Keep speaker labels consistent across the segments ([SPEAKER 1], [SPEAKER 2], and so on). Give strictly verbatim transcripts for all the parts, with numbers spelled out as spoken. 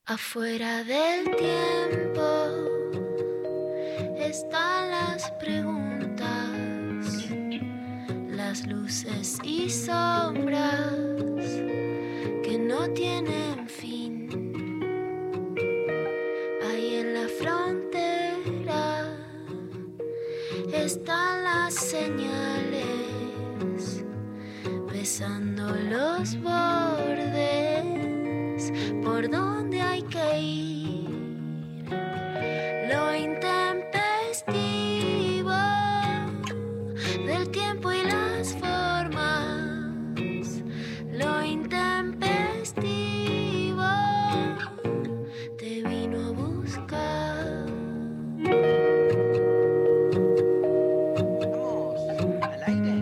[SPEAKER 1] Afuera del tiempo están las preguntas, las luces y sombras que no tienen fin. Ahí en la frontera están las señales, besando los bordes por donde hay que ir. Lo intempestivo del tiempo y las formas. Lo intempestivo te vino a buscar.
[SPEAKER 2] ¿Estamos al aire?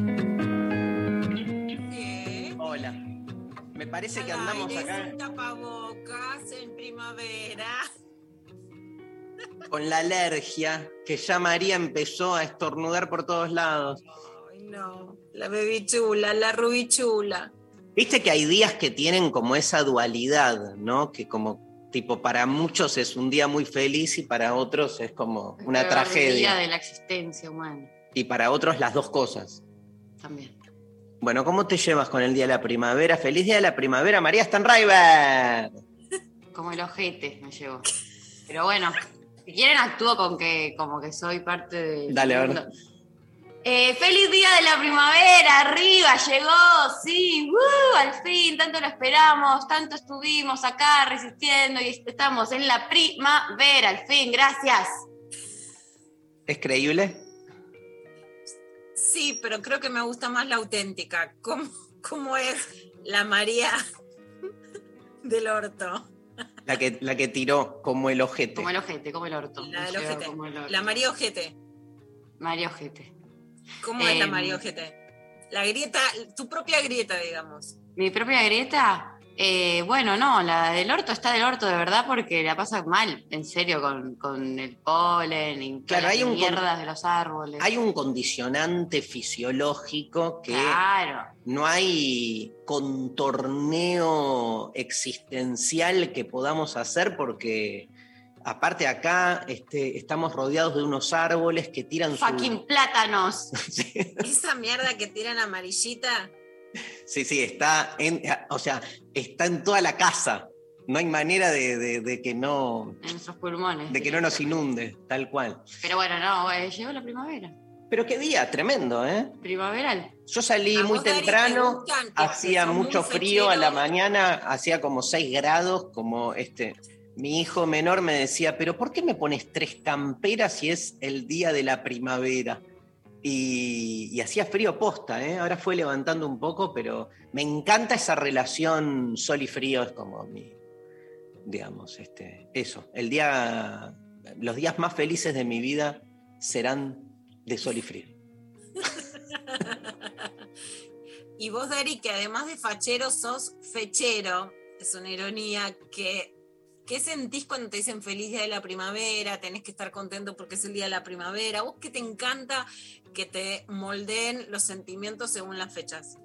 [SPEAKER 3] Sí.
[SPEAKER 2] Hola. Me parece que
[SPEAKER 3] Al
[SPEAKER 2] andamos
[SPEAKER 3] aire,
[SPEAKER 2] acá
[SPEAKER 3] sin tapabocas en primavera.
[SPEAKER 2] con la alergia, que ya María empezó a estornudar por todos lados.
[SPEAKER 3] Ay, no. La bebichula, la rubichula.
[SPEAKER 2] Viste que hay días que tienen como esa dualidad, ¿no? Que como, tipo, para muchos es un día muy feliz y para otros es como una
[SPEAKER 4] El peor
[SPEAKER 2] tragedia.
[SPEAKER 4] día de la existencia humana.
[SPEAKER 2] Y para otros las dos cosas.
[SPEAKER 4] También.
[SPEAKER 2] Bueno, ¿cómo te llevas con el Día de la Primavera? ¡Feliz Día de la Primavera, María Stanraiver!
[SPEAKER 4] Como el ojete me llevo. Pero bueno, si quieren actúo con que como que soy parte de...
[SPEAKER 2] Dale, a ver.
[SPEAKER 4] Eh, ¡Feliz Día de la Primavera! ¡Arriba! ¡Llegó! ¡Sí! ¡Uh! Al fin, tanto lo esperamos, tanto estuvimos acá resistiendo y estamos en la primavera, al fin, gracias.
[SPEAKER 2] ¿Es creíble?
[SPEAKER 3] Sí, pero creo que me gusta más la auténtica. ¿Cómo, cómo es la María del orto?
[SPEAKER 2] La que, la que tiró como el ojete.
[SPEAKER 4] Como el ojete, como el orto.
[SPEAKER 3] La
[SPEAKER 4] Me
[SPEAKER 3] del
[SPEAKER 4] llevo
[SPEAKER 3] ojete.
[SPEAKER 4] como el orto.
[SPEAKER 3] La María Ojete.
[SPEAKER 4] María Ojete.
[SPEAKER 3] ¿Cómo es la
[SPEAKER 4] Em,
[SPEAKER 3] María Ojete? La grieta, tu propia grieta, digamos.
[SPEAKER 4] Mi propia grieta, eh, bueno, no, la del orto está del orto de verdad porque la pasa mal, en serio, con, con el polen y
[SPEAKER 2] Claro,
[SPEAKER 4] las
[SPEAKER 2] hay un
[SPEAKER 4] mierdas
[SPEAKER 2] con-
[SPEAKER 4] de los árboles.
[SPEAKER 2] Hay un condicionante fisiológico que
[SPEAKER 4] Claro,
[SPEAKER 2] no hay contorneo existencial que podamos hacer porque aparte acá este, estamos rodeados de unos árboles que tiran su...
[SPEAKER 4] fucking plátanos.
[SPEAKER 2] Sí,
[SPEAKER 3] Esa mierda que tiran amarillita.
[SPEAKER 2] sí, sí, está en, o sea, está en toda la casa. No hay manera de, de- de que no,
[SPEAKER 4] En nuestros pulmones.
[SPEAKER 2] de que no nos inunde, tal cual.
[SPEAKER 4] Pero bueno, no, eh, llegó la primavera.
[SPEAKER 2] Pero qué día, tremendo, ¿eh?
[SPEAKER 4] Primaveral.
[SPEAKER 2] Yo salí
[SPEAKER 3] ¿A
[SPEAKER 2] muy
[SPEAKER 3] vos, Dari, te
[SPEAKER 2] temprano,
[SPEAKER 3] gustan? Que-
[SPEAKER 2] hacía
[SPEAKER 3] que son muy
[SPEAKER 2] mucho frío a la
[SPEAKER 3] fecheros.
[SPEAKER 2] mañana, hacía como seis grados, como este, mi hijo menor me decía, pero ¿por qué me pones tres camperas si es el día de la primavera? Y, y hacía frío posta, ¿eh? Ahora fue levantando un poco, pero me encanta esa relación sol y frío, es como mi, digamos, este, eso, el día, los días más felices de mi vida serán de sol y frío.
[SPEAKER 3] Y vos, Dari, que además de fachero sos fechero, es una ironía, que, ¿qué sentís cuando te dicen feliz día de la primavera? Tenés que estar contento porque es el día de la primavera. ¿Vos que te encanta que te moldeen los sentimientos según las fechas?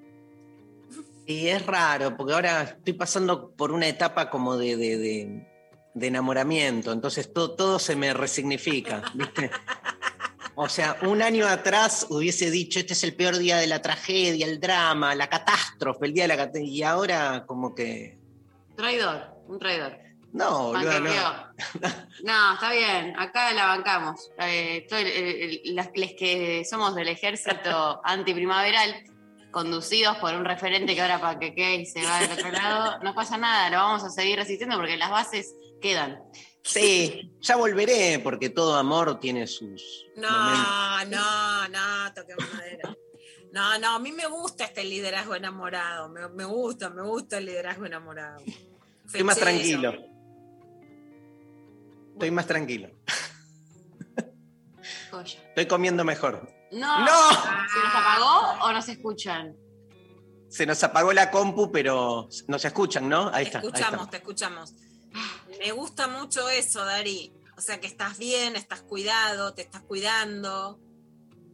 [SPEAKER 2] Y es raro, porque ahora estoy pasando por una etapa como de, de, de, de enamoramiento, entonces todo, todo se me resignifica, ¿viste? O sea, un año atrás hubiese dicho, este es el peor día de la tragedia, el drama, la catástrofe, el día de la catástrofe, y ahora como que...
[SPEAKER 4] Traidor, un traidor.
[SPEAKER 2] No, boludo, no.
[SPEAKER 4] Manquequeo. No, está bien, acá la bancamos. Eh, todo el- el- el- las las que somos del ejército antiprimaveral, conducidos por un referente que ahora para que quede y se va del otro lado, no pasa nada, lo vamos a seguir resistiendo porque las bases quedan.
[SPEAKER 2] Sí, ya volveré, porque todo amor tiene sus momentos.
[SPEAKER 3] No, no, no, toquemos madera. No, no, a mí me gusta este liderazgo enamorado. Me, me gusta, me gusta el liderazgo enamorado.
[SPEAKER 2] Estoy más
[SPEAKER 3] Fechero.
[SPEAKER 2] tranquilo. Estoy más tranquilo.
[SPEAKER 4] Joya.
[SPEAKER 2] Estoy comiendo mejor.
[SPEAKER 4] No,
[SPEAKER 2] ¡No!
[SPEAKER 4] ¿se nos apagó o no se escuchan?
[SPEAKER 2] Se nos apagó la compu, pero nos escuchan, ¿no? Ahí
[SPEAKER 3] Te
[SPEAKER 2] está. ahí
[SPEAKER 3] escuchamos,
[SPEAKER 2] estamos.
[SPEAKER 3] te escuchamos. Me gusta mucho eso, Dari. O sea, que estás bien, estás cuidado, te estás cuidando.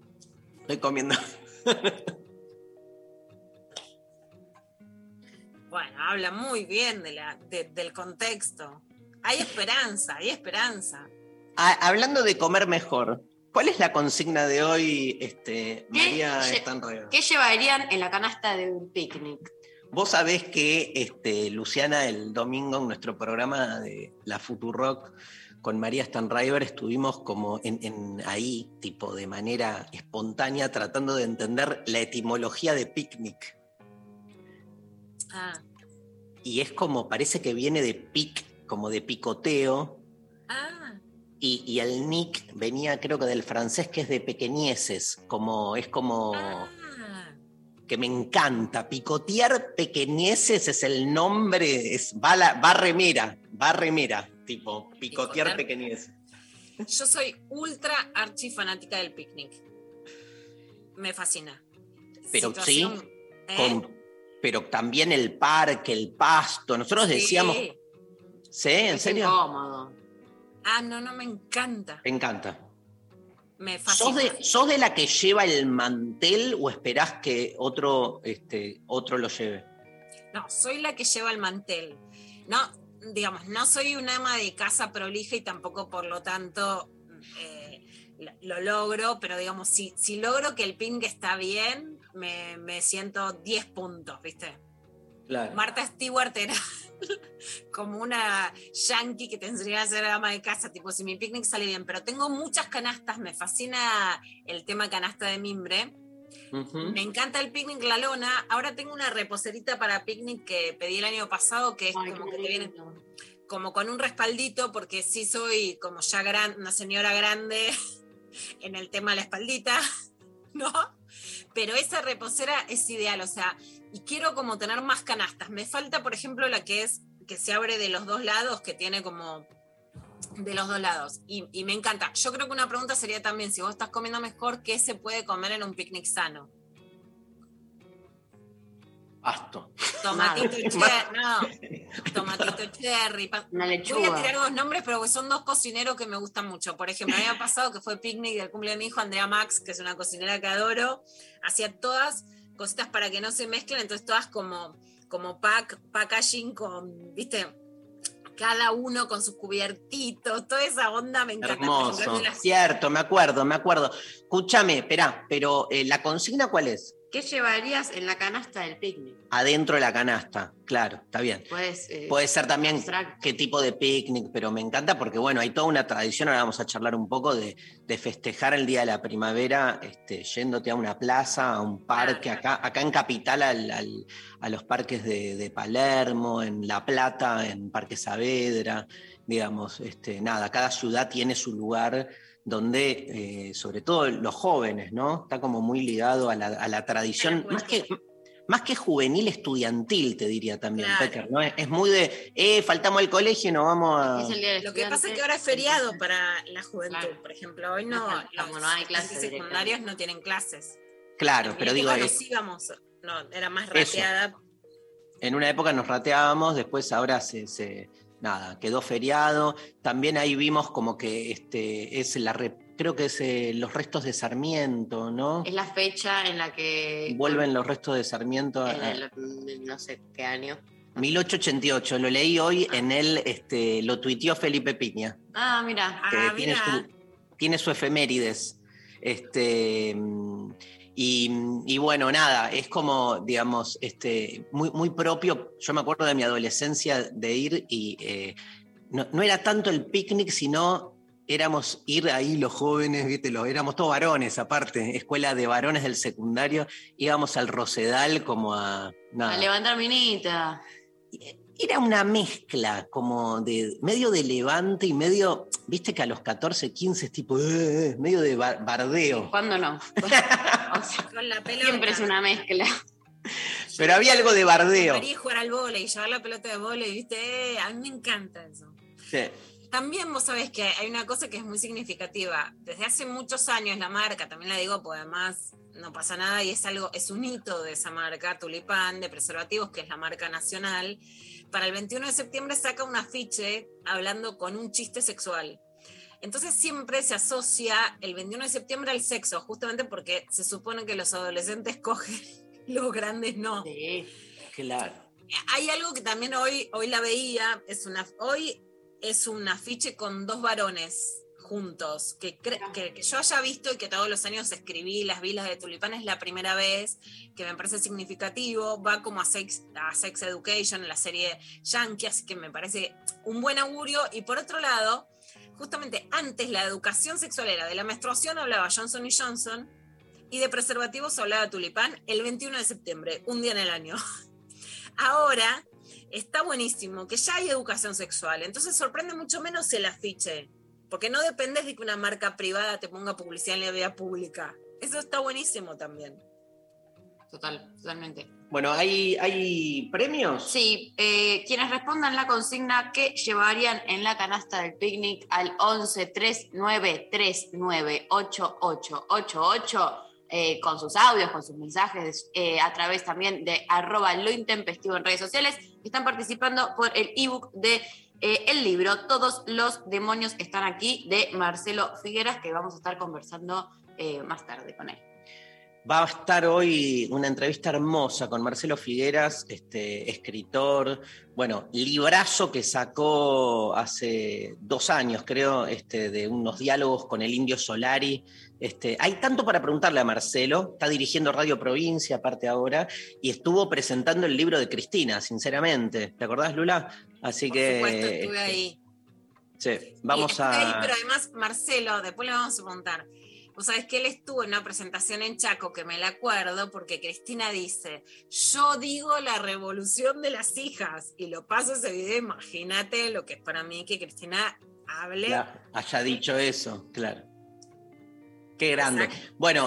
[SPEAKER 2] Estoy comiendo.
[SPEAKER 3] Bueno, habla muy bien de la, de, del contexto. Hay esperanza, hay esperanza.
[SPEAKER 2] Ah, hablando de comer mejor, ¿cuál es la consigna de hoy, este, María
[SPEAKER 4] ¿Qué,
[SPEAKER 2] Stanraiver?
[SPEAKER 4] ¿Qué llevarían en la canasta de un picnic?
[SPEAKER 2] Vos sabés que, este, Luciana, el domingo en nuestro programa de la Futurock con María Stanraiver estuvimos como en, en ahí, tipo de manera espontánea, tratando de entender la etimología de picnic.
[SPEAKER 3] Ah.
[SPEAKER 2] Y es como, parece que viene de pic, como de picoteo.
[SPEAKER 3] Ah.
[SPEAKER 2] Y, y el nick venía, creo que del francés, que es de pequeñeces, como, es como...
[SPEAKER 3] Ah.
[SPEAKER 2] que me encanta. Picotear pequeñeces es el nombre, es, va, la, va remera, va remera, tipo, picotear
[SPEAKER 3] Picotear.
[SPEAKER 2] pequeñeces.
[SPEAKER 3] Yo soy ultra archi fanática del picnic. Me fascina.
[SPEAKER 2] Pero
[SPEAKER 3] Situación,
[SPEAKER 2] sí,
[SPEAKER 3] ¿eh?
[SPEAKER 2] con, pero también el parque, el pasto. Nosotros
[SPEAKER 3] Sí.
[SPEAKER 2] decíamos, ¿sí? ¿En
[SPEAKER 4] Es
[SPEAKER 2] serio?
[SPEAKER 4] incómodo.
[SPEAKER 3] Ah, no, no, me encanta.
[SPEAKER 2] Me encanta.
[SPEAKER 3] Me
[SPEAKER 2] ¿Sos
[SPEAKER 3] fascina.
[SPEAKER 2] de, ¿Sos de la que lleva el mantel o esperás que otro, este, otro lo lleve?
[SPEAKER 3] No, soy la que lleva el mantel. No, digamos, no soy un ama de casa prolija y tampoco, por lo tanto, eh, lo, lo logro, pero digamos, si, si logro que el ping está bien, me, me siento diez puntos, ¿viste?
[SPEAKER 2] Claro.
[SPEAKER 3] Martha Stewart era como una yankee que tendría que ser ama de casa, tipo, si mi picnic sale bien, pero tengo muchas canastas, me fascina el tema canasta de mimbre.
[SPEAKER 2] Uh-huh.
[SPEAKER 3] Me encanta el picnic, la lona. Ahora tengo una reposerita para picnic que pedí el año pasado, que es
[SPEAKER 4] Ay,
[SPEAKER 3] como
[SPEAKER 4] qué
[SPEAKER 3] que te viene
[SPEAKER 4] lindo.
[SPEAKER 3] como con un respaldito, porque sí soy como ya gran, una señora grande en el tema de la espaldita, ¿no? Pero esa reposera es ideal, o sea, y quiero como tener más canastas. Me falta, por ejemplo, la que es que se abre de los dos lados, que tiene como de los dos lados, y, y me encanta. Yo creo que una pregunta sería también, si vos estás comiendo mejor, ¿qué se puede comer en un picnic sano?
[SPEAKER 2] Pasto.
[SPEAKER 3] Tomatito cherry, no, tomatito cherry. pa-
[SPEAKER 4] Una
[SPEAKER 3] Voy a
[SPEAKER 4] lechuga.
[SPEAKER 3] tirar dos nombres, pero son dos cocineros que me gustan mucho. Por ejemplo, el año pasado, que fue picnic del cumple de mi hijo, Andrea Max, que es una cocinera que adoro, hacía todas cositas para que no se mezclen, entonces todas como, como pack, packaging con, viste, cada uno con sus cubiertitos, toda esa onda me encanta. Por ejemplo,
[SPEAKER 2] Hermoso.
[SPEAKER 3] las-
[SPEAKER 2] Cierto, me acuerdo, me acuerdo. Escúchame, esperá, pero eh, ¿la consigna cuál es?
[SPEAKER 4] ¿Qué llevarías en la canasta del picnic?
[SPEAKER 2] Adentro de la canasta, claro, está bien.
[SPEAKER 4] Puedes, eh,
[SPEAKER 2] Puede ser también
[SPEAKER 4] abstracto.
[SPEAKER 2] qué tipo de picnic, pero me encanta porque, bueno, hay toda una tradición, ahora vamos a charlar un poco, de, de festejar el Día de la Primavera, este, yéndote a una plaza, a un parque,
[SPEAKER 3] Claro.
[SPEAKER 2] acá, acá en Capital, al, al, a los parques de, de Palermo, en La Plata, en Parque Saavedra, digamos, este, nada, cada ciudad tiene su lugar donde, eh, sobre todo los jóvenes, ¿no? Está como muy ligado a la, a la tradición, más que... Más que juvenil, estudiantil, te diría también,
[SPEAKER 3] Claro.
[SPEAKER 2] Pecker, ¿no? Es, es muy de, eh, faltamos al colegio y nos vamos a...
[SPEAKER 4] Es el día del
[SPEAKER 3] Lo que pasa es
[SPEAKER 4] estudiante,
[SPEAKER 3] que ahora es feriado
[SPEAKER 4] entonces-
[SPEAKER 3] para la juventud,
[SPEAKER 4] Claro.
[SPEAKER 3] por ejemplo. Hoy no,
[SPEAKER 4] No está-
[SPEAKER 3] los
[SPEAKER 4] como no hay clases
[SPEAKER 3] estudiantes secundarios
[SPEAKER 4] directamente.
[SPEAKER 3] no tienen clases.
[SPEAKER 2] Claro,
[SPEAKER 3] En
[SPEAKER 2] pero
[SPEAKER 3] mi
[SPEAKER 2] digo,
[SPEAKER 3] época
[SPEAKER 2] es-
[SPEAKER 3] nos íbamos, no, era más
[SPEAKER 2] Eso.
[SPEAKER 3] rateada.
[SPEAKER 2] en una época nos rateábamos, después ahora se, se- nada, quedó feriado. También ahí vimos como que este, es la re- creo que es eh, los restos de Sarmiento, ¿no?
[SPEAKER 4] Es la fecha en la que...
[SPEAKER 2] Vuelven los restos de Sarmiento a,
[SPEAKER 4] En el, no sé qué año.
[SPEAKER 2] mil ochocientos ochenta y ocho, lo leí hoy en el, este, lo tuiteó Felipe Piña.
[SPEAKER 4] Ah, mira.
[SPEAKER 2] que
[SPEAKER 3] Ah,
[SPEAKER 2] tiene,
[SPEAKER 3] mira.
[SPEAKER 2] su, tiene su efemérides. Este, y, y bueno, nada, es como, digamos, este, muy, muy propio. Yo me acuerdo de mi adolescencia de ir y eh, no, no era tanto el picnic, sino éramos ir ahí los jóvenes, ¿viste? Los, éramos todos varones, aparte, escuela de varones del secundario, íbamos al Rosedal como a... Nada.
[SPEAKER 4] A levantar minita.
[SPEAKER 2] Era una mezcla como de medio de levante y medio, viste que a los catorce, quince es tipo, eh, medio de bar- bardeo.
[SPEAKER 4] ¿Cuándo no? O sea,
[SPEAKER 3] Con la pelota.
[SPEAKER 4] siempre es una mezcla.
[SPEAKER 2] Pero había algo de bardeo.
[SPEAKER 3] María jugar al vóley, llevar la pelota de vóley, ¿viste? Eh, a mí me encanta eso.
[SPEAKER 2] Sí.
[SPEAKER 3] También vos sabés que hay una cosa que es muy significativa. Desde hace muchos años la marca, también la digo porque además no pasa nada y es algo, es un hito de esa marca, Tulipán, de preservativos, que es la marca nacional. Para el veintiuno de septiembre saca un afiche hablando con un chiste sexual. Entonces siempre se asocia el veintiuno de septiembre al sexo, justamente porque se supone que los adolescentes cogen, los grandes no.
[SPEAKER 4] Sí.
[SPEAKER 2] Claro.
[SPEAKER 3] hay algo que también hoy, hoy la veía, es una, hoy es un afiche con dos varones juntos, que, cre- que, que yo haya visto y que todos los años escribí las vilas de Tulipán, es la primera vez, que me parece significativo, va como a Sex, a Sex Education, la serie Yankee, así que me parece un buen augurio. Y por otro lado, justamente antes la educación sexual era de la menstruación, hablaba Johnson y Johnson, y de preservativos hablaba Tulipán el veintiuno de septiembre, un día en el año. Ahora está buenísimo que ya hay educación sexual, entonces sorprende mucho menos el afiche, porque no dependes de que una marca privada te ponga publicidad en la vía pública. Eso está buenísimo también.
[SPEAKER 4] Total, totalmente.
[SPEAKER 2] Bueno, ¿hay, hay premios?
[SPEAKER 4] Sí, eh, quienes respondan la consigna que llevarían en la canasta del picnic al once tres nueve tres nueve ocho ocho ocho ocho, eh, con sus audios, con sus mensajes, eh, a través también de arroba lo intempestivo en redes sociales, están participando por el ebook de eh, el libro Todos los demonios están aquí, de Marcelo Figueras, que vamos a estar conversando eh, más tarde con él.
[SPEAKER 2] Va a estar hoy una entrevista hermosa con Marcelo Figueras, este, escritor, bueno, librazo que sacó hace dos años, creo, este, de unos diálogos con el Indio Solari. Este, hay tanto para preguntarle a Marcelo, está dirigiendo Radio Provincia, aparte ahora, y estuvo presentando el libro de Cristina, sinceramente. ¿Te acordás, Lula? Así
[SPEAKER 3] Por
[SPEAKER 2] que...
[SPEAKER 3] supuesto, estuve
[SPEAKER 2] este,
[SPEAKER 3] ahí.
[SPEAKER 2] Sí, vamos
[SPEAKER 3] estuve
[SPEAKER 2] a...
[SPEAKER 3] ahí, pero además, Marcelo, después le vamos a preguntar. Vos sabés que él estuvo en una presentación en Chaco, que me la acuerdo, porque Cristina dice, yo digo la revolución de las hijas, y lo paso ese video, imagínate lo que es para mí que Cristina hable.
[SPEAKER 2] Claro, haya dicho eso, claro. Qué grande.
[SPEAKER 3] Exacto.
[SPEAKER 2] Bueno,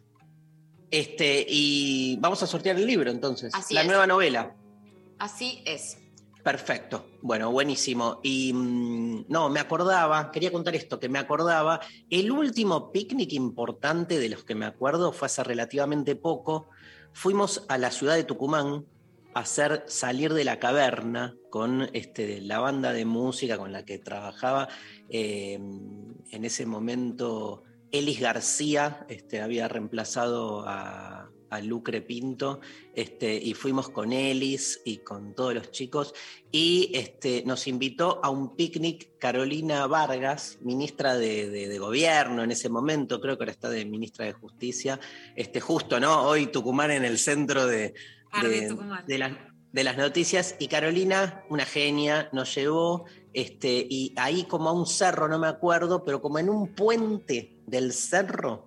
[SPEAKER 2] este, y vamos a sortear el libro entonces,
[SPEAKER 4] Así
[SPEAKER 2] la
[SPEAKER 4] es.
[SPEAKER 2] nueva novela.
[SPEAKER 4] Así es.
[SPEAKER 2] Perfecto, bueno, buenísimo. Y mmm, no, me acordaba, quería contar esto, que me acordaba, el último picnic importante de los que me acuerdo fue hace relativamente poco. Fuimos a la ciudad de Tucumán a hacer Salir de la Caverna con este, la banda de música con la que trabajaba eh, en ese momento. Elis García este, había reemplazado a, a Lucre Pinto, este, y fuimos con Elis y con todos los chicos, y este, nos invitó a un picnic Carolina Vargas, ministra de, de, de Gobierno en ese momento, creo que ahora está de ministra de Justicia, este, justo, ¿no? Hoy Tucumán en el centro de, de, de, las, de las noticias, y Carolina, una genia, nos llevó, este, y ahí como a un cerro, no me acuerdo, pero como en un puente del cerro,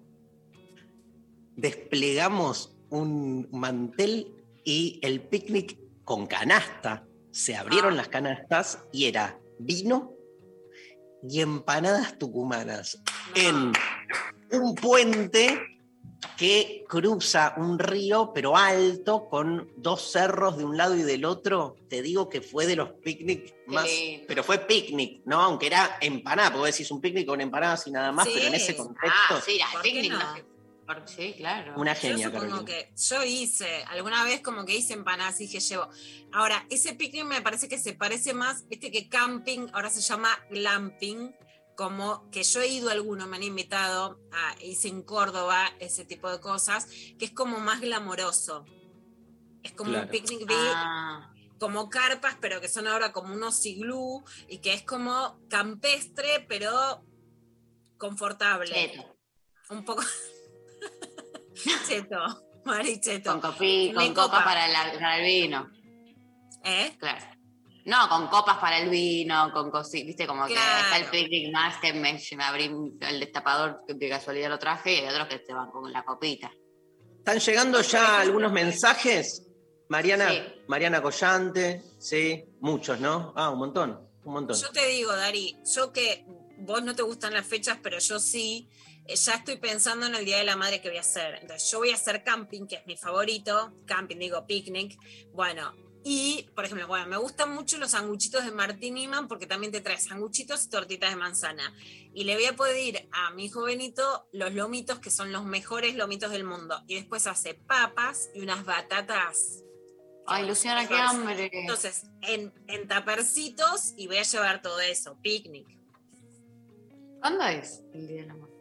[SPEAKER 2] desplegamos un mantel y el picnic con canasta. Se abrieron las canastas y era vino y empanadas tucumanas en un puente que cruza un río, pero alto, con dos cerros de un lado y del otro. Te digo que fue de los picnics más...
[SPEAKER 4] Sí.
[SPEAKER 2] Pero fue picnic, ¿no? Aunque era empanada, porque vos decís un picnic con empanadas y nada más,
[SPEAKER 3] Sí.
[SPEAKER 2] pero en ese contexto...
[SPEAKER 4] Ah, sí,
[SPEAKER 3] ¿Por
[SPEAKER 4] al
[SPEAKER 3] qué
[SPEAKER 4] picnic.
[SPEAKER 3] no?
[SPEAKER 4] No. Sí, claro.
[SPEAKER 2] Una
[SPEAKER 3] Yo
[SPEAKER 2] genia,
[SPEAKER 3] supongo
[SPEAKER 2] Carolina.
[SPEAKER 3] que yo hice, alguna vez como que hice empanadas y dije llevo. Ahora, ese picnic me parece que se parece más, viste que camping ahora se llama glamping, como que yo he ido a alguno, me han invitado, a, hice en Córdoba ese tipo de cosas, que es como más glamoroso. Es como
[SPEAKER 2] Claro.
[SPEAKER 3] un picnic,
[SPEAKER 4] Ah,
[SPEAKER 3] como carpas, pero que son ahora como unos iglú, y que es como campestre, pero confortable.
[SPEAKER 4] cheto.
[SPEAKER 3] Un poco... Cheto, Maricheto.
[SPEAKER 4] Con, copi,
[SPEAKER 3] Me
[SPEAKER 4] con
[SPEAKER 3] copa.
[SPEAKER 4] copas para, la- para el vino.
[SPEAKER 3] ¿Eh?
[SPEAKER 4] Claro. No, con copas para el vino, con cositas, viste, como
[SPEAKER 3] Claro.
[SPEAKER 4] que está el picnic más que me, me abrí el destapador, de casualidad lo traje, y hay otros que te van con la copita.
[SPEAKER 2] ¿Están llegando ya algunos mensajes? Mariana,
[SPEAKER 4] Sí.
[SPEAKER 2] Mariana Collante, sí, muchos, ¿no? Ah, un montón, un montón.
[SPEAKER 3] Yo te digo, Dari, yo que vos no te gustan las fechas, pero yo sí, eh, ya estoy pensando en el Día de la Madre que voy a hacer. Entonces, yo voy a hacer camping, que es mi favorito, camping, digo, picnic. Bueno, y, por ejemplo, bueno, me gustan mucho los sanguchitos de Martín Iman, porque también te trae sanguchitos y tortitas de manzana. Y le voy a pedir a mi hijo Benito los lomitos, que son los mejores lomitos del mundo. Y después hace papas y unas batatas.
[SPEAKER 4] Ay, Luciana, qué hambre.
[SPEAKER 3] Entonces, en, en tapercitos, y voy a llevar todo eso, picnic.
[SPEAKER 4] ¿Cuándo es el Día de la Madre?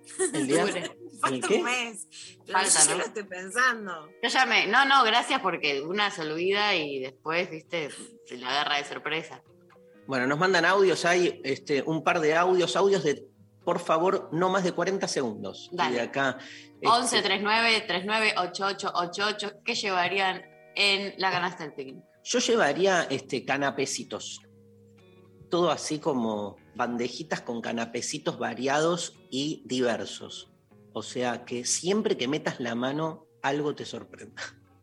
[SPEAKER 2] El día,
[SPEAKER 3] Falta
[SPEAKER 2] qué?
[SPEAKER 3] un mes. Pero
[SPEAKER 4] Falta,
[SPEAKER 3] yo ya
[SPEAKER 4] ¿no?
[SPEAKER 3] lo estoy pensando.
[SPEAKER 4] Yo ya me. No, no, gracias porque una se olvida y después, viste, se la agarra de sorpresa.
[SPEAKER 2] Bueno, nos mandan audios, hay este, un par de audios, audios de, por favor, no más de cuarenta segundos.
[SPEAKER 4] Dale.
[SPEAKER 2] Y de acá. este,
[SPEAKER 4] once treinta y nueve treinta y nueve ochenta y ocho ochenta y ocho, ¿qué llevarían en la canasta del picnic?
[SPEAKER 2] Yo llevaría este, canapecitos. Todo así como bandejitas con canapecitos variados y diversos. O sea, que siempre que metas la mano, algo te sorprenda.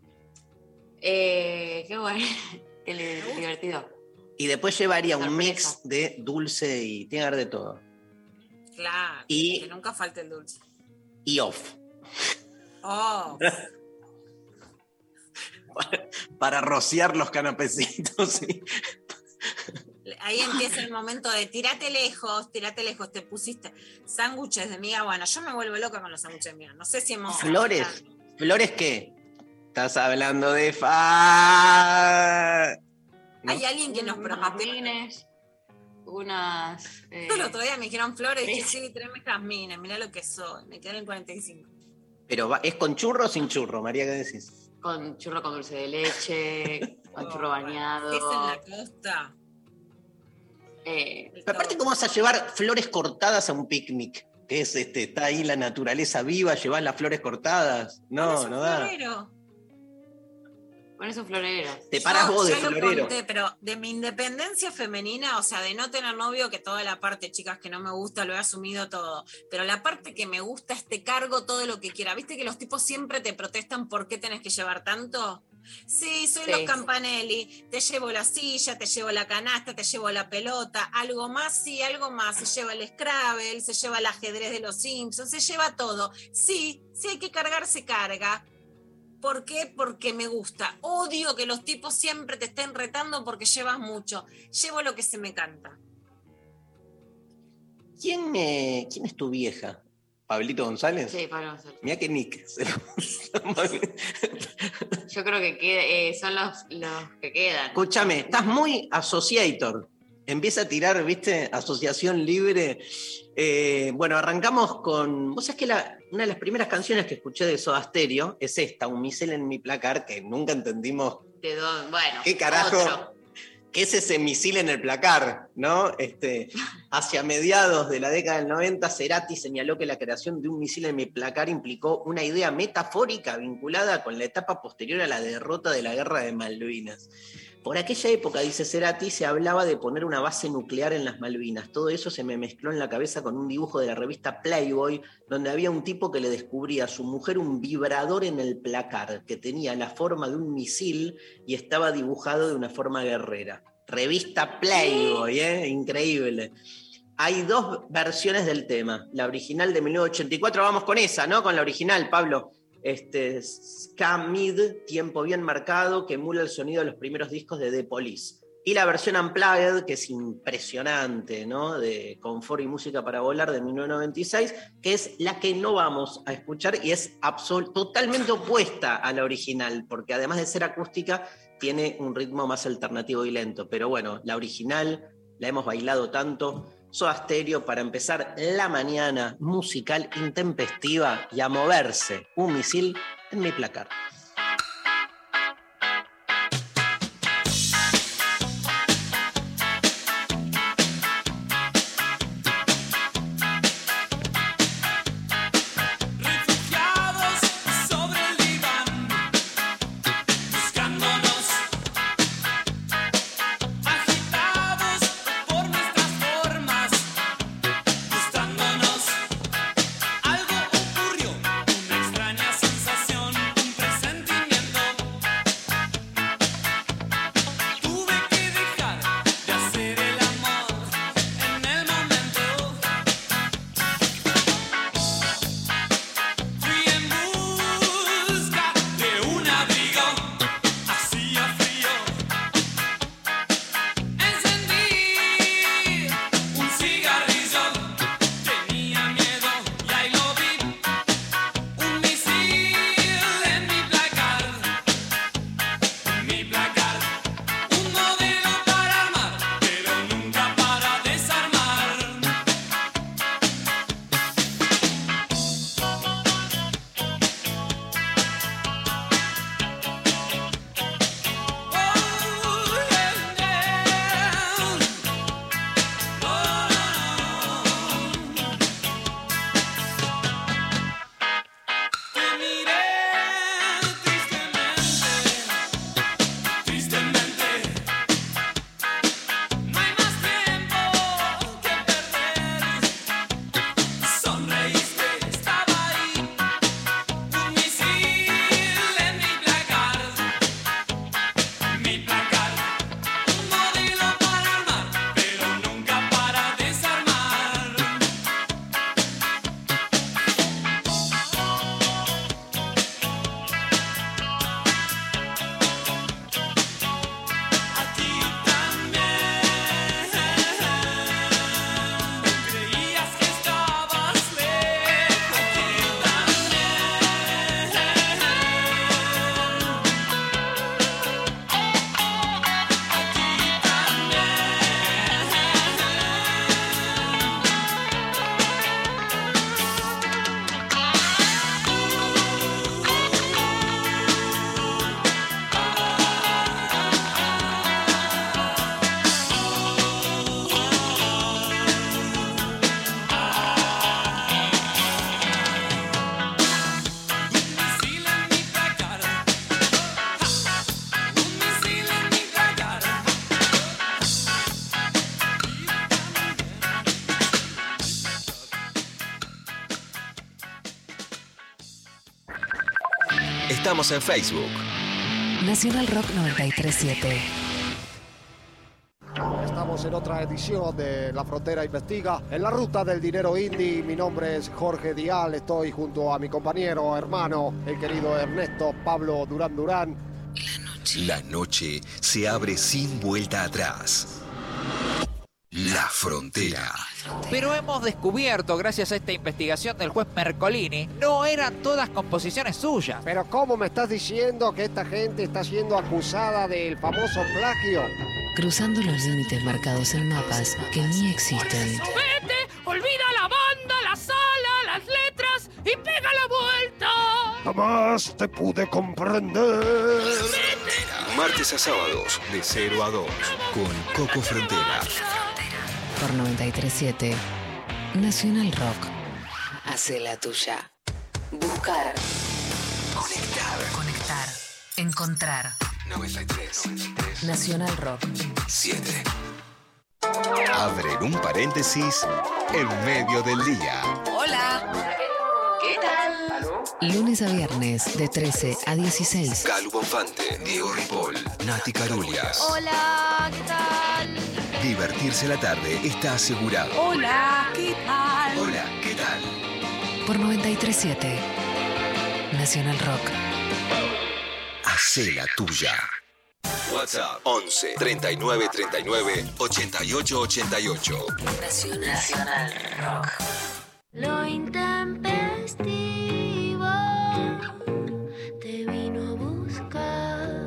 [SPEAKER 4] Eh, qué bueno, qué li- divertido.
[SPEAKER 2] Y después llevaría un
[SPEAKER 4] Sorpresa.
[SPEAKER 2] mix de dulce y tiene que haber de todo.
[SPEAKER 3] Claro,
[SPEAKER 2] Y-
[SPEAKER 3] que nunca falte el dulce.
[SPEAKER 2] Y off.
[SPEAKER 3] Oh,
[SPEAKER 2] Para, para rociar los canapecitos. ¿Sí?
[SPEAKER 3] ahí empieza el momento de tirate lejos, tirate lejos, te pusiste sándwiches de miga. Bueno, yo me vuelvo loca con los sándwiches de miga. No sé si hemos...
[SPEAKER 2] Flores. ¿Flores qué? Estás hablando de fa. ¿No?
[SPEAKER 3] Hay alguien que nos
[SPEAKER 4] Unos
[SPEAKER 3] prometió.
[SPEAKER 4] jazmines, unas. eh,
[SPEAKER 3] El otro día me dijeron flores y dije,
[SPEAKER 4] Sí.
[SPEAKER 3] sí, tráeme jazmines, mirá lo que soy. Me quedé en el cuarenta y cinco.
[SPEAKER 2] Pero va- ¿es con churro o sin churro, María? ¿Qué decís?
[SPEAKER 4] con churro con dulce de leche, con churro
[SPEAKER 3] Oh,
[SPEAKER 4] bañado.
[SPEAKER 3] Es en la costa.
[SPEAKER 4] eh,
[SPEAKER 3] El
[SPEAKER 2] Pero aparte,
[SPEAKER 3] todo.
[SPEAKER 2] ¿cómo vas a llevar flores cortadas a un picnic? Que es este, está ahí la naturaleza viva, llevas las flores cortadas. No,
[SPEAKER 3] Pones un
[SPEAKER 2] no da.
[SPEAKER 3] florero.
[SPEAKER 4] pones un florero.
[SPEAKER 2] Te paras
[SPEAKER 3] Yo
[SPEAKER 2] vos de
[SPEAKER 3] ya lo
[SPEAKER 2] florero.
[SPEAKER 3] conté, pero de mi independencia femenina, o sea, de no tener novio, que toda la parte, chicas, que no me gusta, lo he asumido todo. Pero la parte que me gusta es te cargo todo lo que quiera. ¿Viste que los tipos siempre te protestan por qué tenés que llevar tanto? Sí, soy
[SPEAKER 4] Sí.
[SPEAKER 3] los Campanelli, te llevo la silla, te llevo la canasta, te llevo la pelota, algo más, sí, algo más, se lleva el Scrabble, se lleva el ajedrez de los Simpsons, se lleva todo. Sí, sí hay que cargar, se carga. ¿Por qué? Porque me gusta. Odio que los tipos siempre te estén retando porque llevas mucho. Llevo lo que se me canta.
[SPEAKER 2] ¿Quién, eh, ¿Quién es tu vieja? ¿Pablito González?
[SPEAKER 4] Sí, Pablo González.
[SPEAKER 2] Mirá que Nick.
[SPEAKER 4] Yo creo que quede- eh, son los, los que quedan.
[SPEAKER 2] Escúchame, estás muy associator. Empieza a tirar, ¿viste? Asociación libre. Eh, bueno, arrancamos con. Vos sabés que la- una de las primeras canciones que escuché de Soda Stereo es esta, Un misil en mi placar, que nunca entendimos
[SPEAKER 4] De do- bueno,
[SPEAKER 2] qué carajo.
[SPEAKER 4] otro.
[SPEAKER 2] ¿Qué es ese misil en el placar? ¿No? Este, hacia mediados de la década del noventa, Cerati señaló que la creación de un misil en mi placar implicó una idea metafórica vinculada con la etapa posterior a la derrota de la Guerra de Malvinas. Por aquella época, dice Cerati, se hablaba de poner una base nuclear en las Malvinas. Todo eso se me mezcló en la cabeza con un dibujo de la revista Playboy, donde había un tipo que le descubría a su mujer un vibrador en el placar, que tenía la forma de un misil y estaba dibujado de una forma guerrera. Revista Playboy, ¿eh? Increíble. Hay dos versiones del tema. La original de mil novecientos ochenta y cuatro, vamos con esa, ¿no? Con la original, Pablo. Este, Ska Mid, tiempo bien marcado, que emula el sonido de los primeros discos de The Police. Y la versión Unplugged, que es impresionante, ¿no? De Confort y Música para Volar de mil novecientos noventa y seis, que es la que no vamos a escuchar y es absol- totalmente opuesta a la original, porque además de ser acústica, tiene un ritmo más alternativo y lento. Pero bueno, la original la hemos bailado tanto. Soda Stereo para empezar la mañana musical intempestiva y a moverse. Un misil en mi placar.
[SPEAKER 5] Refugiados sobre el diván, buscándonos, agitados por nuestras formas, gustándonos. Algo ocurrió, una extraña sensación, un presente.
[SPEAKER 6] Estamos en Facebook.
[SPEAKER 7] Nacional Rock noventa y tres punto siete.
[SPEAKER 8] Estamos en otra edición de La Frontera Investiga, en la ruta del dinero indie. Mi nombre es Jorge Dial, estoy junto a mi compañero, hermano, el querido Ernesto Pablo Durán Durán.
[SPEAKER 6] La noche se abre sin vuelta atrás. La Frontera.
[SPEAKER 9] Pero hemos descubierto, gracias a esta investigación del juez Mercolini, no eran todas composiciones suyas.
[SPEAKER 8] Pero ¿cómo me estás diciendo que esta gente está siendo acusada del famoso plagio?
[SPEAKER 7] Cruzando los límites marcados en mapas que ni existen.
[SPEAKER 5] Vete, olvida la banda, la sala, las letras y pega la vuelta.
[SPEAKER 8] Jamás te pude comprender.
[SPEAKER 6] Martes a sábados, de cero a dos, con Coco Frontera.
[SPEAKER 7] Por noventa y tres punto siete. Nacional Rock. Hace la tuya. Buscar.
[SPEAKER 6] Conectar.
[SPEAKER 7] Conectar. Encontrar.
[SPEAKER 6] noventa y tres.
[SPEAKER 7] Nacional Rock.
[SPEAKER 6] siete. Abren un paréntesis en medio del día.
[SPEAKER 7] Hola. ¿Qué tal? Lunes a viernes de trece a dieciséis.
[SPEAKER 6] Calu Bonfante, Diego Ripoll, Nati Carulias.
[SPEAKER 1] Hola, ¿qué tal?
[SPEAKER 6] Divertirse la tarde está asegurado.
[SPEAKER 1] Hola, ¿qué tal?
[SPEAKER 6] Hola, ¿qué tal?
[SPEAKER 7] Por noventa y tres punto siete. Nacional Rock.
[SPEAKER 6] Hacé la tuya. WhatsApp once treinta y nueve treinta y nueve ochenta y ocho ochenta y ocho.
[SPEAKER 7] Nacional Rock.
[SPEAKER 1] Lo intempestivo te vino a buscar.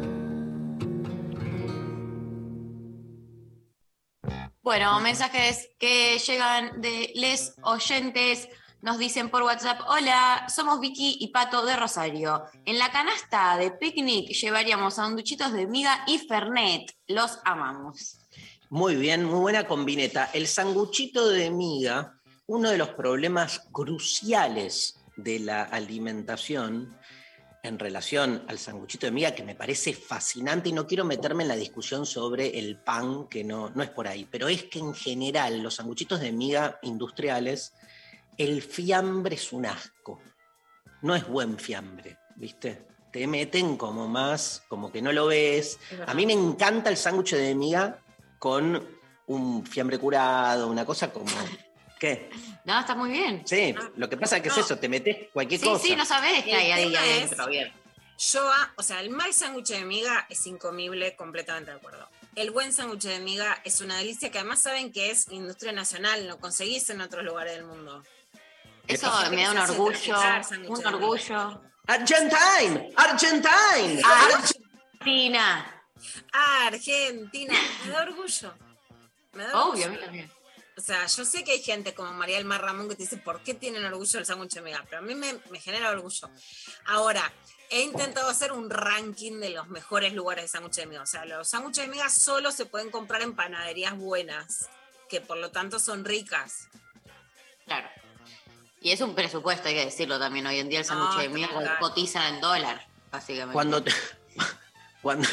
[SPEAKER 4] Bueno, mensajes que llegan de les oyentes. Nos dicen por WhatsApp: hola, somos Vicky y Pato de Rosario. En la canasta de picnic llevaríamos sanduchitos de miga y fernet. Los amamos.
[SPEAKER 2] Muy bien, muy buena combineta. El sanguchito de miga, uno de los problemas cruciales de la alimentación en relación al sanguchito de miga, que me parece fascinante, y no quiero meterme en la discusión sobre el pan, que no, no es por ahí, pero es que en general los sanguchitos de miga industriales, el fiambre es un asco. No es buen fiambre, ¿viste? Te meten como más, como que no lo ves. A mí me encanta el sándwich de miga con un fiambre curado, una cosa como... ¿Qué?
[SPEAKER 4] No, está muy bien.
[SPEAKER 2] Sí, lo que pasa es que
[SPEAKER 3] No.
[SPEAKER 2] es eso, te metes cualquier
[SPEAKER 4] Sí,
[SPEAKER 2] cosa.
[SPEAKER 4] sí, no sabés que hay
[SPEAKER 3] El
[SPEAKER 4] ahí
[SPEAKER 3] tema
[SPEAKER 4] adentro.
[SPEAKER 3] es-
[SPEAKER 4] Bien.
[SPEAKER 3] Yo, a- o sea, el mal sándwich de miga es incomible, completamente de acuerdo. El buen sándwich de miga es una delicia que además saben que es industria nacional, lo conseguís en otros lugares del mundo.
[SPEAKER 4] Eso
[SPEAKER 2] Epa.
[SPEAKER 4] me da un
[SPEAKER 3] Se hace
[SPEAKER 4] orgullo.
[SPEAKER 3] traficar sándwich
[SPEAKER 4] Un
[SPEAKER 3] de miga.
[SPEAKER 4] orgullo.
[SPEAKER 2] Argentine, Argentine.
[SPEAKER 4] Argentina.
[SPEAKER 3] Argentina, me da orgullo. Me da orgullo.
[SPEAKER 4] Obvio, a mí también.
[SPEAKER 3] O sea, yo sé que hay gente como María del Mar Ramón que te dice, ¿por qué tienen orgullo del sándwich de miga? Pero a mí me, me genera orgullo. Ahora, he intentado hacer un ranking de los mejores lugares de sándwich de miga. O sea, los sándwiches de miga solo se pueden comprar en panaderías buenas, que por lo tanto son ricas.
[SPEAKER 4] Claro. Y es un presupuesto, hay que decirlo también. Hoy en día el sándwich
[SPEAKER 3] No,
[SPEAKER 4] de miga
[SPEAKER 3] claro.
[SPEAKER 4] cotizan en dólar, básicamente.
[SPEAKER 2] Cuando, te- cuando,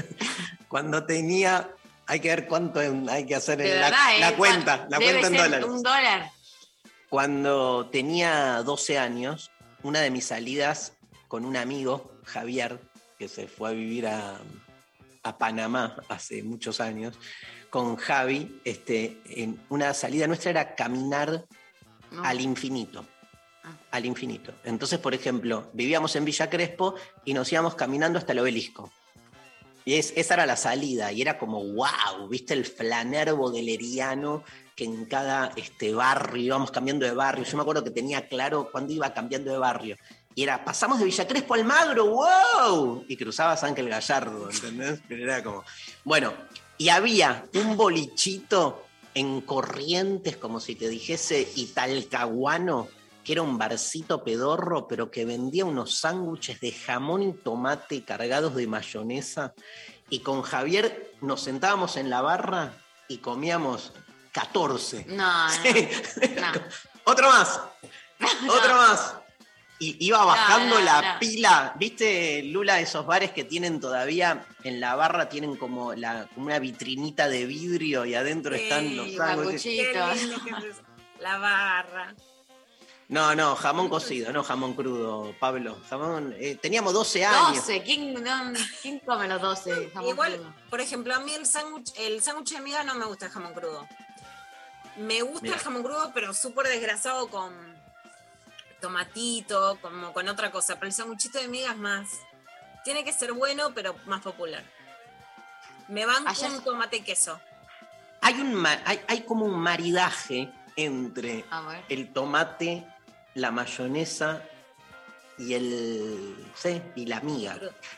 [SPEAKER 2] cuando tenía, hay que ver cuánto en- hay que hacer
[SPEAKER 4] De
[SPEAKER 2] en la,
[SPEAKER 4] verdad,
[SPEAKER 2] la
[SPEAKER 4] ¿eh?
[SPEAKER 2] cuenta, la
[SPEAKER 4] Debe
[SPEAKER 2] cuenta en
[SPEAKER 4] ser
[SPEAKER 2] dólares.
[SPEAKER 4] un dólar.
[SPEAKER 2] Cuando tenía doce años, una de mis salidas con un amigo, Javier, que se fue a vivir a, a Panamá hace muchos años, con Javi, este, en una salida nuestra era caminar
[SPEAKER 4] No.
[SPEAKER 2] al infinito.
[SPEAKER 4] Ah.
[SPEAKER 2] Al infinito. Entonces, por ejemplo, vivíamos en Villa Crespo y nos íbamos caminando hasta el obelisco. Y es, esa era la salida, y era como, wow, ¿viste el flaner bodeleriano que en cada este, barrio íbamos cambiando de barrio? Yo me acuerdo que tenía claro cuándo iba cambiando de barrio. Y era, pasamos de Villa Crespo al Magro, wow, y cruzabas Ángel Gallardo, ¿entendés? Pero era como, bueno, y había un bolichito en Corrientes, como si te dijese Italcahuano, que era un barcito pedorro, pero que vendía unos sándwiches de jamón y tomate cargados de mayonesa. Y con Javier nos sentábamos en la barra y comíamos catorce.
[SPEAKER 4] No, no.
[SPEAKER 2] Sí.
[SPEAKER 4] No.
[SPEAKER 2] Otro más, otro más. Y iba bajando
[SPEAKER 4] no,
[SPEAKER 2] la
[SPEAKER 4] no.
[SPEAKER 2] pila. ¿Viste, Lula, esos bares que tienen todavía en la barra, tienen como, la, como una vitrinita de vidrio y adentro
[SPEAKER 3] Sí,
[SPEAKER 2] están los sándwiches?
[SPEAKER 3] Qué
[SPEAKER 4] sanguchitos.
[SPEAKER 3] lindo que es eso. La barra.
[SPEAKER 2] No, no, jamón cocido, no jamón crudo, Pablo. Jamón, eh, teníamos doce años.
[SPEAKER 4] doce, ¿quién, no, ¿quién come los doce jamón
[SPEAKER 3] Igual,
[SPEAKER 4] crudo?
[SPEAKER 3] por ejemplo, a mí el sándwich el sándwich de miga no me gusta el jamón crudo. Me gusta
[SPEAKER 2] Mirá.
[SPEAKER 3] el jamón crudo, pero súper desgrasado con tomatito, como con otra cosa. Pero el sándwichito de miga es más... Tiene que ser bueno, pero más popular. Me van
[SPEAKER 4] Ayer-
[SPEAKER 3] con tomate queso.
[SPEAKER 2] Hay, un, ma- hay, hay como un maridaje entre
[SPEAKER 4] A ver.
[SPEAKER 2] el tomate, la mayonesa y el... sí, y la miga.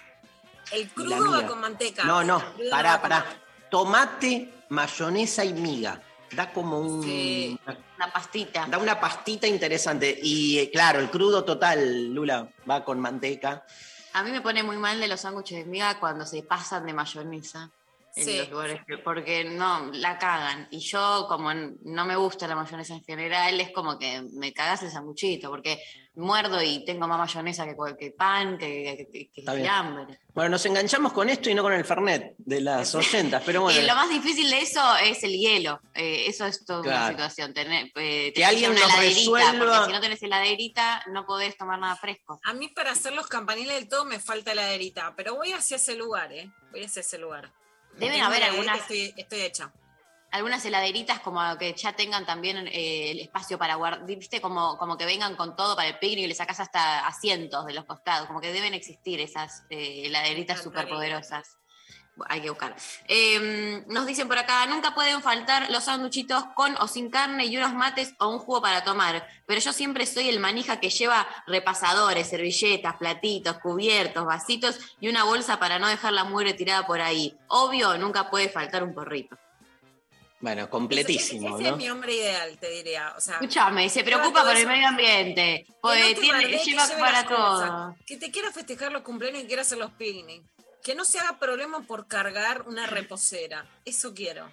[SPEAKER 3] El
[SPEAKER 2] Y la
[SPEAKER 3] crudo va
[SPEAKER 2] miga.
[SPEAKER 3] con manteca.
[SPEAKER 2] No, no,
[SPEAKER 3] El crudo
[SPEAKER 2] pará,
[SPEAKER 3] va con
[SPEAKER 2] pará.
[SPEAKER 3] manteca.
[SPEAKER 2] Tomate, mayonesa y miga. Da como un...
[SPEAKER 3] Sí.
[SPEAKER 4] Una pastita.
[SPEAKER 2] Da una pastita interesante. Y eh, claro, el crudo total, Lula, va con manteca.
[SPEAKER 4] A mí me pone muy mal de los sándwiches de miga cuando se pasan de mayonesa en
[SPEAKER 3] Sí.
[SPEAKER 4] los lugares, que- porque no, la cagan. Y yo, como n- no me gusta la mayonesa en general, es como que me cagas el sanguchito, porque muerdo y tengo más mayonesa que cualquier pan, que, que, que
[SPEAKER 2] Está bien.
[SPEAKER 4] fiambre.
[SPEAKER 2] Bueno, nos enganchamos con esto y no con el Fernet de las oyentas, pero bueno.
[SPEAKER 4] Y lo más difícil de eso es el hielo. Eh, eso es toda
[SPEAKER 2] Claro.
[SPEAKER 4] una situación. Tener, eh,
[SPEAKER 2] Que
[SPEAKER 4] tenés
[SPEAKER 2] alguien
[SPEAKER 4] una
[SPEAKER 2] nos
[SPEAKER 4] heladerita,
[SPEAKER 2] resuelva-
[SPEAKER 4] porque si no tenés heladerita no podés tomar nada fresco.
[SPEAKER 3] A mí para hacer los campaniles del todo me falta heladerita, pero voy hacia ese lugar, ¿eh? Voy hacia ese lugar.
[SPEAKER 4] Deben
[SPEAKER 3] Tengo
[SPEAKER 4] haber
[SPEAKER 3] heladera,
[SPEAKER 4] algunas-
[SPEAKER 3] Estoy, estoy hecha.
[SPEAKER 4] Algunas heladeritas como que ya tengan también eh, el espacio para guardar, viste, como, como que vengan con todo para el picnic y le sacas hasta asientos de los costados, como que deben existir esas eh, heladeritas
[SPEAKER 3] Me
[SPEAKER 4] súper
[SPEAKER 3] encantaría.
[SPEAKER 4] poderosas. Hay que buscar. Eh, nos dicen por acá, nunca pueden faltar los sanduchitos con o sin carne y unos mates o un jugo para tomar, pero yo siempre soy el manija que lleva repasadores, servilletas, platitos, cubiertos, vasitos y una bolsa para no dejar la mugre tirada por ahí. Obvio, nunca puede faltar un porrito.
[SPEAKER 2] Bueno, completísimo,
[SPEAKER 3] Ese, ese
[SPEAKER 2] ¿no?
[SPEAKER 3] es mi hombre ideal, te diría. O sea,
[SPEAKER 4] Escúchame, se preocupa
[SPEAKER 3] todo
[SPEAKER 4] por el
[SPEAKER 3] eso.
[SPEAKER 4] medio ambiente, pues
[SPEAKER 3] que no te
[SPEAKER 4] tiene,
[SPEAKER 3] bardee, que
[SPEAKER 4] lleva
[SPEAKER 3] lleve
[SPEAKER 4] para
[SPEAKER 3] las cosas,
[SPEAKER 4] todo.
[SPEAKER 3] que te quiera festejar los cumpleaños y quiera hacer los picnic. Que no se haga problema por cargar una reposera. Eso quiero.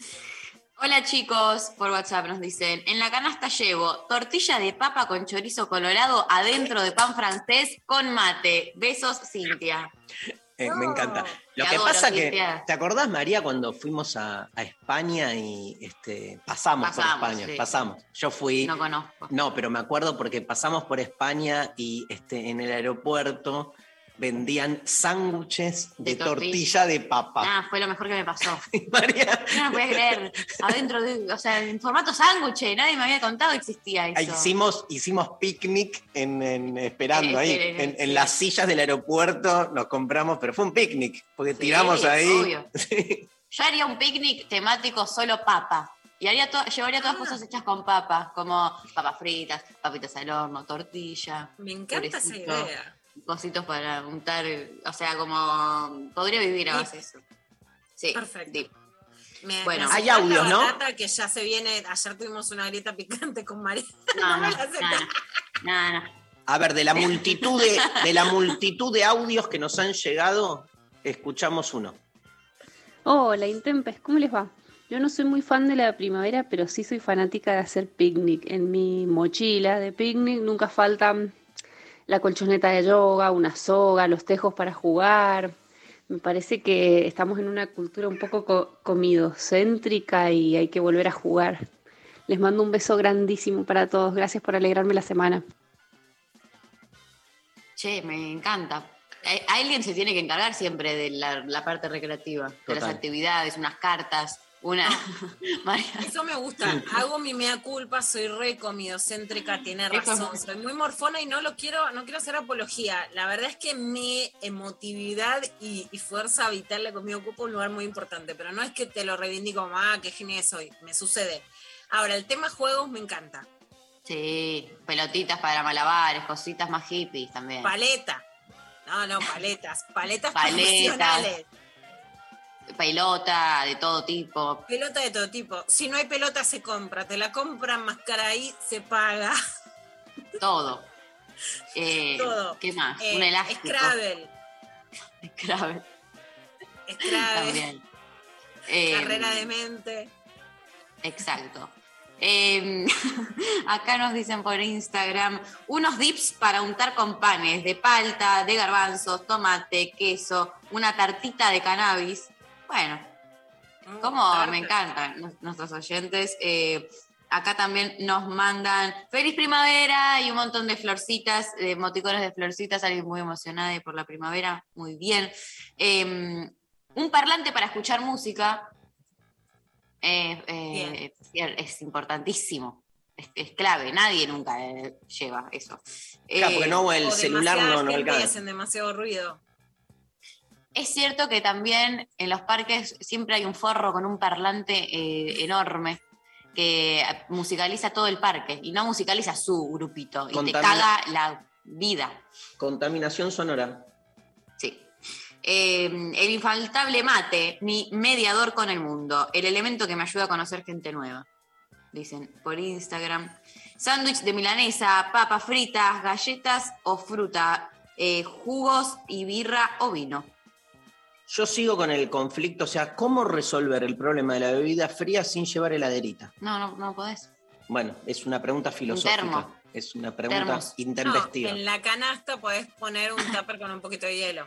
[SPEAKER 4] Hola chicos, por WhatsApp nos dicen, en la canasta llevo tortilla de papa con chorizo colorado adentro de pan francés con mate. Besos, Cintia.
[SPEAKER 2] Eh,
[SPEAKER 3] No.
[SPEAKER 2] me encanta. Lo
[SPEAKER 4] Te
[SPEAKER 2] que
[SPEAKER 4] adoro,
[SPEAKER 2] pasa que,
[SPEAKER 4] Cintia.
[SPEAKER 2] ¿te acordás, María, cuando fuimos a, a España y este, pasamos,
[SPEAKER 4] Pasamos,
[SPEAKER 2] por España?
[SPEAKER 4] sí.
[SPEAKER 2] Pasamos. Yo fui.
[SPEAKER 4] No conozco.
[SPEAKER 2] No, pero me acuerdo porque pasamos por España y este, en el aeropuerto vendían sándwiches de,
[SPEAKER 4] De tortilla.
[SPEAKER 2] tortilla de papa.
[SPEAKER 4] Ah, fue lo mejor que me pasó.
[SPEAKER 2] María,
[SPEAKER 4] No me puedes creer. Adentro de, o sea, en formato sándwich, nadie me había contado que existía eso.
[SPEAKER 2] ahí hicimos, hicimos picnic en, en- esperando
[SPEAKER 4] Eh,
[SPEAKER 2] ahí,
[SPEAKER 4] eh,
[SPEAKER 2] en, en
[SPEAKER 4] sí.
[SPEAKER 2] las sillas del aeropuerto nos compramos, pero fue un picnic, porque
[SPEAKER 4] Sí,
[SPEAKER 2] tiramos ahí.
[SPEAKER 4] obvio.
[SPEAKER 2] Sí.
[SPEAKER 4] Yo haría un picnic temático solo papa. Y haría to- llevaría todas cosas hechas con papas, como papas fritas, papitas al horno, tortilla.
[SPEAKER 3] Me encanta esa
[SPEAKER 4] purecito,
[SPEAKER 3] idea.
[SPEAKER 4] Cositos para untar, o sea, como podría vivir a base de eso. Sí,
[SPEAKER 3] Perfecto.
[SPEAKER 4] dip.
[SPEAKER 3] Me,
[SPEAKER 4] Bueno,
[SPEAKER 3] me
[SPEAKER 2] hay
[SPEAKER 3] hace falta
[SPEAKER 2] audios, ¿no?
[SPEAKER 3] batata que ya se viene. Ayer tuvimos una grieta picante con María.
[SPEAKER 4] No,
[SPEAKER 3] No
[SPEAKER 4] no,
[SPEAKER 3] me
[SPEAKER 4] no,
[SPEAKER 3] la acepto.
[SPEAKER 4] no, no.
[SPEAKER 2] A ver, de la multitud de, de la multitud de audios que nos han llegado, escuchamos uno.
[SPEAKER 10] Hola, Intempes, ¿cómo les va? Yo no soy muy fan de la primavera, pero sí soy fanática de hacer picnic. En mi mochila de picnic nunca faltan la colchoneta de yoga, una soga, los tejos para jugar. Me parece que estamos en una cultura un poco co- comidocéntrica y hay que volver a jugar. Les mando un beso grandísimo para todos. Gracias por alegrarme la semana.
[SPEAKER 4] Che, me encanta. Eh, Alguien se tiene que encargar siempre de la, la parte recreativa, de las
[SPEAKER 2] Total.
[SPEAKER 4] actividades, unas cartas, una... María,
[SPEAKER 3] Eso me gusta. Hago mi mea culpa, soy re comidocéntrica, tiene
[SPEAKER 4] Eso es
[SPEAKER 3] razón.
[SPEAKER 4] muy-
[SPEAKER 3] Soy muy morfona y no lo quiero, no quiero hacer apología. La verdad es que mi emotividad y, y fuerza vital la comida ocupa un lugar muy importante, pero no es que te lo reivindico como, ah, qué genial soy. Me sucede. Ahora, el tema juegos me encanta.
[SPEAKER 4] sí, pelotitas para malabares, cositas más hippies también.
[SPEAKER 3] Paleta. No, no, paletas. Paletas
[SPEAKER 4] Paletas.
[SPEAKER 3] profesionales.
[SPEAKER 4] Pelota de todo tipo.
[SPEAKER 3] Pelota de todo tipo. Si no hay pelota, se compra. Te la compran más cara ahí, se paga.
[SPEAKER 4] Todo. Eh,
[SPEAKER 3] Todo.
[SPEAKER 4] ¿Qué más?
[SPEAKER 3] Eh,
[SPEAKER 4] Un elástico.
[SPEAKER 3] Scrabble.
[SPEAKER 4] Scrabble.
[SPEAKER 3] Scrabble.
[SPEAKER 4] También. Eh,
[SPEAKER 3] Carrera de mente.
[SPEAKER 4] Exacto. Eh, acá nos dicen por Instagram unos dips para untar con panes de palta, de garbanzos, tomate, queso, una tartita de cannabis. Bueno, como
[SPEAKER 3] Tarta.
[SPEAKER 4] me encantan nuestros oyentes. Eh, acá también nos mandan ¡Feliz primavera! Y un montón de florcitas, de emoticones de florcitas, alguien muy emocionada por la primavera, muy bien. Eh, un parlante para escuchar música eh, eh, es importantísimo, es, es clave, nadie nunca eh, lleva eso.
[SPEAKER 2] Claro, porque no, el celular no, no alcanza.
[SPEAKER 3] Hacen demasiado ruido.
[SPEAKER 4] Es cierto que también en los parques siempre hay un forro con un parlante eh, enorme que musicaliza todo el parque y no musicaliza su grupito y Contamina- te caga la vida.
[SPEAKER 2] Contaminación sonora.
[SPEAKER 4] Sí. Eh, el infaltable mate, mi mediador con el mundo, el elemento que me ayuda a conocer gente nueva, dicen por Instagram. Sándwich de milanesa, papas fritas, galletas o fruta, eh, jugos y birra o vino.
[SPEAKER 2] Yo sigo con el conflicto, o sea, ¿cómo resolver el problema de la bebida fría sin llevar heladerita?
[SPEAKER 4] No, no, no podés.
[SPEAKER 2] Bueno, es una pregunta filosófica.
[SPEAKER 4] Termo.
[SPEAKER 2] Es una pregunta
[SPEAKER 4] Termos.
[SPEAKER 2] intempestiva.
[SPEAKER 3] No, en la canasta podés poner un tupper con un poquito de hielo.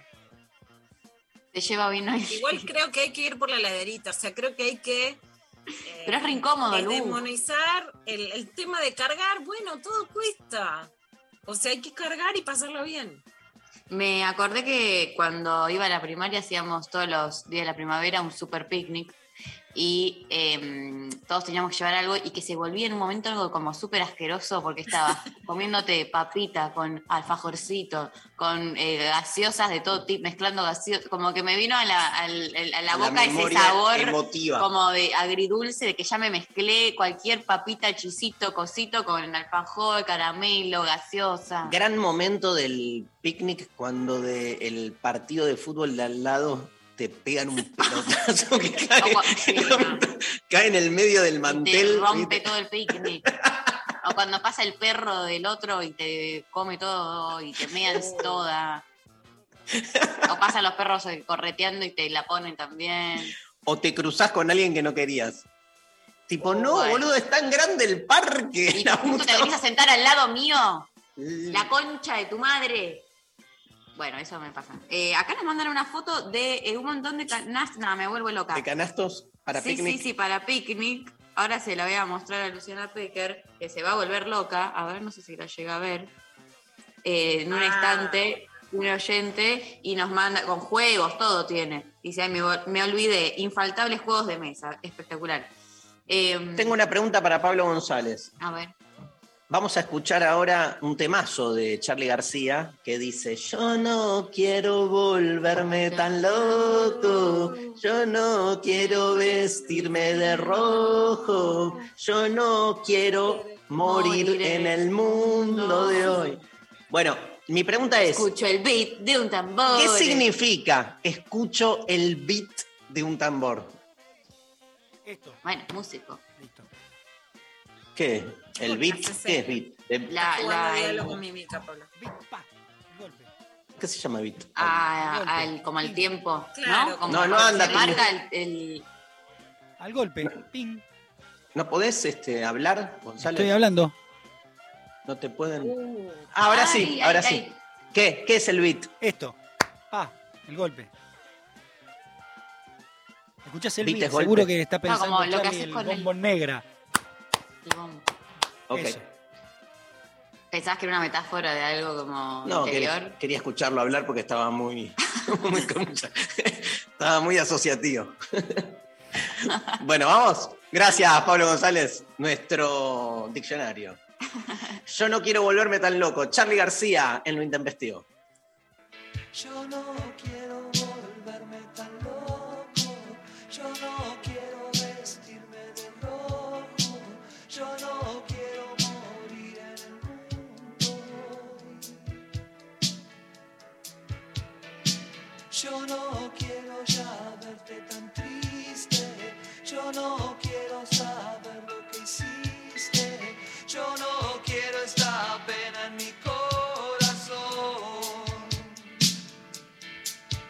[SPEAKER 4] Te lleva vino y...
[SPEAKER 3] Igual creo que hay que ir por la heladerita, o sea, creo que hay que... Eh,
[SPEAKER 4] Pero es re incómodo, Lu.
[SPEAKER 3] Demonizar el, el tema de cargar, bueno, todo cuesta. O sea, hay que cargar y pasarlo bien.
[SPEAKER 4] Me acordé que cuando iba a la primaria hacíamos todos los días de la primavera un super picnic y eh, todos teníamos que llevar algo y que se volvía en un momento algo como súper asqueroso porque estabas comiéndote papita con alfajorcito, con eh, gaseosas de todo tipo, mezclando gaseosas, como que me vino a la, a la, a la boca ese sabor
[SPEAKER 2] emotiva.
[SPEAKER 4] Como de agridulce, de que ya me mezclé cualquier papita, chisito, cosito con alfajor, caramelo, gaseosa.
[SPEAKER 2] Gran momento del picnic cuando del partido de fútbol de al lado te pegan un pelotazo que cae,
[SPEAKER 4] sí, no.
[SPEAKER 2] cae en el medio del
[SPEAKER 4] Y
[SPEAKER 2] mantel.
[SPEAKER 4] te rompe
[SPEAKER 2] ¿viste?
[SPEAKER 4] todo el picnic. O cuando pasa el perro del otro y te come todo y te meas toda. O pasan los perros correteando y te la ponen también.
[SPEAKER 2] O te cruzás con alguien que no querías. Tipo,
[SPEAKER 4] Uh,
[SPEAKER 2] no,
[SPEAKER 4] bueno.
[SPEAKER 2] boludo, es tan grande el parque.
[SPEAKER 4] Y
[SPEAKER 2] La
[SPEAKER 4] justo
[SPEAKER 2] puta
[SPEAKER 4] te venís a sentar al lado mío.
[SPEAKER 2] madre.
[SPEAKER 4] La concha de tu madre. Bueno, eso me pasa. Eh, acá nos mandan una foto de eh, un montón de canastas. No, me vuelvo loca.
[SPEAKER 2] ¿De canastos para
[SPEAKER 4] sí,
[SPEAKER 2] picnic?
[SPEAKER 4] Sí, sí, para picnic. Ahora se la voy a mostrar a Luciana Pecker, que se va a volver loca. A ver, no sé si la llega a ver. Eh, en un
[SPEAKER 3] Ah.
[SPEAKER 4] instante, un oyente, y nos manda, con juegos, todo tiene. Dice, ay, me, me olvidé, infaltables juegos de mesa. Espectacular. Eh,
[SPEAKER 2] Tengo una pregunta para Pablo González.
[SPEAKER 4] A ver.
[SPEAKER 2] Vamos a escuchar ahora un temazo de Charly García que dice: yo no quiero volverme tan loco, yo no quiero vestirme de rojo, yo no quiero morir
[SPEAKER 4] Morir
[SPEAKER 2] en el mundo de hoy. Bueno, mi pregunta es:
[SPEAKER 4] Escucho el beat de un tambor.
[SPEAKER 2] ¿qué significa escucho el beat de un tambor?
[SPEAKER 11] Esto.
[SPEAKER 4] Bueno, músico.
[SPEAKER 11] Listo.
[SPEAKER 2] ¿Qué? ¿El beat? ¿Qué es beat? De-
[SPEAKER 4] La,
[SPEAKER 3] Jugando
[SPEAKER 4] la,
[SPEAKER 3] diálogo con mímica, Pablo.
[SPEAKER 11] Big pa. Golpe.
[SPEAKER 2] ¿Qué se llama beat?
[SPEAKER 4] a-
[SPEAKER 11] Golpe.
[SPEAKER 4] al, como al tiempo,
[SPEAKER 3] Claro,
[SPEAKER 4] ¿no? Como
[SPEAKER 2] no, no
[SPEAKER 4] que
[SPEAKER 2] anda
[SPEAKER 4] se
[SPEAKER 2] como-
[SPEAKER 4] marca el, el-
[SPEAKER 11] Al golpe. Ping.
[SPEAKER 2] ¿No podés este, hablar, González?
[SPEAKER 11] Estoy hablando.
[SPEAKER 2] No te pueden.
[SPEAKER 3] Uh,
[SPEAKER 2] Ah, ahora
[SPEAKER 4] Ay,
[SPEAKER 2] sí,
[SPEAKER 4] ay,
[SPEAKER 2] ahora
[SPEAKER 4] ay.
[SPEAKER 2] sí. ¿Qué? ¿Qué es el beat?
[SPEAKER 11] Esto. Pa. El golpe. ¿Escuchás el
[SPEAKER 2] Beat
[SPEAKER 11] beat?
[SPEAKER 2] es golpe.
[SPEAKER 11] Seguro que está pensando
[SPEAKER 4] como lo que
[SPEAKER 11] Charly,
[SPEAKER 4] haces
[SPEAKER 11] el
[SPEAKER 4] con el-
[SPEAKER 11] bombón negra.
[SPEAKER 4] el bombo.
[SPEAKER 2] Ok.
[SPEAKER 11] Eso.
[SPEAKER 4] ¿Pensás que era una metáfora de algo como
[SPEAKER 2] No,
[SPEAKER 4] interior?
[SPEAKER 2] quería, quería escucharlo hablar porque estaba muy. muy con mucha- estaba muy asociativo. Bueno, vamos. Gracias, Pablo González, nuestro diccionario. Yo no quiero volverme tan loco. Charly García en Lo Intempestivo.
[SPEAKER 12] Yo no quiero volverme tan loco, yo no quiero vestirme de rojo, yo no quiero morir en el mundo hoy. Yo no quiero ya verte tan triste, yo no quiero saber lo que hiciste, yo no quiero esta pena en mi corazón.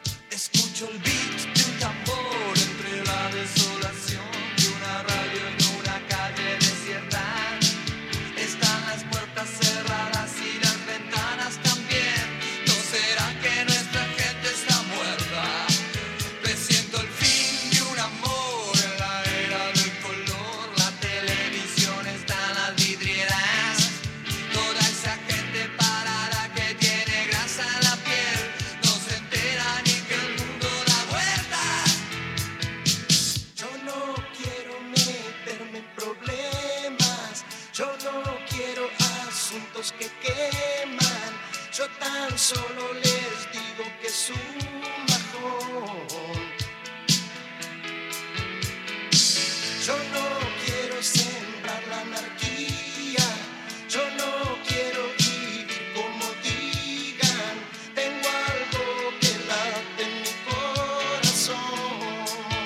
[SPEAKER 12] Yo no quiero asuntos que queman, yo tan solo les digo que es un bajón. Yo no quiero sembrar la anarquía, yo no quiero vivir como digan, tengo algo que late en mi corazón.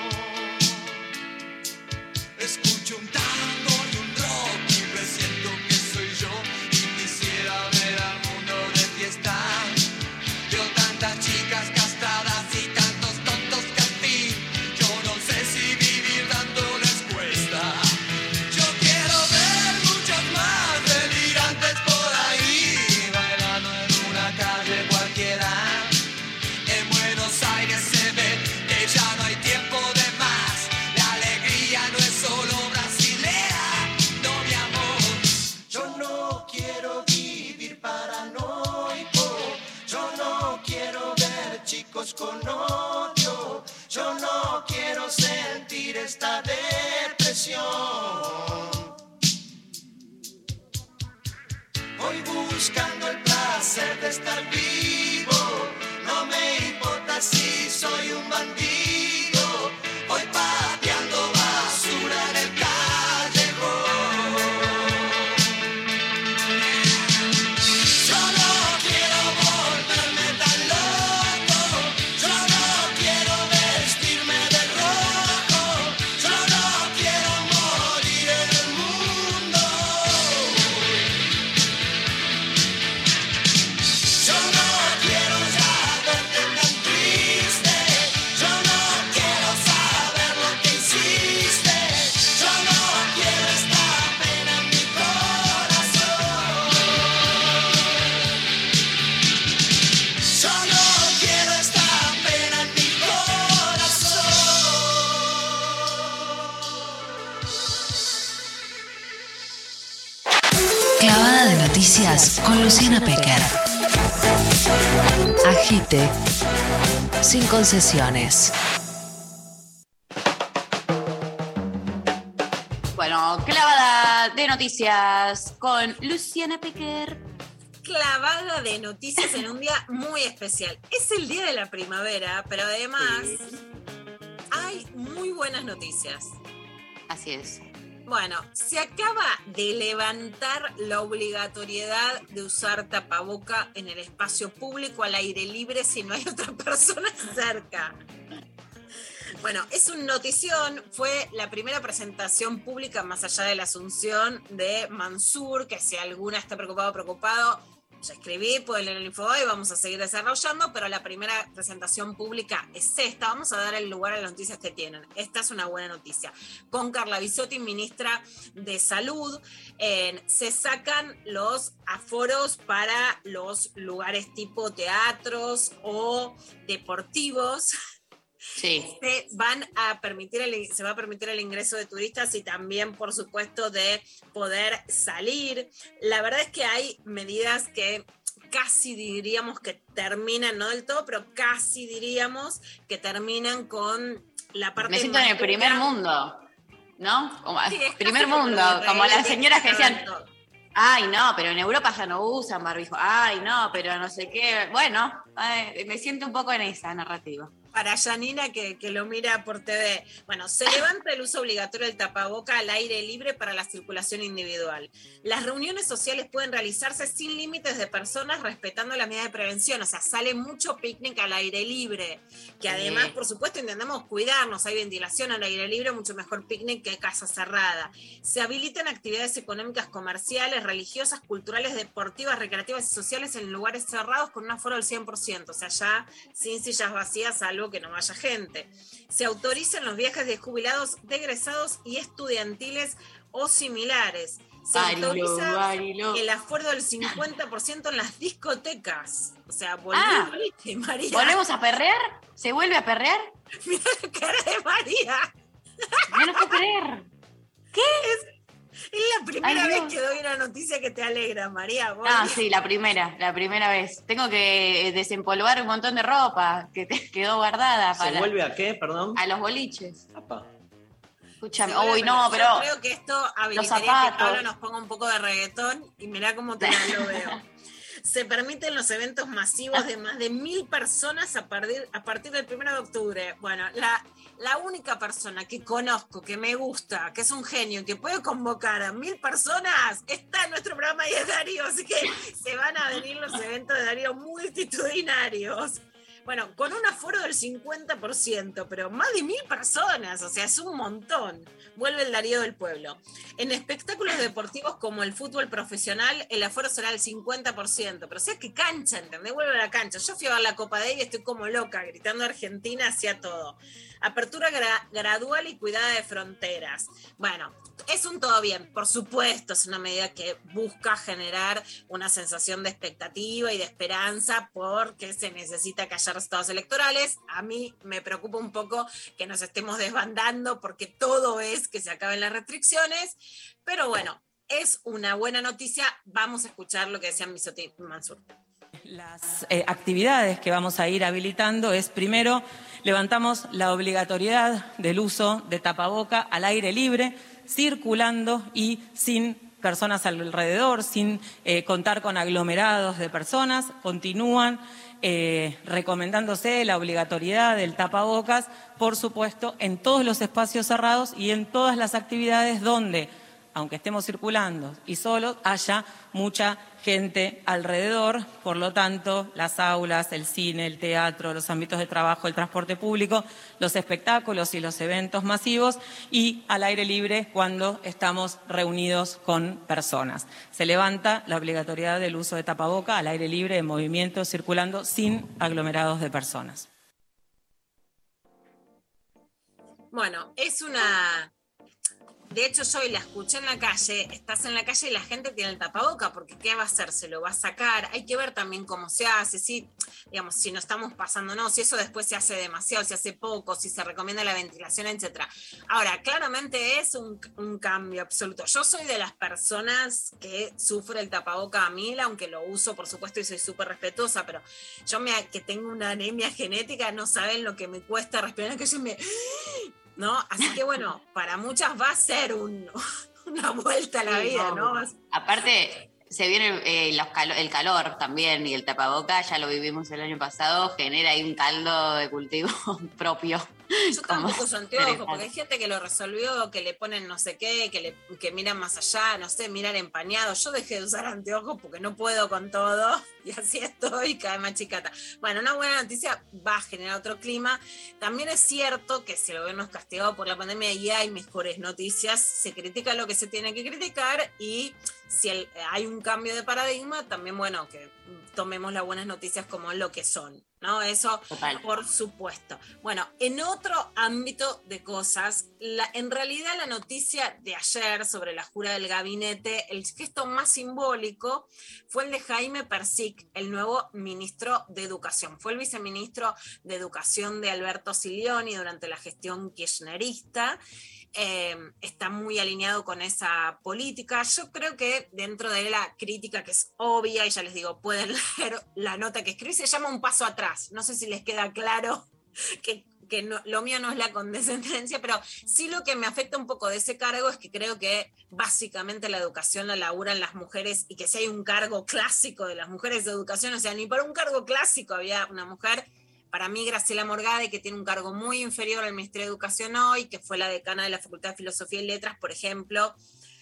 [SPEAKER 12] Escucho un tango y un rock y presiento que soy yo y quisiera ver al mundo de fiesta. Veo tantas chicas castradas y tantos tontos que al fin yo no sé si vivir dándoles cuesta. Yo quiero ver muchos más delirantes por ahí, bailando en una calle cualquiera. En Buenos Aires se ve que ya no hay tiempo de más. La alegría no es solo brasilera, no mi amor. Yo no quiero vivir paranoico, yo no quiero ver chicos con odio, yo no quiero sentir esta depresión. Voy buscando el placer de estar vivo, no me importa si soy un bandido, voy pateando basura en el callejón. Yo no quiero volverme tan loco, yo no quiero vestirme de rojo, yo no quiero morir en el mundo. Yo no quiero ya verte tan triste, yo no quiero saber lo que hiciste, yo no quiero esta pena en mi corazón. Yo no quiero esta pena en mi corazón.
[SPEAKER 7] Clavada de noticias con Luciana Pecker. Agite sin concesiones.
[SPEAKER 4] Bueno, clavada de noticias con Luciana Pecker.
[SPEAKER 3] Clavada de noticias en un día muy especial. Es el día de la primavera, pero además hay muy buenas noticias.
[SPEAKER 4] Así es.
[SPEAKER 3] Bueno, se acaba de levantar la obligatoriedad de usar tapaboca en el espacio público al aire libre si no hay otra persona cerca. Bueno, es un notición, fue la primera presentación pública más allá de la asunción de Mansur, que si alguna está preocupado o preocupado, ya escribí, pueden leer el info y vamos a seguir desarrollando, pero la primera presentación pública es esta. Vamos a dar el lugar a las noticias que tienen. Esta es una buena noticia. Con Carla Bisotti, ministra de Salud, eh, se sacan los aforos para los lugares tipo teatros o deportivos.
[SPEAKER 4] Sí.
[SPEAKER 3] Se van a permitir el, se va a permitir el ingreso de turistas y también, por supuesto, de poder salir. La verdad es que hay medidas que casi diríamos que terminan, no del todo, pero casi diríamos que terminan con la parte.
[SPEAKER 4] Me siento en el
[SPEAKER 3] dura.
[SPEAKER 4] primer mundo, ¿no? Como,
[SPEAKER 3] Sí, es
[SPEAKER 4] primer
[SPEAKER 3] casi
[SPEAKER 4] mundo,
[SPEAKER 3] como
[SPEAKER 4] como las señoras que decían,
[SPEAKER 3] decían.
[SPEAKER 4] ay, no, pero en Europa ya no usan barbijo. Ay, no, pero no sé qué. Bueno, ay, me siento un poco en esa narrativa.
[SPEAKER 3] Para Janina, que, que lo mira por T V. Bueno, se levanta el uso obligatorio del tapaboca al aire libre para la circulación individual. Las reuniones sociales pueden realizarse sin límites de personas, respetando las medidas de prevención. O sea, sale mucho picnic al aire libre, que además, por supuesto, intentamos cuidarnos. Hay ventilación al aire libre, mucho mejor picnic que casa cerrada. Se habilitan actividades económicas, comerciales, religiosas, culturales, deportivas, recreativas y sociales en lugares cerrados con un aforo del cien por ciento. O sea, ya sin sillas vacías, salvo que no vaya gente. Se autorizan los viajes de jubilados, de egresados y estudiantiles o similares. Se
[SPEAKER 4] Barilo,
[SPEAKER 3] autoriza
[SPEAKER 4] barilo.
[SPEAKER 3] el aforo del cincuenta por ciento en las discotecas. O sea, volvió
[SPEAKER 4] Ah,
[SPEAKER 3] María.
[SPEAKER 4] ¿volvemos a perrear? ¿Se vuelve a perrear?
[SPEAKER 3] Mira la cara de María.
[SPEAKER 4] No lo puedo creer. ¿Qué?
[SPEAKER 3] Es, es la primera
[SPEAKER 4] Ay,
[SPEAKER 3] vez
[SPEAKER 4] Dios.
[SPEAKER 3] que doy una noticia que te alegra, María. Vos-
[SPEAKER 4] Ah, sí, la primera, la primera vez. Tengo que desempolvar un montón de ropa que te quedó guardada
[SPEAKER 2] ¿Se
[SPEAKER 4] para
[SPEAKER 2] vuelve a qué, perdón?
[SPEAKER 4] a los boliches.
[SPEAKER 2] Apa.
[SPEAKER 4] Escúchame,
[SPEAKER 3] Seguro,
[SPEAKER 4] uy, no, pero.
[SPEAKER 3] Yo creo que esto habilitaría que Pablo nos ponga un poco de reggaetón y mirá cómo te lo veo. Se permiten los eventos masivos de más de mil personas a partir, a partir del primero de octubre. Bueno, la, la única persona que conozco, que me gusta, que es un genio, que puede convocar a mil personas, está en nuestro programa y es Darío, así que se van a venir los eventos de Darío multitudinarios. Bueno, con un aforo del cincuenta por ciento, pero más de mil personas, o sea, es un montón. Vuelve el Darío del pueblo. En espectáculos deportivos como el fútbol profesional, el aforo será del cincuenta por ciento, pero o sea, que cancha, ¿entendés? Vuelve a la cancha. Yo fui a ver la Copa de y estoy como loca, gritando Argentina hacia todo. Apertura gra- gradual y cuidada de fronteras. Bueno, es un todo bien, por supuesto, es una medida que busca generar una sensación de expectativa y de esperanza porque se necesita que haya resultados electorales. A mí me preocupa un poco que nos estemos desbandando porque todo es que se acaben las restricciones, pero bueno, es una buena noticia. Vamos a escuchar lo que decía Misotti Mansur.
[SPEAKER 13] Las eh, actividades que vamos a ir habilitando es, primero, levantamos la obligatoriedad del uso de tapaboca al aire libre, circulando y sin personas alrededor, sin eh, contar con aglomerados de personas. Continúan eh, recomendándose la obligatoriedad del tapabocas, por supuesto, en todos los espacios cerrados y en todas las actividades donde, aunque estemos circulando y solos, haya mucha gente alrededor. Por lo tanto, las aulas, el cine, el teatro, los ámbitos de trabajo, el transporte público, los espectáculos y los eventos masivos, y al aire libre cuando estamos reunidos con personas. Se levanta la obligatoriedad del uso de tapaboca al aire libre, en movimiento, circulando, sin aglomerados de personas.
[SPEAKER 3] Bueno, es una... De hecho, yo hoy la escuché en la calle, estás en la calle y la gente tiene el tapaboca, porque ¿qué va a hacer? ¿Se lo va a sacar? Hay que ver también cómo se hace, si, digamos, si no estamos pasando, no, si eso después se hace demasiado, si hace poco, si se recomienda la ventilación, etcétera. Ahora, claramente es un, un cambio absoluto. Yo soy de las personas que sufre el tapaboca a mil, aunque lo uso, por supuesto, y soy súper respetuosa, pero yo me, que tengo una anemia genética, no saben lo que me cuesta respirar, que yo me... ¿No? Así que bueno, para muchas va a ser un, una vuelta a la
[SPEAKER 4] Sí,
[SPEAKER 3] vida,
[SPEAKER 4] no.
[SPEAKER 3] ¿no?
[SPEAKER 4] Aparte, se viene eh, los calo- el calor también, y el tapaboca, ya lo vivimos el año pasado, genera ahí un caldo de cultivo propio.
[SPEAKER 3] Yo tampoco uso anteojos, porque hay gente que lo resolvió, que le ponen no sé qué, que, le, que miran más allá, no sé, miran empañado. Yo dejé de usar anteojos porque no puedo con todo, y así estoy cada vez más chicata. Bueno, una buena noticia, va a generar otro clima. También es cierto que si el gobierno es castigado por la pandemia y hay mejores noticias, se critica lo que se tiene que criticar, y si el, hay un cambio de paradigma, también, bueno, que tomemos las buenas noticias como lo que son, ¿no? Eso, total, por supuesto. Bueno, en otro ámbito de cosas, la, en realidad la noticia de ayer sobre la jura del gabinete, el gesto más simbólico fue el de Jaime Persic, el nuevo ministro de Educación. Fue el viceministro de Educación de Alberto Silioni durante la gestión kirchnerista. Eh, está muy alineado con esa política. Yo creo que dentro de la crítica, que es obvia, y ya les digo, pueden leer la nota que escribí, se llama Un paso atrás. No sé si les queda claro que, que no, lo mío no es la condescendencia, pero sí lo que me afecta un poco de ese cargo es que creo que básicamente la educación la laburan las mujeres, y que si hay un cargo clásico de las mujeres de educación, o sea, ni para un cargo clásico había una mujer. Para mí, Graciela Morgade, que tiene un cargo muy inferior al Ministerio de Educación hoy, que fue la decana de la Facultad de Filosofía y Letras, por ejemplo,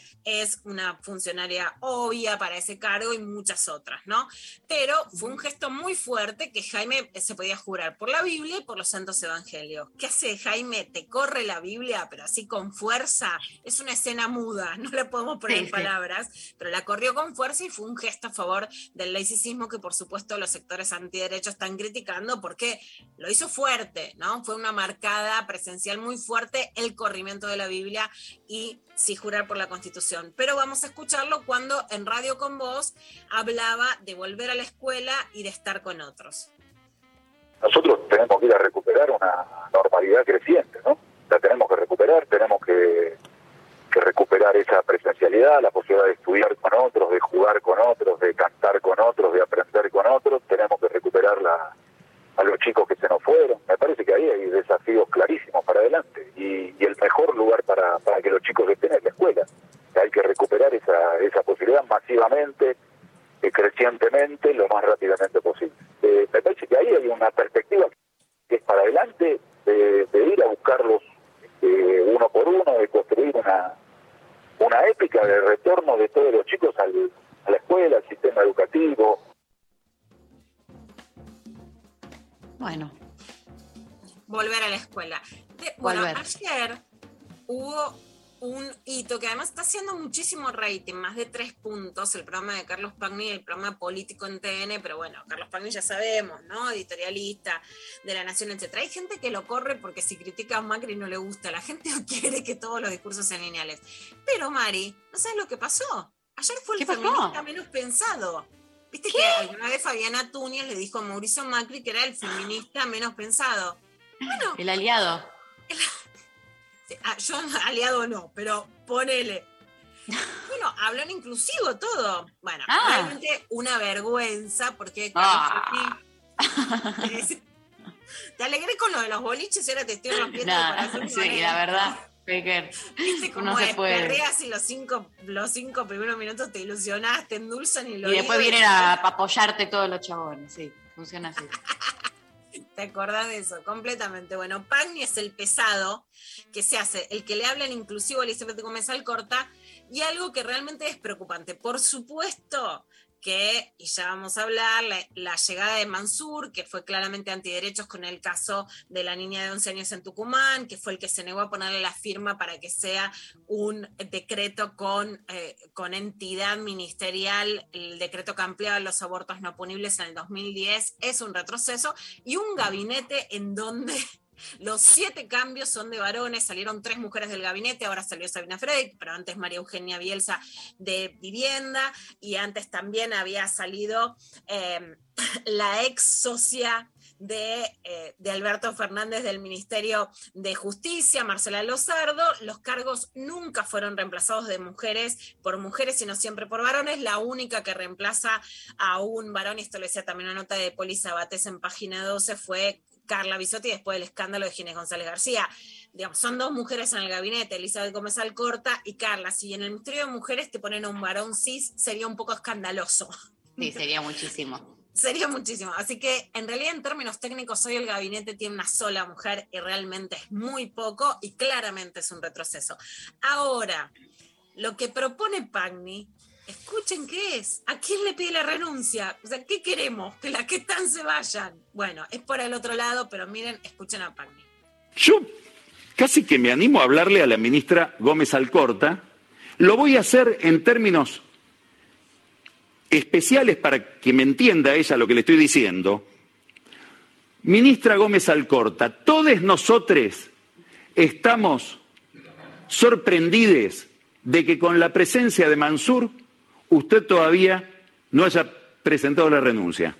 [SPEAKER 3] es una funcionaria obvia para ese cargo, y muchas otras, ¿no? Pero fue un gesto muy fuerte que Jaime se podía jurar por la Biblia y por los santos evangelios. ¿Qué hace Jaime? Te corre la Biblia, pero así con fuerza. Es una escena muda, no le podemos poner
[SPEAKER 4] Sí,
[SPEAKER 3] en
[SPEAKER 4] sí.
[SPEAKER 3] palabras, pero la corrió con fuerza, y fue un gesto a favor del laicismo, que por supuesto los sectores antiderechos están criticando, porque lo hizo fuerte, ¿no? Fue una marcada presencial muy fuerte, el corrimiento de la Biblia y sí jurar por la Constitución. Pero vamos a escucharlo cuando en Radio con Vos hablaba de volver a la escuela y de estar con otros.
[SPEAKER 14] Nosotros tenemos que ir a recuperar una normalidad creciente, ¿no? La tenemos que recuperar, tenemos que, que recuperar esa presencialidad, la posibilidad de estudiar con otros, de jugar con otros, de cantar con otros, de aprender con otros. Tenemos que recuperar la, a los chicos que se nos fueron. Me parece que ahí hay desafíos clarísimos para adelante, y, y el mejor lugar para, esa, esa posibilidad masivamente, eh, crecientemente, lo más rápidamente posible. Eh, me parece que ahí hay una perspectiva que es para adelante, de, de ir a buscarlos eh, uno por uno, de construir una, una épica de retorno de todos los chicos al, a la escuela, al sistema educativo.
[SPEAKER 4] Bueno.
[SPEAKER 3] Volver a la escuela. De, bueno,
[SPEAKER 4] Volver.
[SPEAKER 3] ayer hubo un hito que además está haciendo muchísimo rating, más de tres puntos, el programa de Carlos Pagni, el programa político en T N, pero bueno, Carlos Pagni ya sabemos, ¿no? Editorialista de La Nación, etcétera. Hay gente que lo corre porque si critica a Macri no le gusta, la gente no quiere que todos los discursos sean lineales. Pero Mari, ¿no sabes lo que pasó? Ayer fue el feminista menos pensado. ¿Viste que alguna vez Fabiana Túñez le dijo a Mauricio Macri que era el feminista menos pensado? Bueno,
[SPEAKER 4] el aliado.
[SPEAKER 3] El, ah, yo aliado no, pero ponele. Bueno, habló en inclusivo todo. Bueno,
[SPEAKER 4] ah.
[SPEAKER 3] realmente una vergüenza porque
[SPEAKER 4] ah.
[SPEAKER 3] te alegré con lo de los boliches y ahora te estoy rompiendo
[SPEAKER 4] nah,
[SPEAKER 3] el corazón.
[SPEAKER 4] Sí, manera. La verdad. Que
[SPEAKER 3] ¿Viste cómo
[SPEAKER 4] no se puede.
[SPEAKER 3] Perreas y los cinco, los cinco primeros minutos te ilusionás, te endulzan y lo
[SPEAKER 4] Y después vienen a apoyarte todos los chabones, sí, funciona así.
[SPEAKER 3] ¿Te acordás de eso? Completamente. Bueno, Pagni es el pesado que se hace, el que le habla en inclusivo a Elizabeth Gómez Alcorta, y algo que realmente es preocupante. Por supuesto que, y ya vamos a hablar, la, la llegada de Mansur, que fue claramente antiderechos con el caso de la niña de once años en Tucumán, que fue el que se negó a ponerle la firma para que sea un decreto con, eh, con entidad ministerial, el decreto que ampliaba los abortos no punibles en el dos mil diez, es un retroceso, y un gabinete en donde los siete cambios son de varones, salieron tres mujeres del gabinete, ahora salió Sabina Fredrik, pero antes María Eugenia Bielsa de Vivienda, y antes también había salido eh, la ex socia de, eh, de Alberto Fernández del Ministerio de Justicia, Marcela Lozardo. Los cargos nunca fueron reemplazados de mujeres por mujeres, sino siempre por varones. La única que reemplaza a un varón, y esto lo decía también una nota de Poli Sabatés en Página doce, fue Carla Bisotti después del escándalo de Ginés González García. Digamos, son dos mujeres en el gabinete, Elizabeth Gómez Alcorta y Carla. Si en el Ministerio de Mujeres te ponen a un varón cis, sería un poco escandaloso.
[SPEAKER 4] Sí, sería muchísimo.
[SPEAKER 3] Sería muchísimo. Así que, en realidad, en términos técnicos, hoy el gabinete tiene una sola mujer y realmente es muy poco y claramente es un retroceso. Ahora, lo que propone Pagni, escuchen qué es. ¿A quién le pide la renuncia? O sea, ¿qué queremos? Que las que están se vayan. Bueno, es por el otro lado, pero miren, escuchen a Pagni.
[SPEAKER 15] Yo casi que me animo a hablarle a la ministra Gómez Alcorta. Lo voy a hacer en términos especiales para que me entienda ella lo que le estoy diciendo. Ministra Gómez Alcorta, todos nosotros estamos sorprendidos de que con la presencia de Mansur usted todavía no haya presentado la renuncia.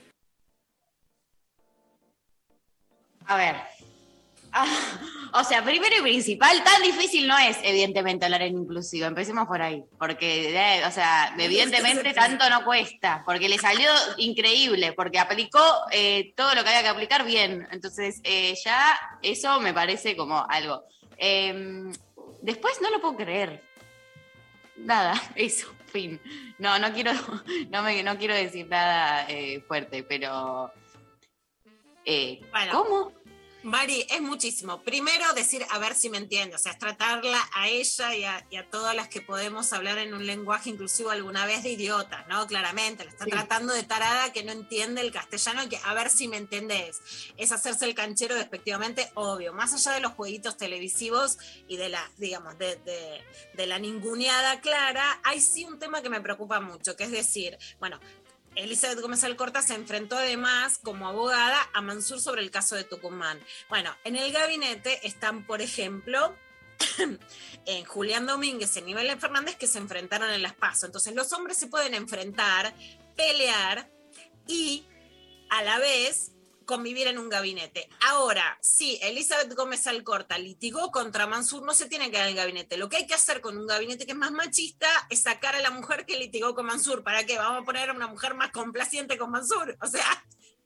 [SPEAKER 4] A ver. Ah, o sea, primero y principal, tan difícil no es, evidentemente, hablar en inclusivo. Empecemos por ahí. Porque, eh, o sea, evidentemente tanto no cuesta. Porque le salió increíble. Porque aplicó eh, todo lo que había que aplicar bien. Entonces, eh, ya eso me parece como algo. Eh, después no lo puedo creer. Nada, eso, fin. No, no quiero, no me, no quiero decir nada eh, fuerte, pero eh,
[SPEAKER 3] bueno,
[SPEAKER 4] ¿cómo?
[SPEAKER 3] Mari, es muchísimo. Primero decir, a ver si me entiende, o sea, es tratarla a ella y a, y a todas las que podemos hablar en un lenguaje inclusivo alguna vez de idiotas, ¿no? Claramente, la está sí. tratando de tarada que no entiende el castellano y que a ver si me entendés. Es hacerse el canchero despectivamente, obvio. Más allá de los jueguitos televisivos y de la, digamos, de, de, de la ninguneada clara, hay sí un tema que me preocupa mucho, que es decir, bueno, Elizabeth Gómez Alcorta se enfrentó además como abogada a Mansur sobre el caso de Tucumán. Bueno, en el gabinete están, por ejemplo, en Julián Domínguez y Aníbal Fernández, que se enfrentaron en las PASO. Entonces los hombres se pueden enfrentar, pelear y a la vez convivir en un gabinete. Ahora, si Elizabeth Gómez Alcorta litigó contra Mansur, no se tiene que dar el gabinete. Lo que hay que hacer con un gabinete que es más machista es sacar a la mujer que litigó con Mansur. ¿Para qué? Vamos a poner a una mujer más complaciente con Mansur. O sea,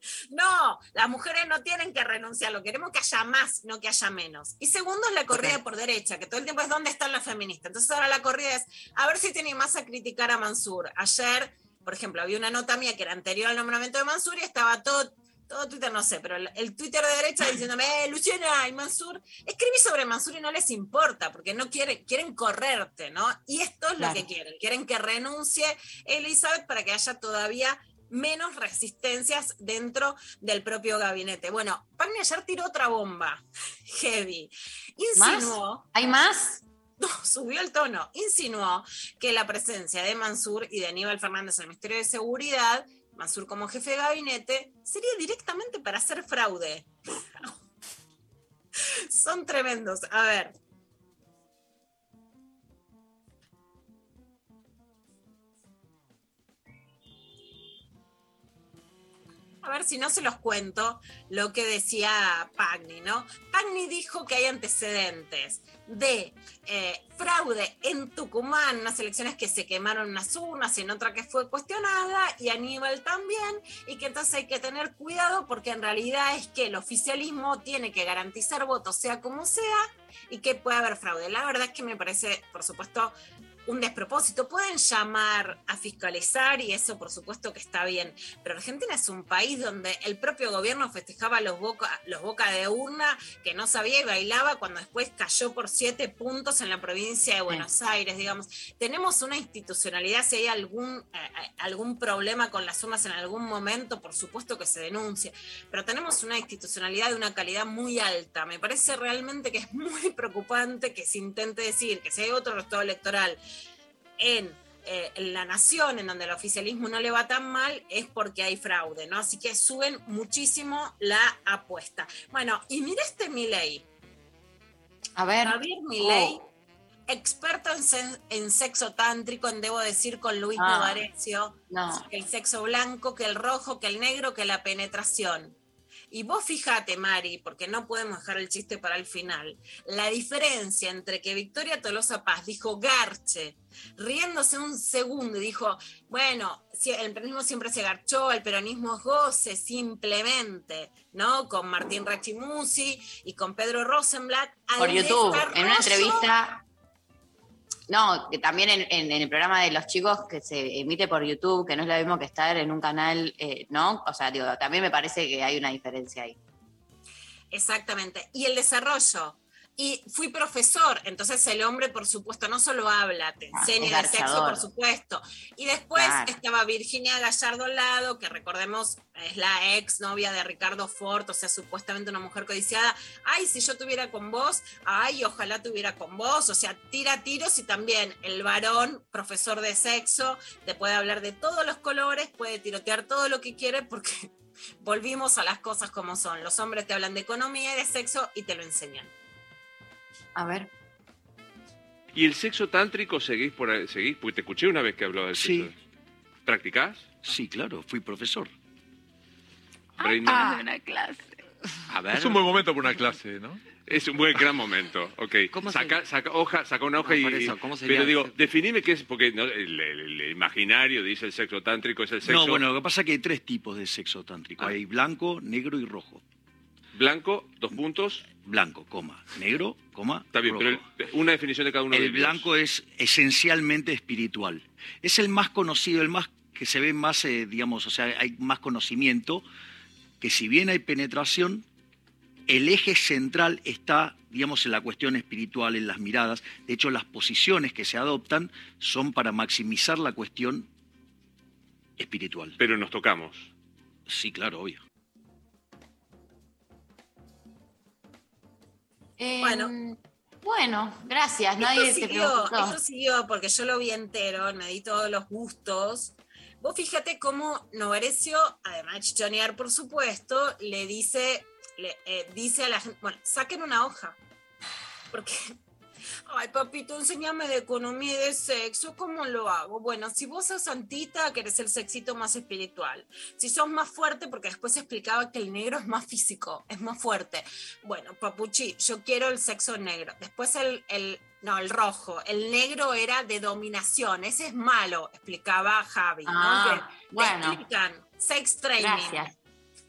[SPEAKER 3] No, las mujeres no tienen que renunciarlo, queremos que haya más, no que haya menos. Y segundo es la corrida
[SPEAKER 4] Ok.
[SPEAKER 3] por derecha, que todo el tiempo es ¿dónde están las feministas? Entonces ahora la corrida es a ver si tiene más a criticar a Mansur. Ayer, por ejemplo, había una nota mía que era anterior al nombramiento de Mansur y estaba todo, todo Twitter, no sé, pero el, el Twitter de derecha diciéndome, eh, Luciana y Mansur, escribí sobre Mansur y no les importa, porque no quieren, quieren correrte, ¿no? Y esto es
[SPEAKER 4] Claro.
[SPEAKER 3] lo que quieren, quieren que renuncie Elizabeth para que haya todavía menos resistencias dentro del propio gabinete. Bueno, Pagni ayer tiró otra bomba heavy. Insinuó,
[SPEAKER 4] ¿Más? ¿Hay más?
[SPEAKER 3] no, subió el tono, insinuó que la presencia de Mansur y de Aníbal Fernández en el Ministerio de Seguridad, Mansur como jefe de gabinete, sería directamente para hacer fraude. Son tremendos. A ver. A ver si no se los cuento lo que decía Pagni, ¿no? Pagni dijo que hay antecedentes de eh, fraude en Tucumán, unas elecciones que se quemaron unas urnas, en otra que fue cuestionada, y Aníbal también, y que entonces hay que tener cuidado porque en realidad es que el oficialismo tiene que garantizar votos sea como sea y que puede haber fraude. La verdad es que me parece, por supuesto, un despropósito. Pueden llamar a fiscalizar y eso por supuesto que está bien, pero Argentina es un país donde el propio gobierno festejaba los boca, los boca de urna que no sabía y bailaba cuando después cayó por siete puntos en la provincia de Buenos Aires, digamos. Tenemos una institucionalidad, si hay algún, eh, algún problema con las urnas en algún momento, por supuesto que se denuncia, pero tenemos una institucionalidad de una calidad muy alta. Me parece realmente que es muy preocupante que se intente decir que si hay otro resultado electoral en, eh, en la nación, en donde el oficialismo no le va tan mal, es porque hay fraude, ¿no? Así que suben muchísimo la apuesta. Bueno, y mira este Milei.
[SPEAKER 4] A ver.
[SPEAKER 3] Javier Milei,
[SPEAKER 4] Oh.
[SPEAKER 3] experto en, se- en sexo tántrico, en debo decir con Luis
[SPEAKER 4] Ah,
[SPEAKER 3] Novarecio,
[SPEAKER 4] no.
[SPEAKER 3] que el sexo blanco, que el rojo, que el negro, que la penetración. Y vos fíjate, Mari, porque no podemos dejar el chiste para el final, la diferencia entre que Victoria Tolosa Paz dijo garche, riéndose un segundo y dijo, bueno, si- el peronismo siempre se garchó, el peronismo es goce, simplemente, ¿no? Con Martín Rachimusi y con Pedro Rosenblatt. al
[SPEAKER 4] Por YouTube, en una
[SPEAKER 3] desarrollo-
[SPEAKER 4] entrevista. No, que también en, en- en el programa de los chicos que se emite por YouTube, que no es lo mismo que estar en un canal, eh, ¿no? O sea, digo, también me parece que hay una diferencia ahí.
[SPEAKER 3] Exactamente. Y el desarrollo. Y fui profesor, entonces el hombre, por supuesto, no solo habla, te
[SPEAKER 4] Ah,
[SPEAKER 3] enseña
[SPEAKER 4] es
[SPEAKER 3] de sexo,
[SPEAKER 4] garchador.
[SPEAKER 3] por supuesto. Y después
[SPEAKER 4] Claro.
[SPEAKER 3] estaba Virginia Gallardo al lado, que recordemos es la ex novia de Ricardo Ford, o sea, supuestamente una mujer codiciada. Ay, si yo tuviera con vos, ay, ojalá tuviera con vos. O sea, tira tiros y también el varón, profesor de sexo, te puede hablar de todos los colores, puede tirotear todo lo que quiere porque volvimos a las cosas como son. Los hombres te hablan de economía y de sexo y te lo enseñan.
[SPEAKER 4] A ver.
[SPEAKER 16] ¿Y el sexo tántrico seguís por ahí? ¿Seguís? Porque te escuché una vez que hablaba del
[SPEAKER 17] Sí.
[SPEAKER 16] sexo. ¿Practicás?
[SPEAKER 17] Sí, claro, fui profesor.
[SPEAKER 16] Pero ahí no-
[SPEAKER 4] Ah, una clase.
[SPEAKER 17] A ver.
[SPEAKER 16] Es un buen momento para una clase, ¿no? Es un buen gran momento. Ok.
[SPEAKER 17] ¿Cómo
[SPEAKER 16] saca, saca hoja, saca una hoja
[SPEAKER 17] No,
[SPEAKER 16] y.
[SPEAKER 17] por eso, ¿cómo sería
[SPEAKER 16] pero digo,
[SPEAKER 17] el sexo?
[SPEAKER 16] definime qué es, porque no, el, el- el imaginario dice el sexo tántrico es el sexo
[SPEAKER 17] No, bueno, lo que pasa es que hay tres tipos de sexo tántrico.
[SPEAKER 16] Ah.
[SPEAKER 17] Hay blanco, negro y rojo.
[SPEAKER 16] blanco, dos puntos.
[SPEAKER 17] Blanco, coma. Negro, coma.
[SPEAKER 16] Está bien,
[SPEAKER 17] rojo.
[SPEAKER 16] pero el- una definición de cada uno de
[SPEAKER 17] El
[SPEAKER 16] ellos.
[SPEAKER 17] blanco es esencialmente espiritual. Es el más conocido, el más que se ve más, eh, digamos, o sea, hay más conocimiento, que si bien hay penetración, el eje central está, digamos, en la cuestión espiritual, en las miradas. De hecho, las posiciones que se adoptan son para maximizar la cuestión espiritual.
[SPEAKER 16] Pero nos tocamos.
[SPEAKER 17] Sí, claro, obvio.
[SPEAKER 4] Eh,
[SPEAKER 3] Bueno.
[SPEAKER 4] Bueno, gracias. Nadie
[SPEAKER 3] esto
[SPEAKER 4] te
[SPEAKER 3] siguió,
[SPEAKER 4] preguntó.
[SPEAKER 3] esto siguió porque yo lo vi entero, me di todos los gustos. Vos fíjate cómo Novarecio, además de chichonear, por supuesto, le dice, le, eh, dice a la gente, bueno, saquen una hoja. Porque, ay, papito, enséñame de economía y de sexo, ¿cómo lo hago? Bueno, si vos sos santita, querés el sexito más espiritual. Si sos más fuerte, porque después explicaba que el negro es más físico, es más fuerte. Bueno, papuchi, yo quiero el sexo negro. Después el, el no, el rojo. El negro era de dominación, ese es malo, explicaba Javi.
[SPEAKER 4] Ah,
[SPEAKER 3] ¿no? Que te
[SPEAKER 4] bueno.
[SPEAKER 3] explican sex training.
[SPEAKER 4] Gracias.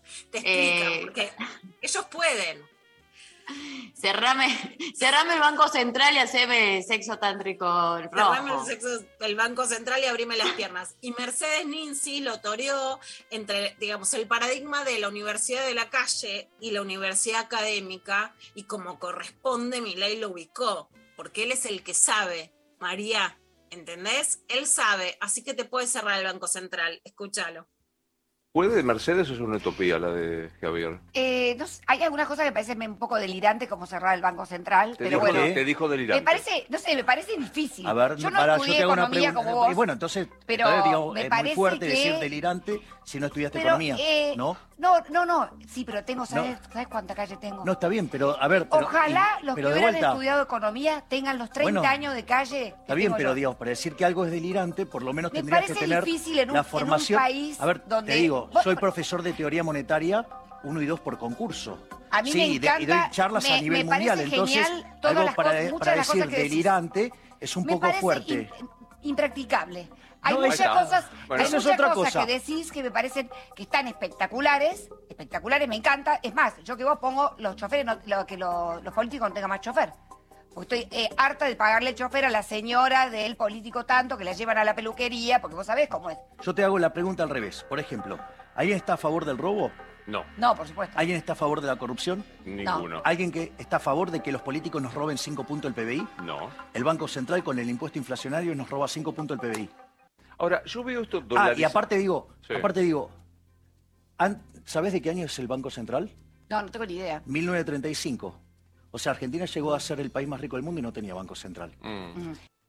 [SPEAKER 3] Te explican,
[SPEAKER 4] Eh,
[SPEAKER 3] porque ellos pueden.
[SPEAKER 4] Cerrame, cerrame el Banco Central y haceme sexo tántrico
[SPEAKER 3] Cerrame el,
[SPEAKER 4] rojo.
[SPEAKER 3] sexo- el Banco Central y abrime las piernas. Y Mercedes Ninzi lo toreó entre, digamos, el paradigma de la universidad de la calle y la universidad académica, y como corresponde, Milei lo ubicó, porque él es el que sabe, María, ¿entendés? Él sabe, así que te puede cerrar el Banco Central, escúchalo.
[SPEAKER 16] ¿Puede Mercedes o es una utopía la de Javier?
[SPEAKER 18] Eh, no sé, hay algunas cosas que me parecen un poco delirante, como cerrar el Banco Central,
[SPEAKER 16] Te
[SPEAKER 18] pero
[SPEAKER 16] dijo,
[SPEAKER 18] bueno.
[SPEAKER 16] te dijo delirante.
[SPEAKER 18] Me parece, no sé, me parece difícil.
[SPEAKER 17] A ver,
[SPEAKER 18] yo no
[SPEAKER 17] para, yo
[SPEAKER 18] estudié
[SPEAKER 17] te hago una
[SPEAKER 18] economía
[SPEAKER 17] pregunta.
[SPEAKER 18] como vos.
[SPEAKER 17] Y bueno, entonces,
[SPEAKER 18] pero
[SPEAKER 17] entonces, digo,
[SPEAKER 18] me
[SPEAKER 17] es muy
[SPEAKER 18] parece
[SPEAKER 17] fuerte
[SPEAKER 18] que-
[SPEAKER 17] decir delirante si no estudiaste
[SPEAKER 18] pero,
[SPEAKER 17] economía,
[SPEAKER 18] eh,
[SPEAKER 17] ¿no?
[SPEAKER 18] No, no, no. Sí, pero tengo, ¿sabes, ¿sabes cuánta calle tengo?
[SPEAKER 17] No, está bien, pero a ver... Pero,
[SPEAKER 18] Ojalá
[SPEAKER 17] y-
[SPEAKER 18] los
[SPEAKER 17] pero
[SPEAKER 18] que
[SPEAKER 17] de
[SPEAKER 18] hubieran
[SPEAKER 17] vuelta,
[SPEAKER 18] estudiado economía tengan los treinta
[SPEAKER 17] Bueno,
[SPEAKER 18] años de calle.
[SPEAKER 17] Está bien, pero digamos, para decir que algo es delirante, por lo menos
[SPEAKER 18] Me
[SPEAKER 17] tendrías que
[SPEAKER 18] parece
[SPEAKER 17] tener
[SPEAKER 18] difícil en un-
[SPEAKER 17] la
[SPEAKER 18] en un
[SPEAKER 17] formación.
[SPEAKER 18] país
[SPEAKER 17] a ver,
[SPEAKER 18] donde-
[SPEAKER 17] te digo,
[SPEAKER 18] vos-
[SPEAKER 17] soy profesor de teoría monetaria uno y dos por concurso.
[SPEAKER 18] A mí
[SPEAKER 17] sí,
[SPEAKER 18] me
[SPEAKER 17] y de-
[SPEAKER 18] encanta,
[SPEAKER 17] y doy charlas
[SPEAKER 18] me-
[SPEAKER 17] a nivel
[SPEAKER 18] me parece
[SPEAKER 17] mundial, entonces
[SPEAKER 18] genial todas
[SPEAKER 17] algo
[SPEAKER 18] las
[SPEAKER 17] para,
[SPEAKER 18] cosas- muchas
[SPEAKER 17] para
[SPEAKER 18] de las
[SPEAKER 17] decir
[SPEAKER 18] cosas que decís.
[SPEAKER 17] delirante es un
[SPEAKER 18] Me
[SPEAKER 17] poco
[SPEAKER 18] parece
[SPEAKER 17] fuerte.
[SPEAKER 18] in- impracticable. Hay
[SPEAKER 17] No,
[SPEAKER 18] muchas
[SPEAKER 17] ahí está.
[SPEAKER 18] cosas,
[SPEAKER 17] Bueno,
[SPEAKER 18] hay
[SPEAKER 17] eso es
[SPEAKER 18] muchas
[SPEAKER 17] otra
[SPEAKER 18] cosas
[SPEAKER 17] cosa.
[SPEAKER 18] que decís que me parecen que están espectaculares, espectaculares, me encanta. Es más, yo que vos pongo los choferes, no- lo- que lo- los políticos no tengan más chofer. Porque estoy eh, harta de pagarle el chofer a la señora del político tanto que la llevan a la peluquería, porque vos sabés cómo es.
[SPEAKER 17] Yo te hago la pregunta al revés. Por ejemplo, ¿alguien está a favor del robo?
[SPEAKER 16] No.
[SPEAKER 18] No, por supuesto.
[SPEAKER 17] ¿Alguien está a favor de la corrupción?
[SPEAKER 16] Ninguno.
[SPEAKER 17] ¿Alguien que está a favor de que los políticos nos roben cinco puntos del P B I?
[SPEAKER 16] No.
[SPEAKER 17] El Banco Central con el impuesto inflacionario nos roba cinco puntos del P B I.
[SPEAKER 16] Ahora, yo veo esto
[SPEAKER 17] Ah,
[SPEAKER 16] dolariz-
[SPEAKER 17] y aparte digo,
[SPEAKER 16] Sí.
[SPEAKER 17] aparte digo, an- ¿sabés de qué año es el Banco Central?
[SPEAKER 18] No, no tengo ni idea.
[SPEAKER 17] mil novecientos treinta y cinco. O sea, Argentina llegó a ser el país más rico del mundo y no tenía Banco Central.
[SPEAKER 16] Mm.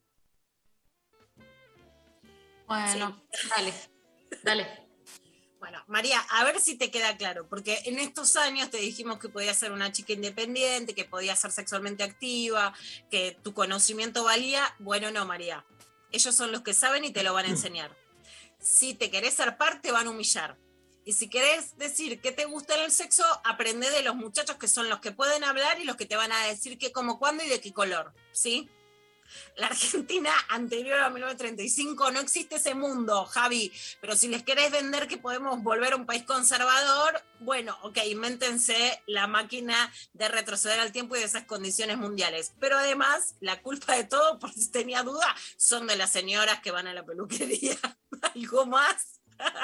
[SPEAKER 4] Bueno, dale, dale.
[SPEAKER 3] Bueno, María, a ver si te queda claro, porque en estos años te dijimos que podías ser una chica independiente, que podías ser sexualmente activa, que tu conocimiento valía. Bueno, no, María. Ellos son los que saben y te lo van a enseñar. Si te querés ser parte, van a humillar. Y si querés decir qué te gusta en el sexo, aprende de los muchachos que son los que pueden hablar y los que te van a decir qué, cómo, cuándo y de qué color, ¿sí? La Argentina anterior a mil novecientos treinta y cinco no existe ese mundo, Javi, pero si les querés vender que podemos volver a un país conservador, bueno, ok, invéntense la máquina de retroceder al tiempo y de esas condiciones mundiales. Pero además, la culpa de todo, por si tenía duda, son de las señoras que van a la peluquería. ¿Algo más?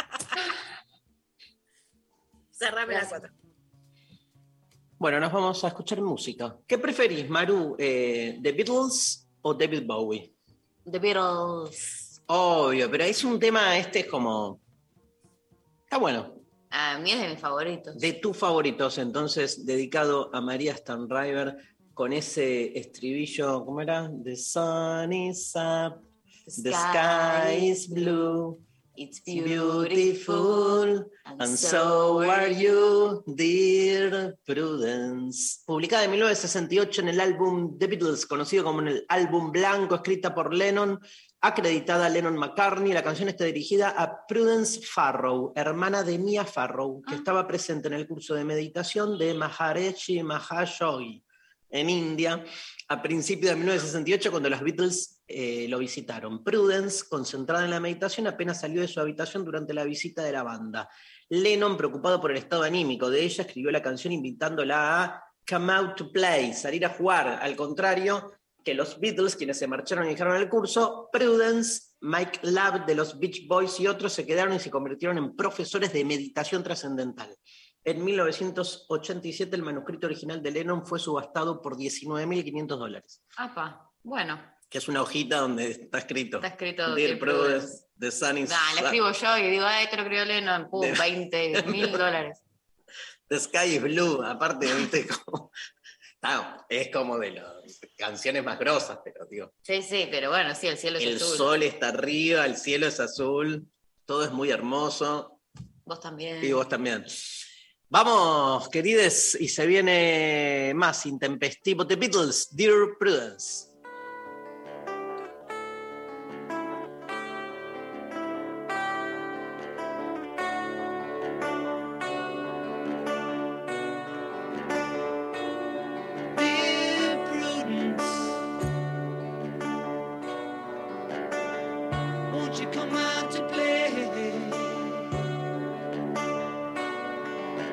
[SPEAKER 3] Cerrame la cuatro.
[SPEAKER 2] Bueno, nos vamos a escuchar música. ¿Qué preferís, Maru? Eh, ¿The Beatles o David Bowie?
[SPEAKER 4] The Beatles.
[SPEAKER 2] Obvio, pero es un tema, este es como... Está bueno.
[SPEAKER 4] A mí es de mis favoritos.
[SPEAKER 2] De tus favoritos, entonces, dedicado a María Stanriver, con ese estribillo, ¿cómo era? The sun is up, the sky is blue,
[SPEAKER 4] it's
[SPEAKER 2] beautiful, and so are you, dear Prudence. Publicada en mil novecientos sesenta y ocho en el álbum The Beatles, conocido como en el álbum blanco, escrita por Lennon, acreditada a Lennon McCartney. La canción está dirigida a Prudence Farrow, hermana de Mia Farrow, que estaba presente en el curso de meditación de Maharishi Mahesh Yogi en India a principios de mil novecientos sesenta y ocho, cuando los Beatles eh, lo visitaron. Prudence, concentrada en la meditación, apenas salió de su habitación durante la visita de la banda. Lennon, preocupado por el estado anímico de ella, escribió la canción invitándola a come out to play, salir a jugar. Al contrario que los Beatles, quienes se marcharon y dejaron el curso, Prudence, Mike Love de los Beach Boys y otros se quedaron y se convirtieron en profesores de meditación trascendental. En mil novecientos ochenta y siete el manuscrito original de Lennon fue subastado por diecinueve mil quinientos dólares.
[SPEAKER 4] Apa, bueno.
[SPEAKER 2] Que es una hojita donde está escrito.
[SPEAKER 4] Está escrito
[SPEAKER 2] Dear
[SPEAKER 4] Dear
[SPEAKER 2] Prudence, the sun is
[SPEAKER 4] Nah, la escribo yo y digo, ah, esto lo escribió Lennon, pum,
[SPEAKER 2] De-
[SPEAKER 4] veinte mil dólares.
[SPEAKER 2] The sky is blue. Aparte, viste, como... No, es como de las canciones más grosas, pero digo,
[SPEAKER 4] Sí, sí, pero bueno, sí, el cielo es
[SPEAKER 2] el
[SPEAKER 4] azul.
[SPEAKER 2] sol está arriba, el cielo es azul, todo es muy hermoso.
[SPEAKER 4] Vos también.
[SPEAKER 2] Y vos también. Vamos, querides, y se viene más intempestivo. The Beatles, Dear Prudence.
[SPEAKER 12] Dear Prudence, won't you come out to play?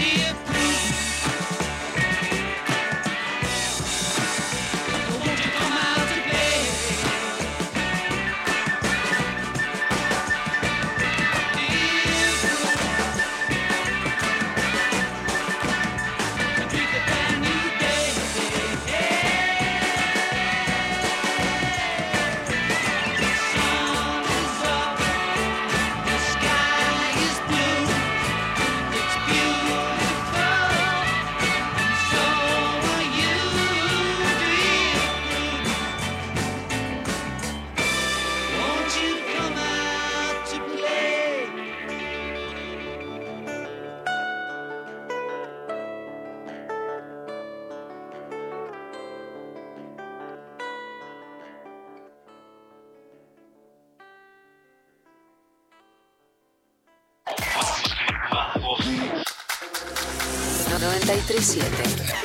[SPEAKER 12] Dear Prudence, won't you come out to play? Dear Prudence, treat the brand new day. The sun is up, the sky is blue. It's beautiful, and so are you, dear Prudence. Won't you come out to play?
[SPEAKER 7] noventa y tres siete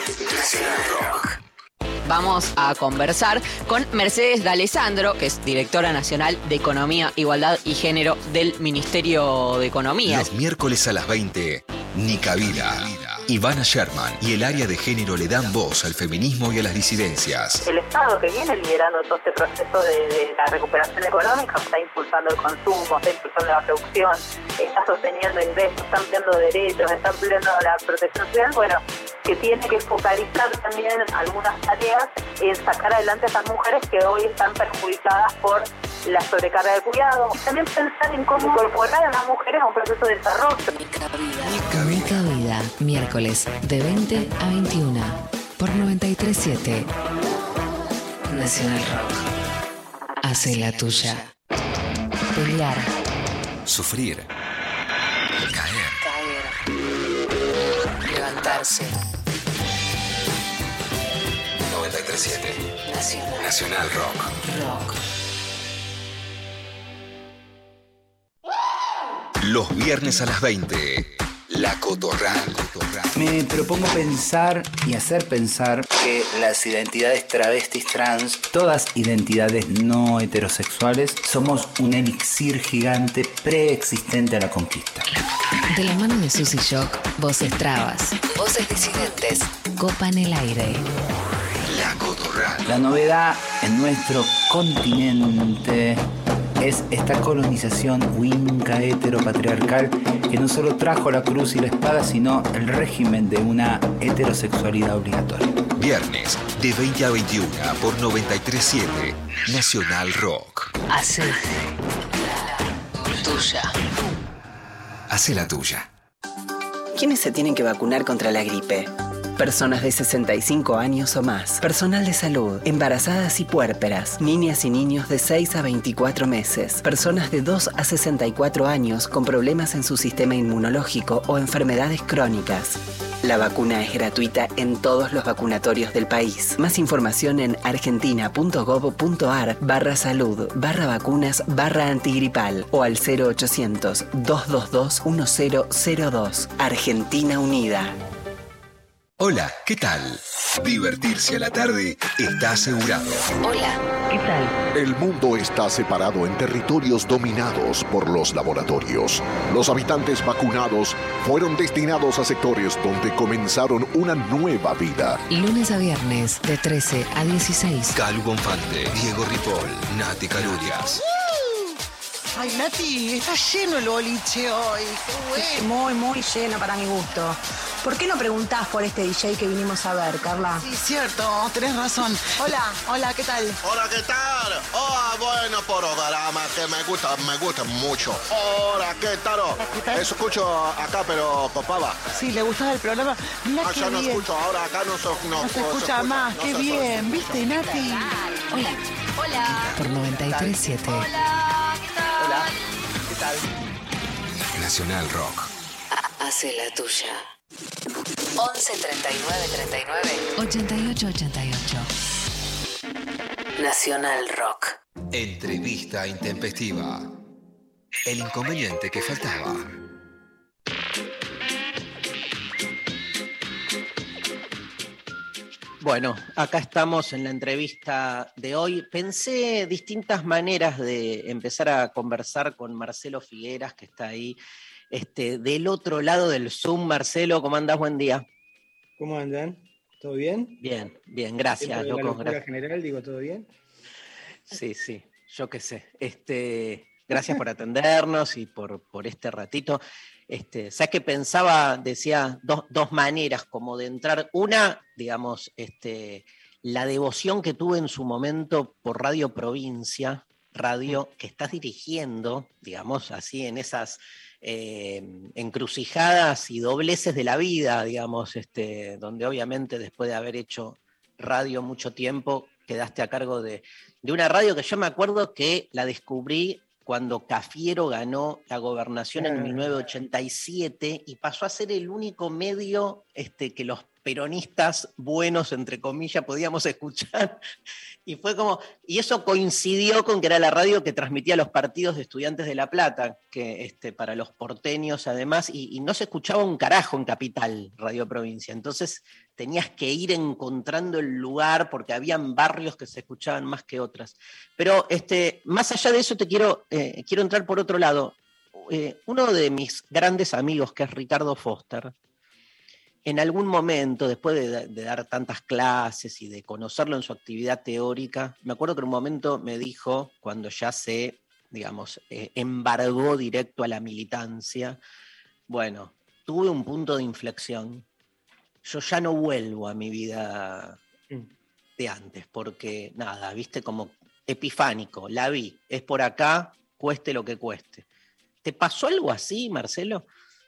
[SPEAKER 7] Vamos a conversar con Mercedes D'Alessandro, que es directora nacional de Economía, Igualdad y Género del Ministerio de Economía.
[SPEAKER 6] Los miércoles a las veinte, Nica Vida. Ivana Sherman y el área de género le dan voz al feminismo y a las disidencias.
[SPEAKER 19] El Estado que viene liderando todo este proceso de, de la recuperación económica está impulsando el consumo, está impulsando la producción, está sosteniendo ingresos, está ampliando derechos, está ampliando la protección social, bueno, que tiene que focalizar también algunas tareas en sacar adelante a esas mujeres que hoy están perjudicadas por la sobrecarga de cuidado. También pensar en cómo incorporar a las mujeres a un proceso de desarrollo.
[SPEAKER 7] Nica Vida, miércoles de veinte a veintiuna por noventa y tres siete Nacional Rock. Hace la tuya. Pelear.
[SPEAKER 6] Sufrir. Caer.
[SPEAKER 7] Caer. Levantarse.
[SPEAKER 6] noventa y tres siete
[SPEAKER 7] Nacional.
[SPEAKER 6] Nacional Rock.
[SPEAKER 7] Rock.
[SPEAKER 6] Los viernes a las veinte. La Cotorra.
[SPEAKER 20] Me propongo pensar y hacer pensar que las identidades travestis trans, todas identidades no heterosexuales, somos un elixir gigante preexistente a la conquista.
[SPEAKER 7] De la mano de Susy Shock, voces trabas, voces disidentes, copan el aire.
[SPEAKER 6] La Cotorra.
[SPEAKER 20] La novedad en nuestro continente es esta colonización winca heteropatriarcal que no solo trajo la cruz y la espada, sino el régimen de una heterosexualidad obligatoria.
[SPEAKER 6] Viernes de veinte a veintiuna por noventa y tres siete Nacional Rock.
[SPEAKER 7] Hace la tuya.
[SPEAKER 6] Hace la tuya.
[SPEAKER 21] ¿Quiénes se tienen que vacunar contra la gripe? Personas de sesenta y cinco años o más, personal de salud, embarazadas y puérperas, niñas y niños de seis a veinticuatro meses, personas de dos a sesenta y cuatro años con problemas en su sistema inmunológico o enfermedades crónicas. La vacuna es gratuita en todos los vacunatorios del país. Más información en argentina.gov.ar barra salud barra vacunas barra antigripal o al cero ochocientos, dos dos dos, uno cero cero dos. Argentina Unida.
[SPEAKER 6] Hola, ¿qué tal? Divertirse a la tarde está asegurado.
[SPEAKER 7] Hola, ¿qué tal?
[SPEAKER 22] El mundo está separado en territorios dominados por los laboratorios. Los habitantes vacunados fueron destinados a sectores donde comenzaron una nueva vida.
[SPEAKER 7] Lunes a viernes de trece a dieciséis.
[SPEAKER 6] Calu Bonfante, Diego Ripoll, Nati Calurias.
[SPEAKER 23] Ay, Nati, está lleno el boliche hoy. Qué bueno.
[SPEAKER 24] Muy, muy lleno para mi gusto. ¿Por qué no preguntás por este D J que vinimos a ver, Carla?
[SPEAKER 23] Sí, cierto, tenés razón. Hola, hola, ¿qué tal?
[SPEAKER 25] Hola, ¿qué tal? Oh, bueno programa que me gusta, me gusta mucho. Hola, ¿qué tal?
[SPEAKER 23] ¿Qué tal?
[SPEAKER 25] Eso escucho acá, pero copaba.
[SPEAKER 23] Sí, ¿le gustaba el programa? Mirá
[SPEAKER 25] Ah,
[SPEAKER 23] qué
[SPEAKER 25] ya no
[SPEAKER 23] bien.
[SPEAKER 25] escucho, ahora acá no se, no,
[SPEAKER 23] No se escucha más,
[SPEAKER 25] no
[SPEAKER 23] qué
[SPEAKER 25] se
[SPEAKER 23] bien. ¿Viste, Nati?
[SPEAKER 7] Hola.
[SPEAKER 24] Hola.
[SPEAKER 7] Por noventa y tres siete
[SPEAKER 24] Hola, ¿qué tal?
[SPEAKER 25] Hola, ¿qué tal?
[SPEAKER 6] Nacional Rock.
[SPEAKER 7] Hace la tuya. once treinta y nueve treinta y nueve ochenta y ocho ochenta y ocho Nacional Rock.
[SPEAKER 6] Entrevista intempestiva. El inconveniente que faltaba.
[SPEAKER 2] Bueno, acá estamos en la entrevista de hoy. Pensé distintas maneras de empezar a conversar con Marcelo Figueras, que está ahí Este, del otro lado del Zoom, Marcelo, ¿cómo andás? Buen día.
[SPEAKER 1] ¿Cómo andan? ¿Todo bien?
[SPEAKER 2] Bien, bien, gracias,
[SPEAKER 1] Dentro de la
[SPEAKER 2] loco.
[SPEAKER 1] locura
[SPEAKER 2] Gracias.
[SPEAKER 1] general, digo, ¿todo bien?
[SPEAKER 2] Sí, sí, yo qué sé. Este, gracias por atendernos y por, por este ratito. Este, ¿sabes qué pensaba? Decía dos, dos maneras como de entrar. Una, digamos, este, la devoción que tuve en su momento por Radio Provincia, radio que estás dirigiendo, digamos, así en esas eh, encrucijadas y dobleces de la vida, digamos, este, donde obviamente después de haber hecho radio mucho tiempo, quedaste a cargo de, de una radio que yo me acuerdo que la descubrí cuando Cafiero ganó la gobernación en mil novecientos ochenta y siete y pasó a ser el único medio este, que los peronistas buenos, entre comillas, podíamos escuchar. Y fue como, y eso coincidió con que era la radio que transmitía los partidos de Estudiantes de La Plata, que este, para los porteños además, y, y no se escuchaba un carajo en Capital, Radio Provincia. Entonces tenías que ir encontrando el lugar porque habían barrios que se escuchaban más que otras. Pero este, más allá de eso te quiero, eh, quiero entrar por otro lado. Eh, uno de mis grandes amigos, que es Ricardo Foster, en algún momento, después de, de dar tantas clases y de conocerlo en su actividad teórica, me acuerdo que en un momento me dijo, cuando ya se, digamos, eh, embargó directo a la militancia, bueno, tuve un punto de inflexión. Yo ya no vuelvo a mi vida de antes, porque nada, viste, como epifánico, la vi, es por acá, cueste lo que cueste. ¿Te pasó algo así, Marcelo?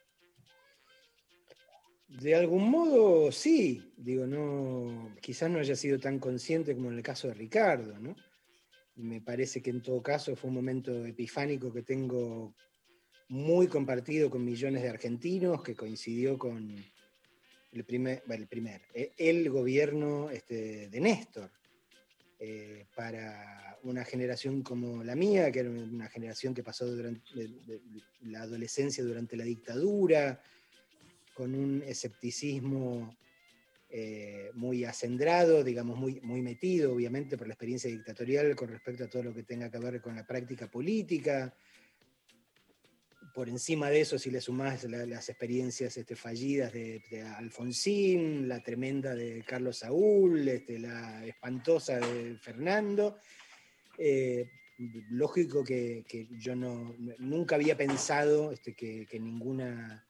[SPEAKER 1] De algún modo, sí. Digo, no, quizás no haya sido tan consciente como en el caso de Ricardo, ¿no? Me parece que en todo caso fue un momento epifánico que tengo muy compartido con millones de argentinos, que coincidió con el primer, bueno, el, primer el gobierno este, de Néstor. Eh, para una generación como la mía, que era una generación que pasó durante de, de, la adolescencia durante la dictadura, con un escepticismo eh, muy acendrado, digamos, muy, muy metido, obviamente, por la experiencia dictatorial con respecto a todo lo que tenga que ver con la práctica política. Por encima de eso, si le sumás la, las experiencias este, fallidas de, de Alfonsín, la tremenda de Carlos Saúl, este, la espantosa de Fernando, eh, lógico que, que yo no, nunca había pensado este, que, que ninguna...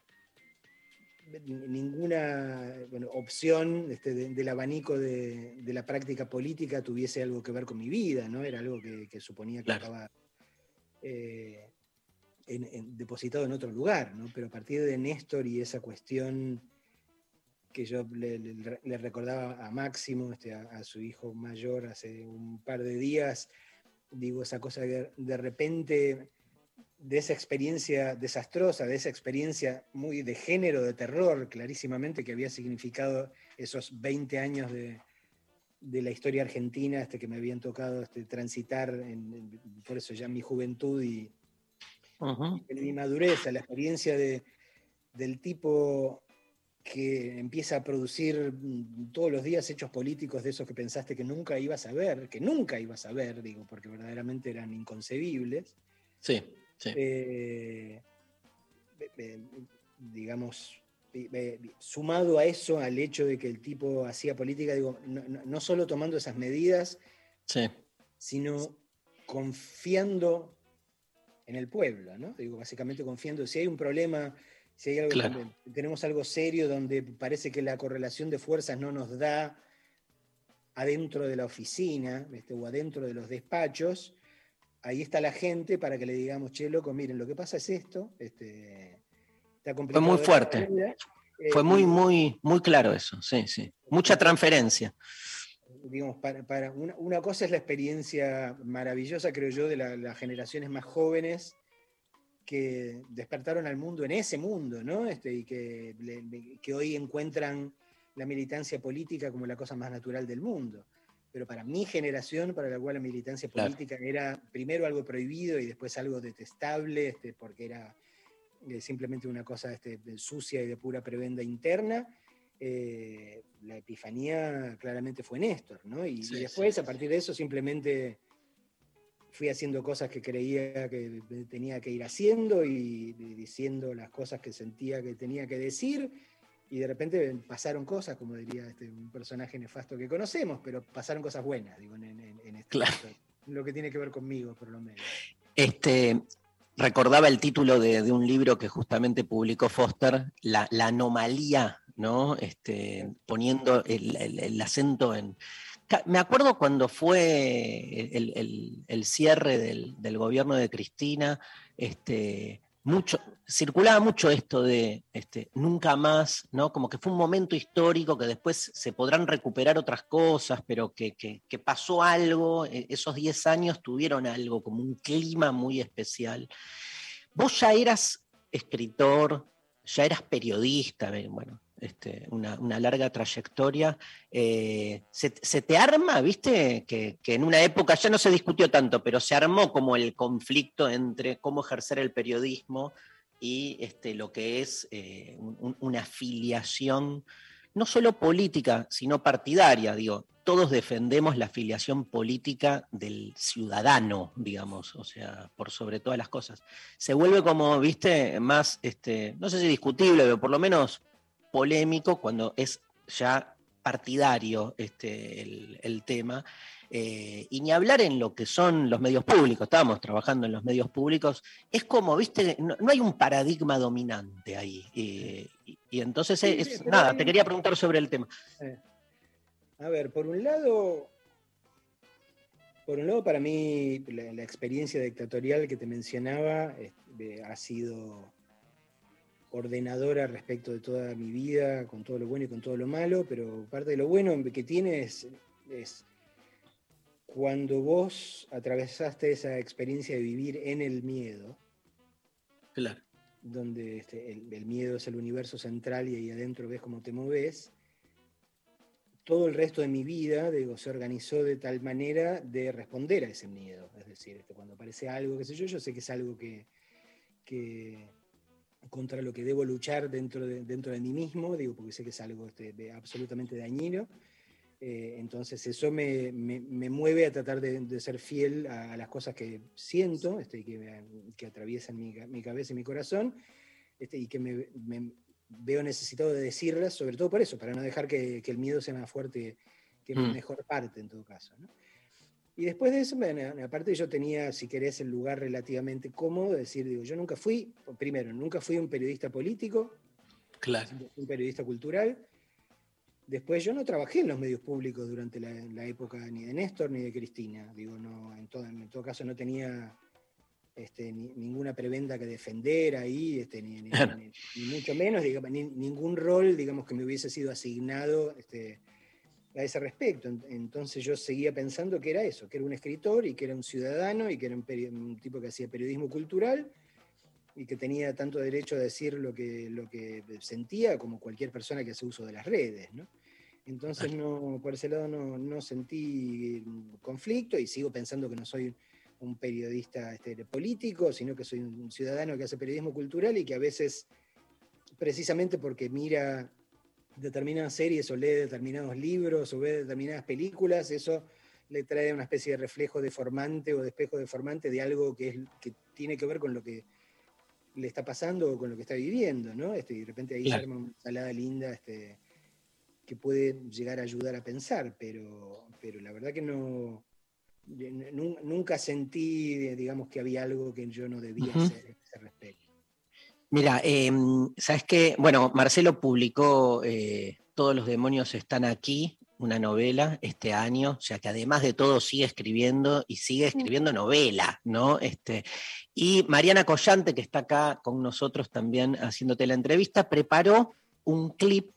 [SPEAKER 1] ninguna bueno, opción este, de, del abanico de, de la práctica política tuviese algo que ver con mi vida, ¿no? Era algo que, que suponía que claro. estaba eh, en, en, depositado en otro lugar, ¿no? Pero a partir de Néstor y esa cuestión que yo le, le, le recordaba a Máximo, este, a, a su hijo mayor hace un par de días, digo, esa cosa de, de repente... de esa experiencia desastrosa, de esa experiencia muy de género, de terror, clarísimamente, que había significado esos veinte años de, de la historia argentina este, que me habían tocado este, transitar, en, en, por eso ya en mi juventud y, uh-huh. y en mi madurez, la experiencia de, del tipo que empieza a producir todos los días hechos políticos de esos que pensaste que nunca ibas a ver, que nunca ibas a ver, digo, porque verdaderamente eran inconcebibles.
[SPEAKER 2] Sí. Sí.
[SPEAKER 1] Eh, eh, digamos, eh, sumado a eso, al hecho de que el tipo hacía política, digo, no, no, no solo tomando esas medidas,
[SPEAKER 2] sí.
[SPEAKER 1] sino confiando en el pueblo, ¿no? Digo, básicamente confiando, si hay un problema, si hay algo, claro. tenemos algo serio donde parece que la correlación de fuerzas no nos da adentro de la oficina, este, o adentro de los despachos, ahí está la gente para que le digamos, che, loco, miren, lo que pasa es esto, este, está complicado.
[SPEAKER 2] Fue muy fuerte.
[SPEAKER 1] Vida, eh,
[SPEAKER 2] Fue muy, muy, muy claro eso, sí, sí. Mucha transferencia.
[SPEAKER 1] Digamos, para, para una, una cosa es la experiencia maravillosa, creo yo, de la, las generaciones más jóvenes que despertaron al mundo en ese mundo, ¿no? Este, y que, le, que hoy encuentran la militancia política como la cosa más natural del mundo. Pero para mi generación, para la cual la militancia política claro. era primero algo prohibido y después algo detestable, este, porque era eh, simplemente una cosa este, sucia y de pura prebenda interna, eh, la epifanía claramente fue Néstor, ¿no? Y, sí, y después, sí. a partir de eso, simplemente fui haciendo cosas que creía que tenía que ir haciendo y diciendo las cosas que sentía que tenía que decir, y de repente pasaron cosas, como diría este, un personaje nefasto que conocemos, pero pasaron cosas buenas, digo, en, en, en este
[SPEAKER 2] Claro.
[SPEAKER 1] caso, lo que tiene que ver conmigo, por lo menos.
[SPEAKER 2] Este, recordaba el título de, de un libro que justamente publicó Foster, La, la anomalía, ¿no? Este, poniendo el, el- el acento en... Ca- Me acuerdo cuando fue el, el- el cierre del, del gobierno de Cristina, este, mucho, circulaba mucho esto de este, nunca más, ¿no? Como que fue un momento histórico que después se podrán recuperar otras cosas, pero que, que- que pasó algo, eh, esos diez años tuvieron algo, como un clima muy especial. Vos ya eras escritor, ya eras periodista, eh, bueno, este, una, una larga trayectoria. eh, se, se te arma, viste, que, que en una época ya no se discutió tanto, pero se armó como el conflicto entre cómo ejercer el periodismo y este, lo que es eh, un- un- una afiliación, no solo política, sino partidaria. Digo, todos defendemos la afiliación política del ciudadano, digamos, o sea, por sobre todas las cosas. Se vuelve como, viste, más, este, no sé si discutible, pero por lo menos polémico cuando es ya partidario este, el, el tema. Eh, y ni hablar en lo que son los medios públicos, estábamos trabajando en los medios públicos, es como, viste, no, no hay un paradigma dominante ahí. eh, y, y entonces,
[SPEAKER 1] Sí,
[SPEAKER 2] es,
[SPEAKER 1] sí, pero
[SPEAKER 2] nada,
[SPEAKER 1] hay
[SPEAKER 2] te
[SPEAKER 1] un-
[SPEAKER 2] quería preguntar sobre el tema.
[SPEAKER 1] Eh, A ver, por un lado, por un lado para mí la, la experiencia dictatorial que te mencionaba este, ha sido ordenadora respecto de toda mi vida, con todo lo bueno y con todo lo malo, pero parte de lo bueno que tiene es, es cuando vos atravesaste esa experiencia de vivir en el miedo,
[SPEAKER 2] Claro.
[SPEAKER 1] donde este, el, el miedo es el universo central y ahí adentro ves cómo te moves, todo el resto de mi vida, digo, se organizó de tal manera de responder a ese miedo. Es decir, este, cuando aparece algo, qué sé yo, yo sé que es algo que, que contra lo que debo luchar dentro de, dentro de mí mismo, digo, porque sé que es algo este, de- absolutamente dañino. Eh, entonces eso me, me- me mueve a tratar de, de ser fiel a, a las cosas que siento, este, y que, me- que atraviesan mi, ca- mi cabeza y mi corazón, este, y que me, me veo necesitado de decirlas, sobre todo por eso, para no dejar que, que el miedo sea más fuerte que mi
[SPEAKER 2] Mm.
[SPEAKER 1] mejor parte en todo caso, ¿no? Y después de eso, bueno, aparte yo tenía, si querés, el lugar relativamente cómodo de decir, digo, yo nunca fui, primero, nunca fui un periodista político,
[SPEAKER 2] Claro.
[SPEAKER 1] siempre fui un periodista cultural. Después yo no trabajé en los medios públicos durante la, la época ni de Néstor ni de Cristina. Digo, no, en todo, en todo caso no tenía este, ni- ninguna prebenda que defender ahí, este, ni, ni- ni- ni mucho menos, digamos, ni- ningún rol, digamos, que me hubiese sido asignado este, a ese respecto. En- Entonces yo seguía pensando que era eso, que era un escritor y que era un ciudadano y que era un, peri- un tipo que hacía periodismo cultural y que tenía tanto derecho a decir lo que, lo que sentía como cualquier persona que hace uso de las redes, ¿no? Entonces, no, por ese lado no, no sentí conflicto y sigo pensando que no soy un periodista este, político, sino que soy un ciudadano que hace periodismo cultural y que a veces, precisamente porque mira determinadas series o lee determinados libros o ve determinadas películas, eso le trae una especie de reflejo deformante o de espejo deformante de algo que, es, que tiene que ver con lo que le está pasando o con lo que está viviendo, ¿no? Este, y de repente ahí
[SPEAKER 2] Claro.
[SPEAKER 1] se arma una ensalada linda este, que puede llegar a ayudar a pensar, pero, pero la verdad que no, nu- nunca sentí, digamos, que había algo que yo no debía
[SPEAKER 2] Ujú.
[SPEAKER 1] hacer a ese respecto.
[SPEAKER 2] Mira, eh, ¿sabes qué? Bueno, Marcelo publicó eh, Todos los demonios están aquí, una novela este año, o sea que además de todo sigue escribiendo y sigue escribiendo novela, ¿no? Este, y Mariana Collante, que está acá con nosotros también haciéndote la entrevista, preparó un clip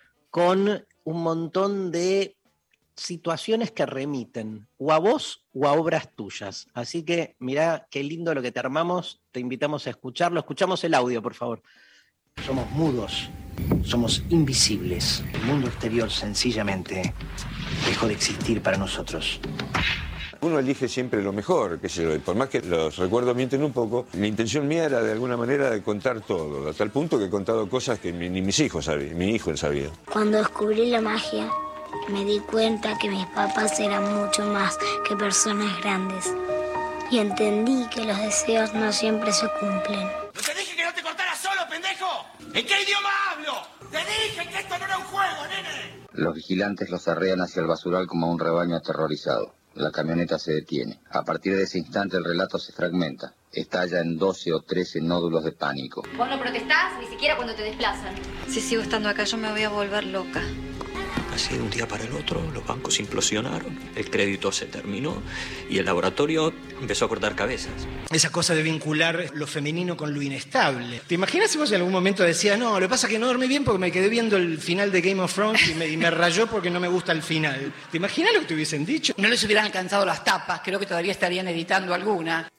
[SPEAKER 2] con un montón de situaciones que remiten o a vos o a obras tuyas. Así que mirá qué lindo lo que te armamos, te invitamos a escucharlo. Escuchamos el audio, por favor.
[SPEAKER 5] Somos mudos, somos invisibles. El mundo exterior sencillamente dejó de existir para nosotros.
[SPEAKER 8] Uno elige siempre lo mejor, qué sé yo, y por más que los recuerdos mienten un poco, la intención mía era de alguna manera de contar todo, hasta el punto que he contado cosas que ni, ni mis hijos sabían, mi hijo sabía.
[SPEAKER 9] Cuando descubrí la magia, me di cuenta que mis papás eran mucho más que personas grandes y entendí que los deseos no siempre se cumplen.
[SPEAKER 12] ¿No te dije que no te cortaras solo, pendejo? ¿En qué idioma hablo? Te dije que esto no era un juego, nene.
[SPEAKER 10] Los vigilantes los arrean hacia el basural como a un rebaño aterrorizado. La camioneta se detiene. A partir de ese instante el relato se fragmenta. Estalla en doce o trece nódulos de pánico.
[SPEAKER 11] Vos no protestás ni siquiera cuando te desplazan.
[SPEAKER 13] Si sigo estando acá yo me voy a volver loca.
[SPEAKER 14] Así de un día para el otro los bancos implosionaron, el crédito se terminó y el laboratorio empezó a cortar cabezas.
[SPEAKER 1] Esa cosa de vincular lo femenino con lo inestable. ¿Te imaginas si vos en algún momento decías, no, lo que pasa es que no dormí bien porque me quedé viendo el final de Game of Thrones y me, y me rayó porque no me gusta el final? ¿Te imaginas lo que te hubiesen dicho?
[SPEAKER 15] No les hubieran alcanzado las tapas, creo que todavía estarían editando alguna.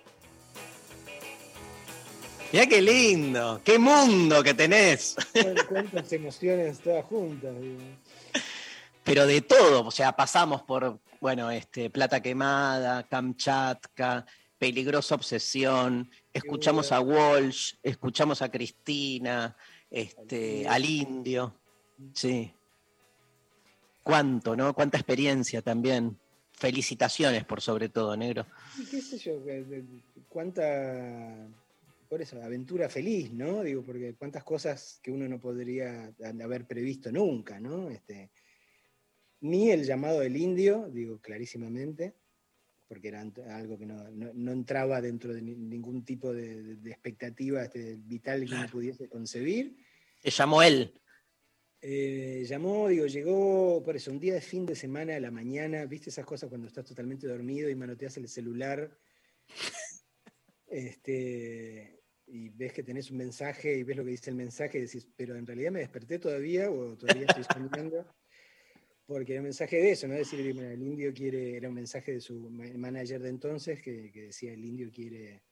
[SPEAKER 2] Mirá qué lindo, qué mundo que tenés.
[SPEAKER 1] Bueno, cuántas emociones todas juntas. Digo.
[SPEAKER 2] Pero de todo, o sea, pasamos por, bueno, este, Plata Quemada, Kamchatka, Peligrosa Obsesión, escuchamos a Walsh, escuchamos a Cristina, este, al Indio, sí. Cuánto, ¿no? Cuánta experiencia también. Felicitaciones por sobre todo, negro.
[SPEAKER 1] Y qué sé yo, cuánta, por eso, aventura feliz, ¿no? Digo, porque cuántas cosas que uno no podría haber previsto nunca, ¿no? Este, ni el llamado del Indio, digo clarísimamente, porque era algo que no, no, no entraba dentro de ningún tipo de, de, de expectativa este, vital que uno pudiese concebir.
[SPEAKER 2] Se llamó él.
[SPEAKER 1] Eh, llamó, digo, llegó, por eso, un día de fin de semana a la mañana, ¿viste esas cosas cuando estás totalmente dormido y manoteas el celular? este, y ves que tenés un mensaje y ves lo que dice el mensaje y decís, pero en realidad me desperté todavía o todavía estoy soñando. Porque era un mensaje de eso, ¿no? Decir, mira, el Indio quiere, era un mensaje de su manager de entonces que, que decía, el Indio quiere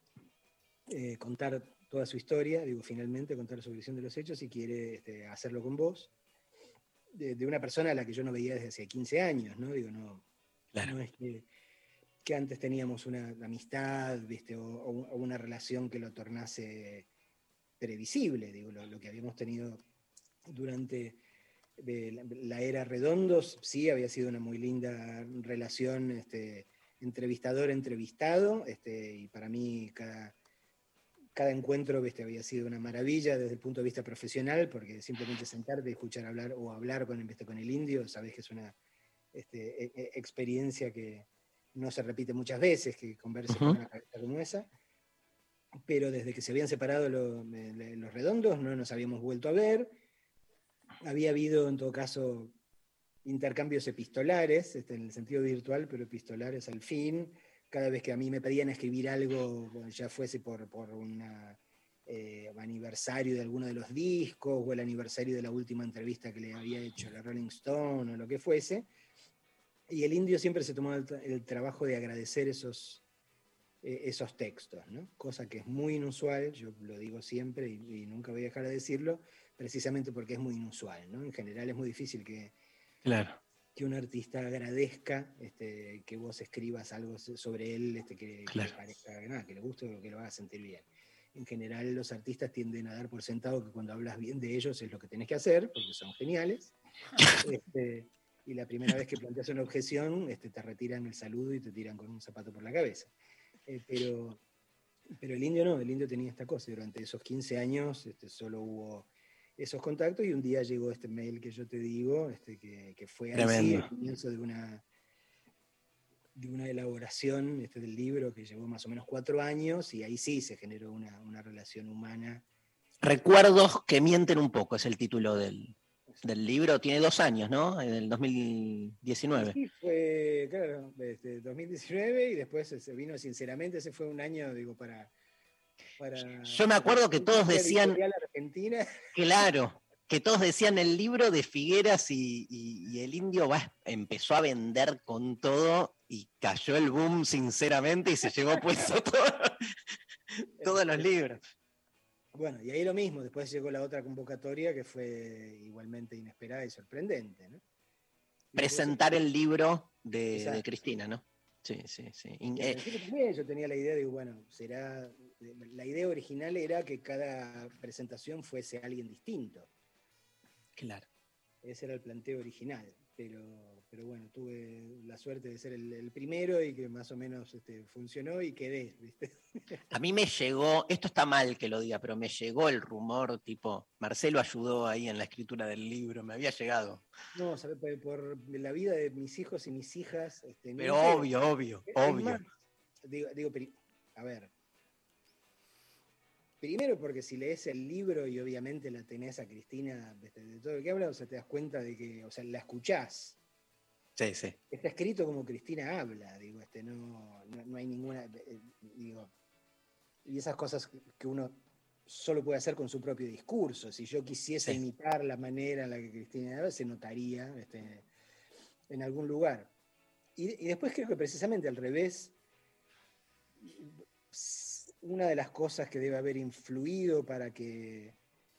[SPEAKER 1] eh, contar toda su historia, digo, finalmente contar su versión de los hechos y quiere este, hacerlo con vos, de, de una persona a la que yo no veía desde hace quince años, ¿no? Digo, no, claro. No es que, que antes teníamos una amistad, ¿viste? O, o una relación que lo tornase previsible, digo, lo, lo que habíamos tenido durante de la, la era Redondos, sí, había sido una muy linda relación este, entrevistador-entrevistado, este, y para mí cada, cada encuentro este, había sido una maravilla desde el punto de vista profesional, porque simplemente sentarte y escuchar hablar o hablar con, este, con el Indio, sabés que es una este, e, e, experiencia que no se repite muchas veces, que converse uh-huh. con una cabeza como esa, pero desde que se habían separado lo, los Redondos no nos habíamos vuelto a ver. Había habido, en todo caso, intercambios epistolares, este, en el sentido virtual, pero epistolares al fin. Cada vez que a mí me pedían escribir algo, ya fuese por, por un eh, aniversario de alguno de los discos, o el aniversario de la última entrevista que le había hecho la Rolling Stone, o lo que fuese, y el Indio siempre se tomó el, el trabajo de agradecer esos, eh, esos textos, ¿no? Cosa que es muy inusual, yo lo digo siempre y, y nunca voy a dejar de decirlo, precisamente porque es muy inusual, ¿no? En general es muy difícil que,
[SPEAKER 2] claro.
[SPEAKER 1] que un artista agradezca este, que vos escribas algo sobre él este, que, claro. que, le parezca, nada, que le guste o que lo haga sentir bien. En general los artistas tienden a dar por sentado que cuando hablas bien de ellos es lo que tenés que hacer, porque son geniales, este, y la primera vez que planteas una objeción este, te retiran el saludo y te tiran con un zapato por la cabeza. Eh, pero, pero el Indio no, el Indio tenía esta cosa, y durante esos quince años este, solo hubo esos contactos, y un día llegó este mail que yo te digo, este, que, que fue así, el comienzo de una, de una elaboración este, del libro que llevó más o menos cuatro años, y ahí sí se generó una, una relación humana.
[SPEAKER 2] Recuerdos que mienten un poco, es el título del, del libro, tiene dos años, ¿no? En el dos mil diecinueve.
[SPEAKER 1] Sí, fue, claro, este, dos mil diecinueve, y después se vino Sinceramente, ese fue un año, digo, para... Para,
[SPEAKER 2] Yo me acuerdo que todos decían,
[SPEAKER 1] Argentina.
[SPEAKER 2] Claro, que todos decían el libro de Figueras y, y, y el Indio bah, empezó a vender con todo y cayó el boom Sinceramente y se llevó puesto todo, todos los libros.
[SPEAKER 1] Bueno, y ahí lo mismo, después llegó la otra convocatoria que fue igualmente inesperada y sorprendente, ¿no?
[SPEAKER 2] Presentar el libro de, de Cristina, ¿no? Sí, sí, sí.
[SPEAKER 1] Y eh, también yo tenía la idea de, bueno, será, la idea original era que cada presentación fuese alguien distinto.
[SPEAKER 2] Claro.
[SPEAKER 1] Ese era el planteo original. pero, pero bueno, tuve la suerte de ser el, el primero y que más o menos este, funcionó y quedé, ¿viste?
[SPEAKER 2] A mí me llegó, esto está mal que lo diga, pero me llegó el rumor, tipo, Marcelo ayudó ahí en la escritura del libro, me había llegado.
[SPEAKER 1] No, ¿sabes? Por, por la vida de mis hijos y mis hijas. Este,
[SPEAKER 2] Pero
[SPEAKER 1] no sé,
[SPEAKER 2] obvio, obvio,
[SPEAKER 1] es
[SPEAKER 2] obvio.
[SPEAKER 1] más, digo, digo, a ver. Primero porque si lees el libro y obviamente la tenés a Cristina de, de todo lo que habla, o sea, te das cuenta de que, o sea, la escuchás.
[SPEAKER 2] Sí, sí.
[SPEAKER 1] Está escrito como Cristina habla, digo, este, no, no, no hay ninguna, eh, digo, y esas cosas que uno solo puede hacer con su propio discurso. Si yo quisiese sí. imitar la manera en la que Cristina habla, se notaría este, en algún lugar. Y, y después creo que precisamente al revés, una de las cosas que debe haber influido para que,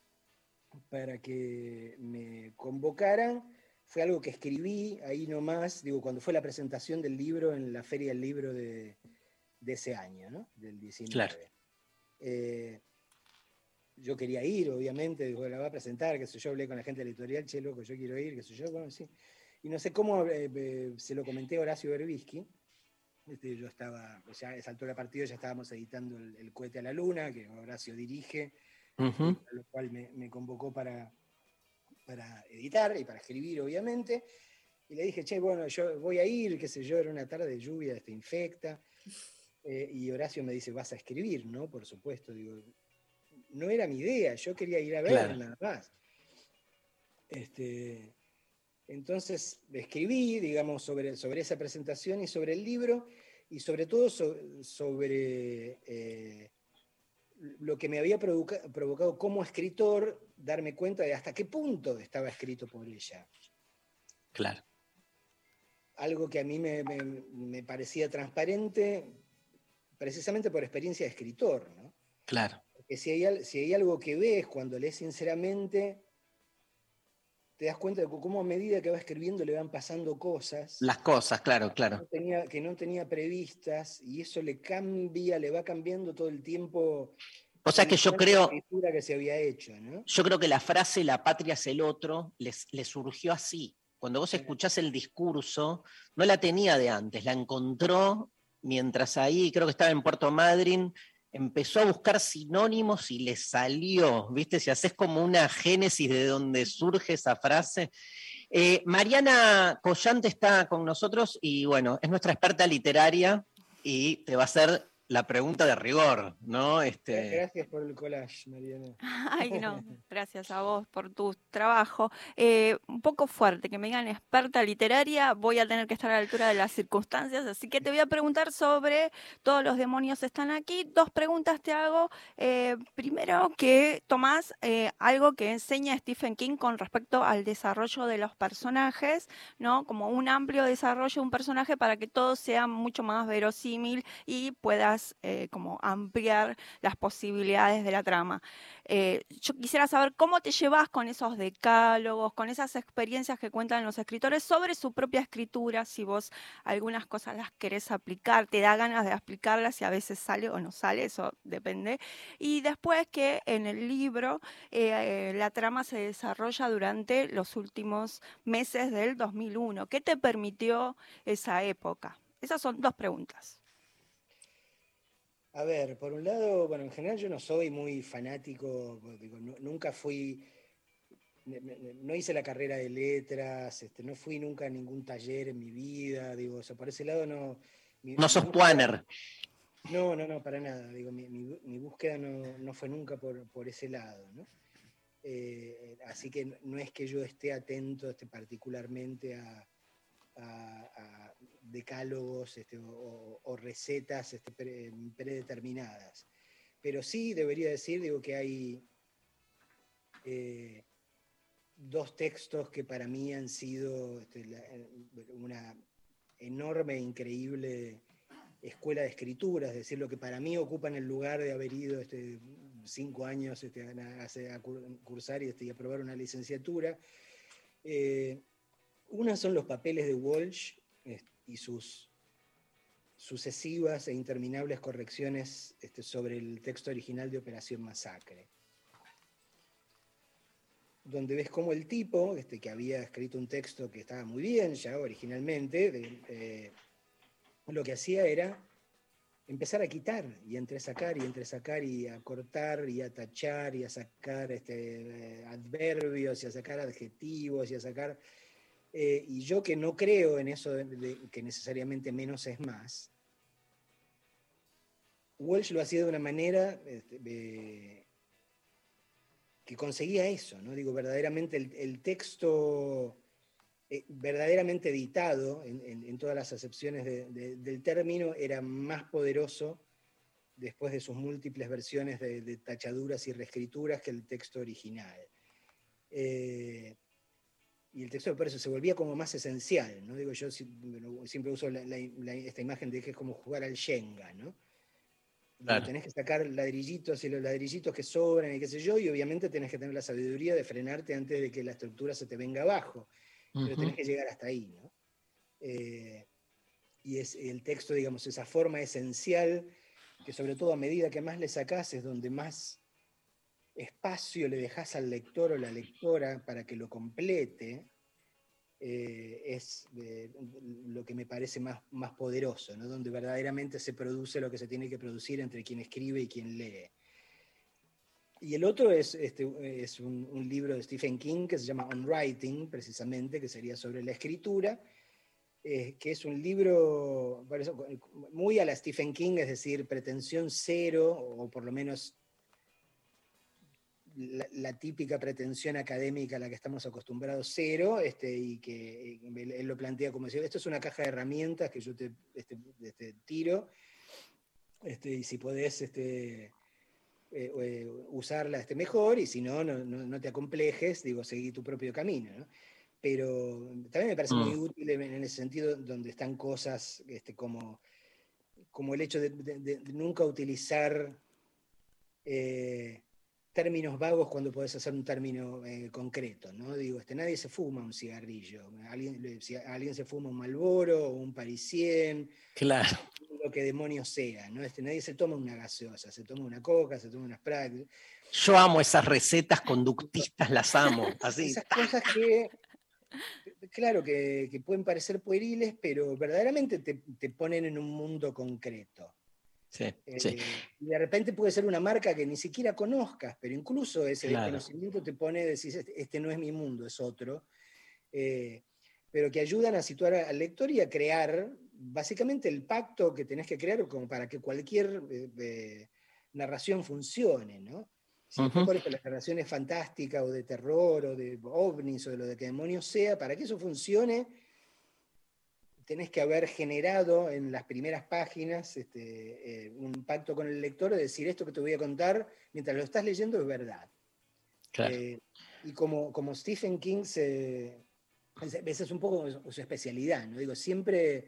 [SPEAKER 1] para que me convocaran fue algo que escribí ahí nomás, digo, cuando fue la presentación del libro en la Feria del Libro de, de ese año, ¿no? Del diecinueve. Claro. Eh, yo quería ir, obviamente, digo, la va a presentar, qué sé yo, hablé con la gente de la editorial, che, loco, yo quiero ir, qué sé yo, bueno, sí. Y no sé cómo eh, eh, se lo comenté a Horacio Berbisky. Este, yo estaba, ya a esa altura del partido ya estábamos editando el, el Cohete a la Luna, que Horacio dirige, uh-huh. a lo cual me, me convocó para, para editar y para escribir, obviamente. Y le dije, che, bueno, yo voy a ir, qué sé yo, era una tarde de lluvia, este, infecta. Eh, y Horacio me dice, vas a escribir, ¿no? Por supuesto, digo, no era mi idea, yo quería ir a ver claro. nada más. Este, entonces escribí, digamos, sobre, sobre esa presentación y sobre el libro, y sobre todo so, sobre eh, lo que me había provoca, provocado como escritor, darme cuenta de hasta qué punto estaba escrito por ella.
[SPEAKER 2] Claro.
[SPEAKER 1] Algo que a mí me, me, me parecía transparente, precisamente por experiencia de escritor, ¿no?
[SPEAKER 2] Claro.
[SPEAKER 1] Porque si hay, si hay algo que ves cuando lees sinceramente, te das cuenta de cómo a medida que va escribiendo le van pasando cosas.
[SPEAKER 2] Las cosas, claro, claro.
[SPEAKER 1] Que no tenía, que no tenía previstas, y eso le cambia, le va cambiando todo el tiempo.
[SPEAKER 2] O sea que yo creo...
[SPEAKER 1] La escritura que se había hecho, ¿no?
[SPEAKER 2] Yo creo que la frase "la patria es el otro" les, les surgió así. Cuando vos escuchás el discurso, no la tenía de antes, la encontró mientras ahí, creo que estaba en Puerto Madryn, empezó a buscar sinónimos y le salió, ¿viste? Si haces como una génesis de donde surge esa frase. Eh, Mariana Collante está con nosotros y, bueno, es nuestra experta literaria y te va a hacer la pregunta de rigor, ¿no? Este...
[SPEAKER 1] Gracias por el collage, Mariana.
[SPEAKER 3] Ay, no, gracias a vos por tu trabajo. Eh, un poco fuerte, que me digan experta literaria, voy a tener que estar a la altura de las circunstancias, así que te voy a preguntar sobre Todos los demonios están aquí. Dos preguntas te hago. Eh, primero, que tomás eh, algo que enseña Stephen King con respecto al desarrollo de los personajes, ¿no? Como un amplio desarrollo de un personaje para que todo sea mucho más verosímil y puedas Eh, como ampliar las posibilidades de la trama. Eh, yo quisiera saber cómo te llevas con esos decálogos, con esas experiencias que cuentan los escritores sobre su propia escritura, si vos algunas cosas las querés aplicar, te da ganas de aplicarlas y a veces sale o no sale, eso depende. Y después que en el libro eh, la trama se desarrolla durante los últimos meses del dos mil uno. ¿Qué te permitió esa época? Esas son dos preguntas.
[SPEAKER 1] A ver, por un lado, bueno, en general yo no soy muy fanático, digo, no, nunca fui, no hice la carrera de letras, este, no fui nunca a ningún taller en mi vida, digo, o sea, por ese lado no... Mi,
[SPEAKER 2] no sos
[SPEAKER 1] búsqueda,
[SPEAKER 2] Puaner.
[SPEAKER 1] No, no, no, para nada, digo, mi, mi, mi búsqueda no, no fue nunca por, por ese lado, ¿no? Eh, así que no es que yo esté atento este, particularmente a... A, a decálogos este, o, o recetas este, pre, predeterminadas. Pero sí debería decir, digo, que hay eh, dos textos que para mí han sido este, la, una enorme e increíble escuela de escritura, es decir, lo que para mí ocupan el lugar de haber ido este, cinco años este, a, a cursar y, este, y aprobar una licenciatura. Eh, Una son los papeles de Walsh y sus sucesivas e interminables correcciones este, sobre el texto original de Operación Masacre. donde ves cómo el tipo, este, que había escrito un texto que estaba muy bien ya originalmente, de, eh, lo que hacía era empezar a quitar y entresacar y entresacar y a cortar y a tachar y a sacar este, eh, adverbios y a sacar adjetivos y a sacar... Eh, y yo que no creo en eso de, de, que necesariamente menos es más, Walsh lo hacía de una manera este, de, que conseguía eso, ¿no? Digo, verdaderamente el, el texto eh, verdaderamente editado en, en, en todas las acepciones de, de, del término era más poderoso después de sus múltiples versiones de, de tachaduras y reescrituras que el texto original. Eh, y el texto por eso se volvía como más esencial, ¿no? Digo, yo siempre uso la, la, la, esta imagen de que es como jugar al Shenga, ¿no? Claro. Tenés que sacar ladrillitos y los ladrillitos que sobran y qué sé yo, y obviamente tenés que tener la sabiduría de frenarte antes de que la estructura se te venga abajo, uh-huh. Pero tenés que llegar hasta ahí, ¿no? Eh, y es el texto, digamos, esa forma esencial que sobre todo a medida que más le sacás es donde más espacio le dejás al lector o la lectora para que lo complete, eh, es eh, lo que me parece más, más poderoso, ¿no? Donde verdaderamente se produce lo que se tiene que producir entre quien escribe y quien lee. Y el otro es, este, es un, un libro de Stephen King que se llama On Writing, precisamente, que sería sobre la escritura, eh, que es un libro por eso, muy a la Stephen King, es decir, pretensión cero, o por lo menos La, la típica pretensión académica a la que estamos acostumbrados, cero, este, y que él lo plantea como decir, esto es una caja de herramientas que yo te este, este, tiro, este, y si podés este, eh, eh, usarla este, mejor, y si no, no, no, no te acomplejes, digo, seguí tu propio camino, ¿no? Pero también me parece mm. muy útil en, en ese sentido, donde están cosas este, como, como el hecho de, de, de nunca utilizar... Eh, términos vagos cuando podés hacer un término eh, concreto, ¿no? Digo, este, nadie se fuma un cigarrillo, alguien, si alguien se fuma un Marlboro o un Parisien,
[SPEAKER 2] claro.
[SPEAKER 1] Lo que demonios sea, ¿no? Este, nadie se toma una gaseosa, se toma una coca, se toma una Sprite.
[SPEAKER 2] Yo amo esas recetas conductistas, las amo. Así.
[SPEAKER 1] Esas cosas que, claro, que, que pueden parecer pueriles, pero verdaderamente te, te ponen en un mundo concreto.
[SPEAKER 2] Sí,
[SPEAKER 1] eh,
[SPEAKER 2] sí.
[SPEAKER 1] Y de repente puede ser una marca que ni siquiera conozcas, pero incluso ese
[SPEAKER 2] claro.
[SPEAKER 1] desconocimiento te pone, decís, este, este no es mi mundo, es otro, eh, pero que ayudan a situar al lector y a crear básicamente el pacto que tenés que crear como para que cualquier eh, eh, narración funcione, ¿no? Si uh-huh. por ejemplo, la narración es fantástica o de terror o de ovnis o de lo de que demonios sea, para que eso funcione tenés que haber generado en las primeras páginas este, eh, un pacto con el lector de decir esto que te voy a contar mientras lo estás leyendo es verdad.
[SPEAKER 2] Claro.
[SPEAKER 1] Eh, y como, como Stephen King, se, esa es un poco su especialidad, ¿no? Digo, siempre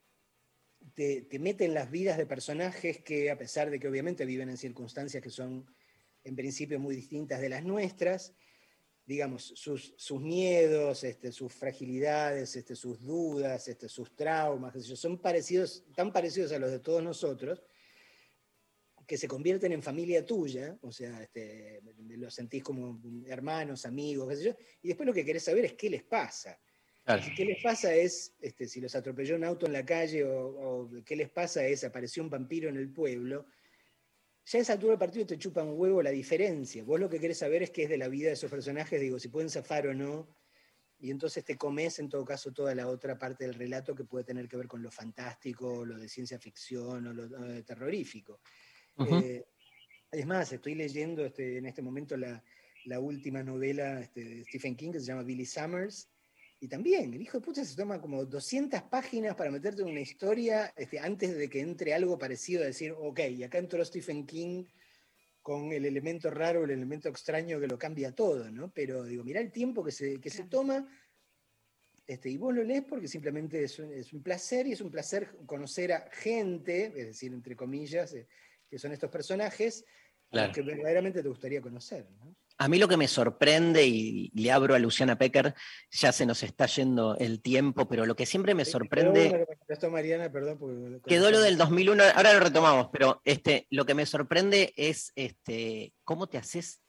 [SPEAKER 1] te, te mete en las vidas de personajes que, a pesar de que obviamente viven en circunstancias que son en principio muy distintas de las nuestras, digamos, sus, sus miedos, este, sus fragilidades, este, sus dudas, este, sus traumas, qué sé yo, son parecidos, tan parecidos a los de todos nosotros, que se convierten en familia tuya, o sea, este, los sentís como hermanos, amigos, qué sé yo, y después lo que querés saber es qué les pasa. Claro. Si qué les pasa es, este, si los atropelló un auto en la calle, o, o qué les pasa es, apareció un vampiro en el pueblo, ya a esa altura del partido te chupa un huevo la diferencia. Vos lo que querés saber es qué es de la vida de esos personajes, digo, si pueden zafar o no, y entonces te comes en todo caso toda la otra parte del relato que puede tener que ver con lo fantástico, lo de ciencia ficción o lo, lo de terrorífico. Uh-huh. Eh, es más, estoy leyendo este, en este momento la, la última novela este, de Stephen King que se llama Billy Summers, y también, el hijo de puta se toma como doscientas páginas para meterte en una historia este, antes de que entre algo parecido a decir, ok, y acá entró Stephen King con el elemento raro, el elemento extraño que lo cambia todo, ¿no? Pero digo, mirá el tiempo que se, que se toma, este, y vos lo lees porque simplemente es un, es un placer, y es un placer conocer a gente, es decir, entre comillas, eh, que son estos personajes, claro. que verdaderamente te gustaría conocer, ¿no?
[SPEAKER 2] A mí lo que me sorprende, y le abro a Luciana Pecker, ya se nos está yendo el tiempo, pero lo que siempre me sorprende...
[SPEAKER 1] Esto, Mariana, perdón, porque...
[SPEAKER 2] Quedó lo del dos mil uno, ahora lo retomamos, pero este, lo que me sorprende es este, cómo te haces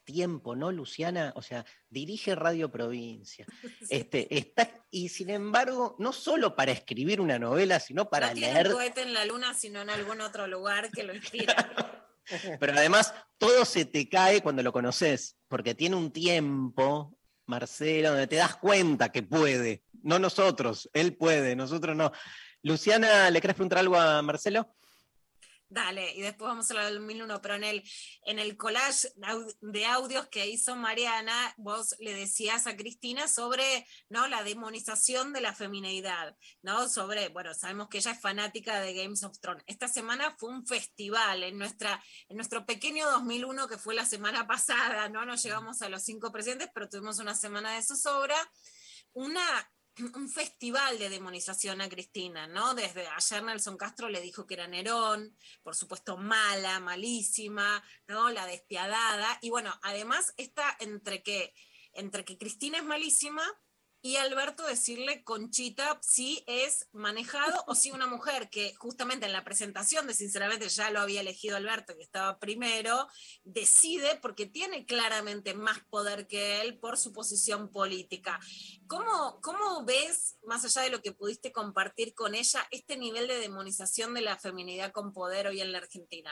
[SPEAKER 2] tiempo, ¿no, Luciana? O sea, dirige Radio Provincia. Este, está, y sin embargo, no solo para escribir una novela, sino para
[SPEAKER 4] no tiene
[SPEAKER 2] leer.
[SPEAKER 4] un cohete en la luna, sino en algún otro lugar que lo inspira.
[SPEAKER 2] Pero además, todo se te cae cuando lo conoces, porque tiene un tiempo, Marcelo, donde te das cuenta que puede. No nosotros, él puede, nosotros no. Luciana, ¿le querés preguntar algo a Marcelo?
[SPEAKER 4] Dale, y después vamos a hablar del dos mil uno, pero en el, en el collage de audios que hizo Mariana, vos le decías a Cristina sobre, ¿no?, la demonización de la femineidad, ¿no? Sobre, bueno, sabemos que ella es fanática de Games of Thrones. Esta semana fue un festival en, nuestra, en nuestro pequeño dos mil uno, que fue la semana pasada, ¿no? No llegamos a los cinco presidentes, pero tuvimos una semana de zozobra, una... un festival de demonización a Cristina, ¿no? Desde ayer Nelson Castro le dijo que era Nerón, por supuesto mala, malísima, ¿no? La despiadada, y bueno, además está entre que, entre que Cristina es malísima y Alberto decirle Conchita si es manejado o si una mujer, que justamente en la presentación de Sinceramente ya lo había elegido Alberto, que estaba primero, decide porque tiene claramente más poder que él por su posición política. ¿Cómo, cómo ves, más allá de lo que pudiste compartir con ella, este nivel de demonización de la feminidad con poder hoy en la Argentina?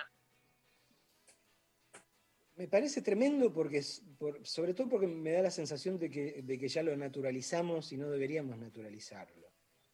[SPEAKER 1] Me parece tremendo porque, por, sobre todo porque me da la sensación de que, de que ya lo naturalizamos y no deberíamos naturalizarlo.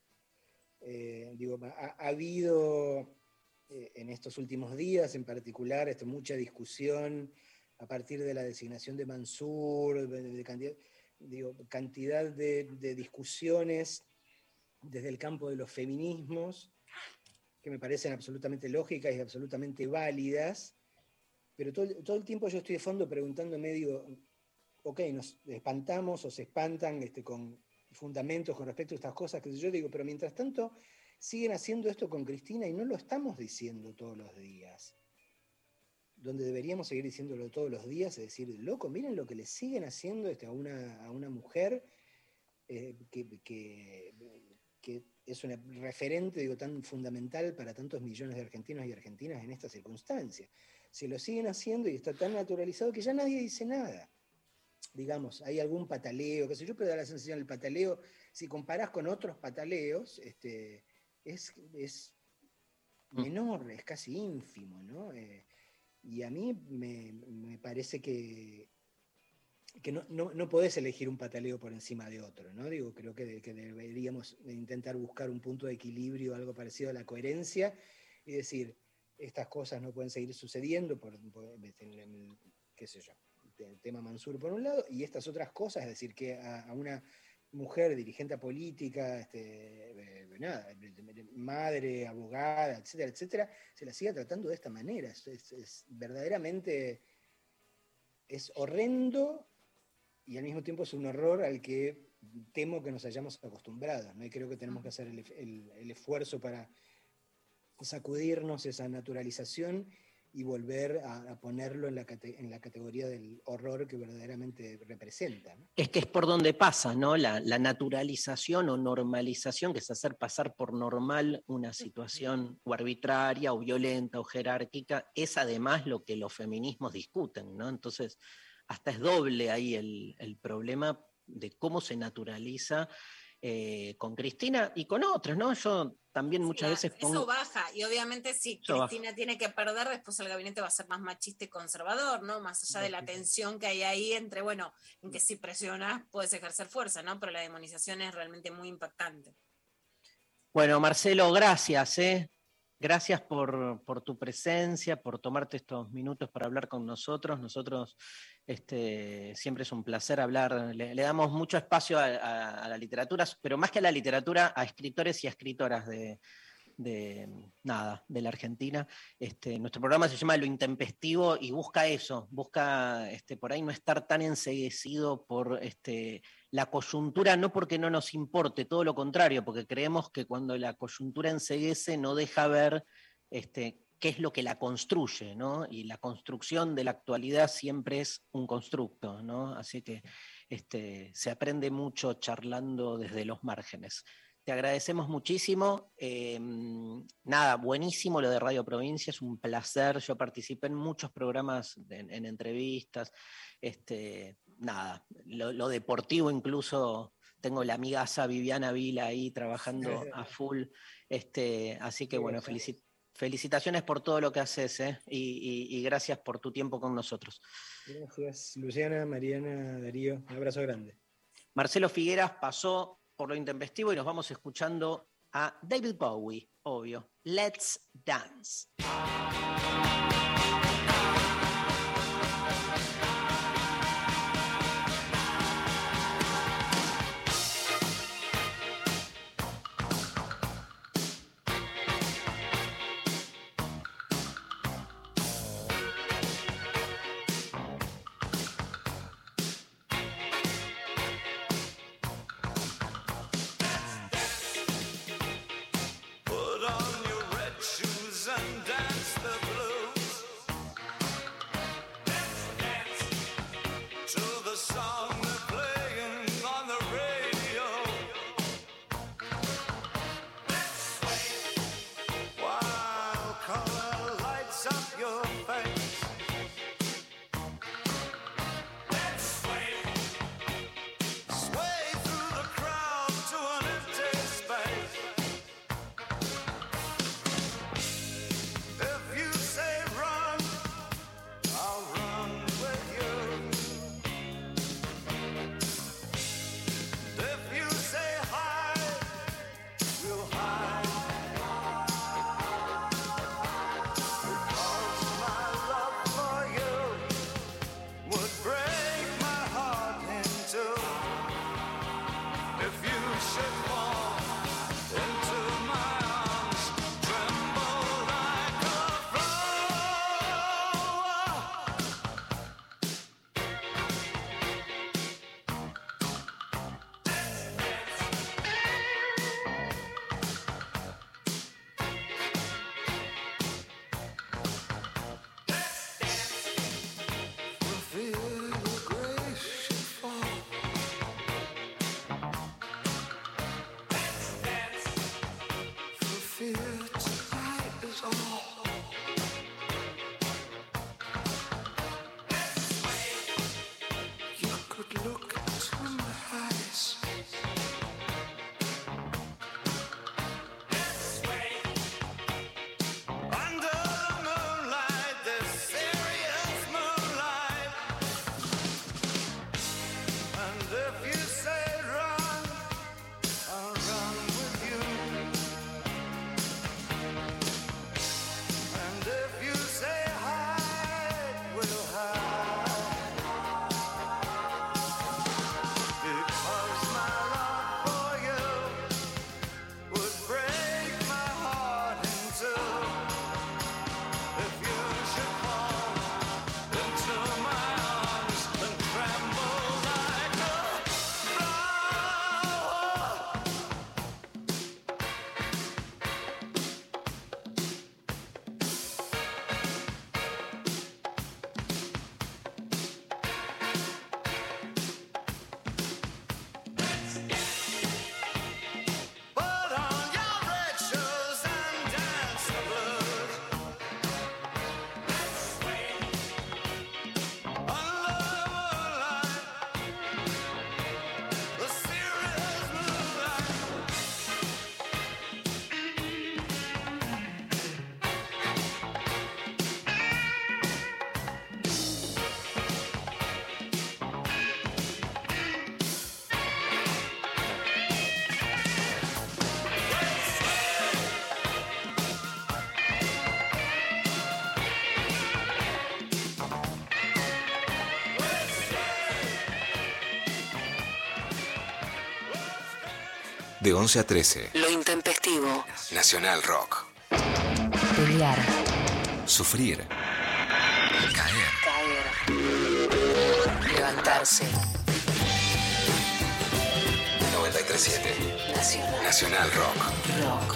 [SPEAKER 1] Eh, digo, ha, ha habido eh, en estos últimos días en particular este, mucha discusión a partir de la designación de Mansur, de, de cantidad, digo, cantidad de, de discusiones desde el campo de los feminismos que me parecen absolutamente lógicas y absolutamente válidas. Pero todo, todo el tiempo yo estoy de fondo preguntándome, digo, ok, nos espantamos o se espantan este, con fundamentos con respecto a estas cosas, que yo digo, pero mientras tanto siguen haciendo esto con Cristina y no lo estamos diciendo todos los días. Donde deberíamos seguir diciéndolo todos los días, es decir, loco, miren lo que le siguen haciendo este, a, una, a una mujer eh, que, que, que es una referente, digo, tan fundamental para tantos millones de argentinos y argentinas en estas circunstancias. Se lo siguen haciendo y está tan naturalizado que ya nadie dice nada. Digamos, hay algún pataleo, qué sé yo, pero da la sensación del pataleo, si comparás con otros pataleos, este, es, es menor, es casi ínfimo, ¿no? Eh, y a mí me, me parece que, que no, no, no podés elegir un pataleo por encima de otro, ¿no? Digo, creo que, que deberíamos intentar buscar un punto de equilibrio, algo parecido a la coherencia, y decir, estas cosas no pueden seguir sucediendo por, por el, qué sé yo, el tema Mansur por un lado, y estas otras cosas, es decir, que a, a una mujer dirigente política, este, eh, nada, madre, abogada, etcétera, etcétera, se la siga tratando de esta manera. Es, es, es verdaderamente, es horrendo y al mismo tiempo es un horror al que temo que nos hayamos acostumbrado, ¿no? Y creo que tenemos que hacer el, el, el esfuerzo para sacudirnos esa naturalización y volver a, a ponerlo en la, en la categoría del horror que verdaderamente representa, ¿no?
[SPEAKER 2] Es que es por donde pasa, ¿no? La, la naturalización o normalización, que es hacer pasar por normal una situación o arbitraria o violenta o jerárquica, es además lo que los feminismos discuten, ¿no? Entonces, hasta es doble ahí el, el problema de cómo se naturaliza eh, con Cristina y con otros, ¿no? Yo también muchas
[SPEAKER 4] sí,
[SPEAKER 2] veces
[SPEAKER 4] pongo... Eso baja, y obviamente si
[SPEAKER 2] Eso
[SPEAKER 4] Cristina
[SPEAKER 2] baja.
[SPEAKER 4] tiene que perder, después el gabinete va a ser más machista y conservador, ¿no? Más allá de la tensión que hay ahí entre, bueno, en que si presionas puedes ejercer fuerza, ¿no? Pero la demonización es realmente muy impactante.
[SPEAKER 2] Bueno, Marcelo, gracias, ¿eh? Gracias por, por tu presencia, por tomarte estos minutos para hablar con nosotros. Nosotros este, siempre es un placer hablar, le, le damos mucho espacio a, a, a la literatura, pero más que a la literatura, a escritores y a escritoras de, de nada, de la Argentina. Este, nuestro programa se llama Lo Intempestivo y busca eso, busca este, por ahí no estar tan enceguecido por este, la coyuntura, no porque no nos importe, todo lo contrario, porque creemos que cuando la coyuntura enceguece no deja ver este, qué es lo que la construye, ¿no? Y la construcción de la actualidad siempre es un constructo, ¿no? Así que este, se aprende mucho charlando desde los márgenes. te agradecemos muchísimo. Eh, nada, buenísimo lo de Radio Provincia, es un placer. Yo participé en muchos programas, en, en entrevistas. Este, nada, lo, lo deportivo incluso, tengo la amigaza Viviana Vila ahí trabajando a full. Este, así que bueno, felici- felicitaciones por todo lo que haces, ¿eh? y, y, y gracias por tu tiempo con nosotros.
[SPEAKER 1] Gracias, Luciana, Mariana, Darío. Un abrazo grande.
[SPEAKER 2] Marcelo Figueras pasó por Lo Intempestivo y nos vamos escuchando a David Bowie, obvio. Let's Dance.
[SPEAKER 12] Put on your red shoes and dance the blues. Let's dance to the song they're playing on the radio. Let's sway while color lights up your face. Let's sway, sway through the crowd to an empty space. If you say run, I'll run with you. If you say hide, we'll hide. Because my love for you would break my heart in two. If you should fall into my arms, tremble like a flower. Feel your grace should fall. For fear tonight is all. You could look into my eyes. Under the moonlight, this serious moonlight. And if you say run, I'll run with you. And if you say hide, we'll hide. Because my love for you would break my heart in two. If you should fall into my arms and tremble like a flower. Put on your red shoes and dance the blues. Let's sway under the moonlight, the serious moonlight.
[SPEAKER 6] De once a trece,
[SPEAKER 21] Lo Intempestivo.
[SPEAKER 6] Nacional Rock.
[SPEAKER 21] Pelear.
[SPEAKER 6] Sufrir. Caer.
[SPEAKER 21] Caer. Levantarse.
[SPEAKER 6] noventa y tres siete.
[SPEAKER 21] Nacional.
[SPEAKER 6] Nacional Rock.
[SPEAKER 21] Rock.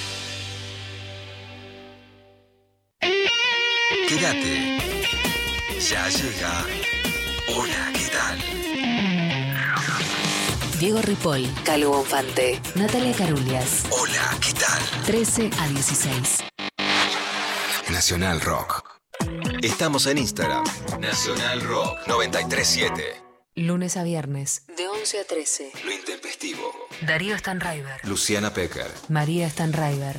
[SPEAKER 6] Quédate. Ya llega. Hola, ¿qué tal?
[SPEAKER 16] Diego Ripoll, Calvo Bonfante, Natalia Carulias.
[SPEAKER 6] Hola, ¿qué tal?
[SPEAKER 16] trece a dieciséis.
[SPEAKER 6] Nacional Rock. Estamos en Instagram. Nacional Rock noventa y tres siete.
[SPEAKER 16] Lunes a viernes, de once a trece.
[SPEAKER 6] Lo intempestivo.
[SPEAKER 16] Darío Stanraiver.
[SPEAKER 6] Luciana Pecker.
[SPEAKER 16] María Stanraiver.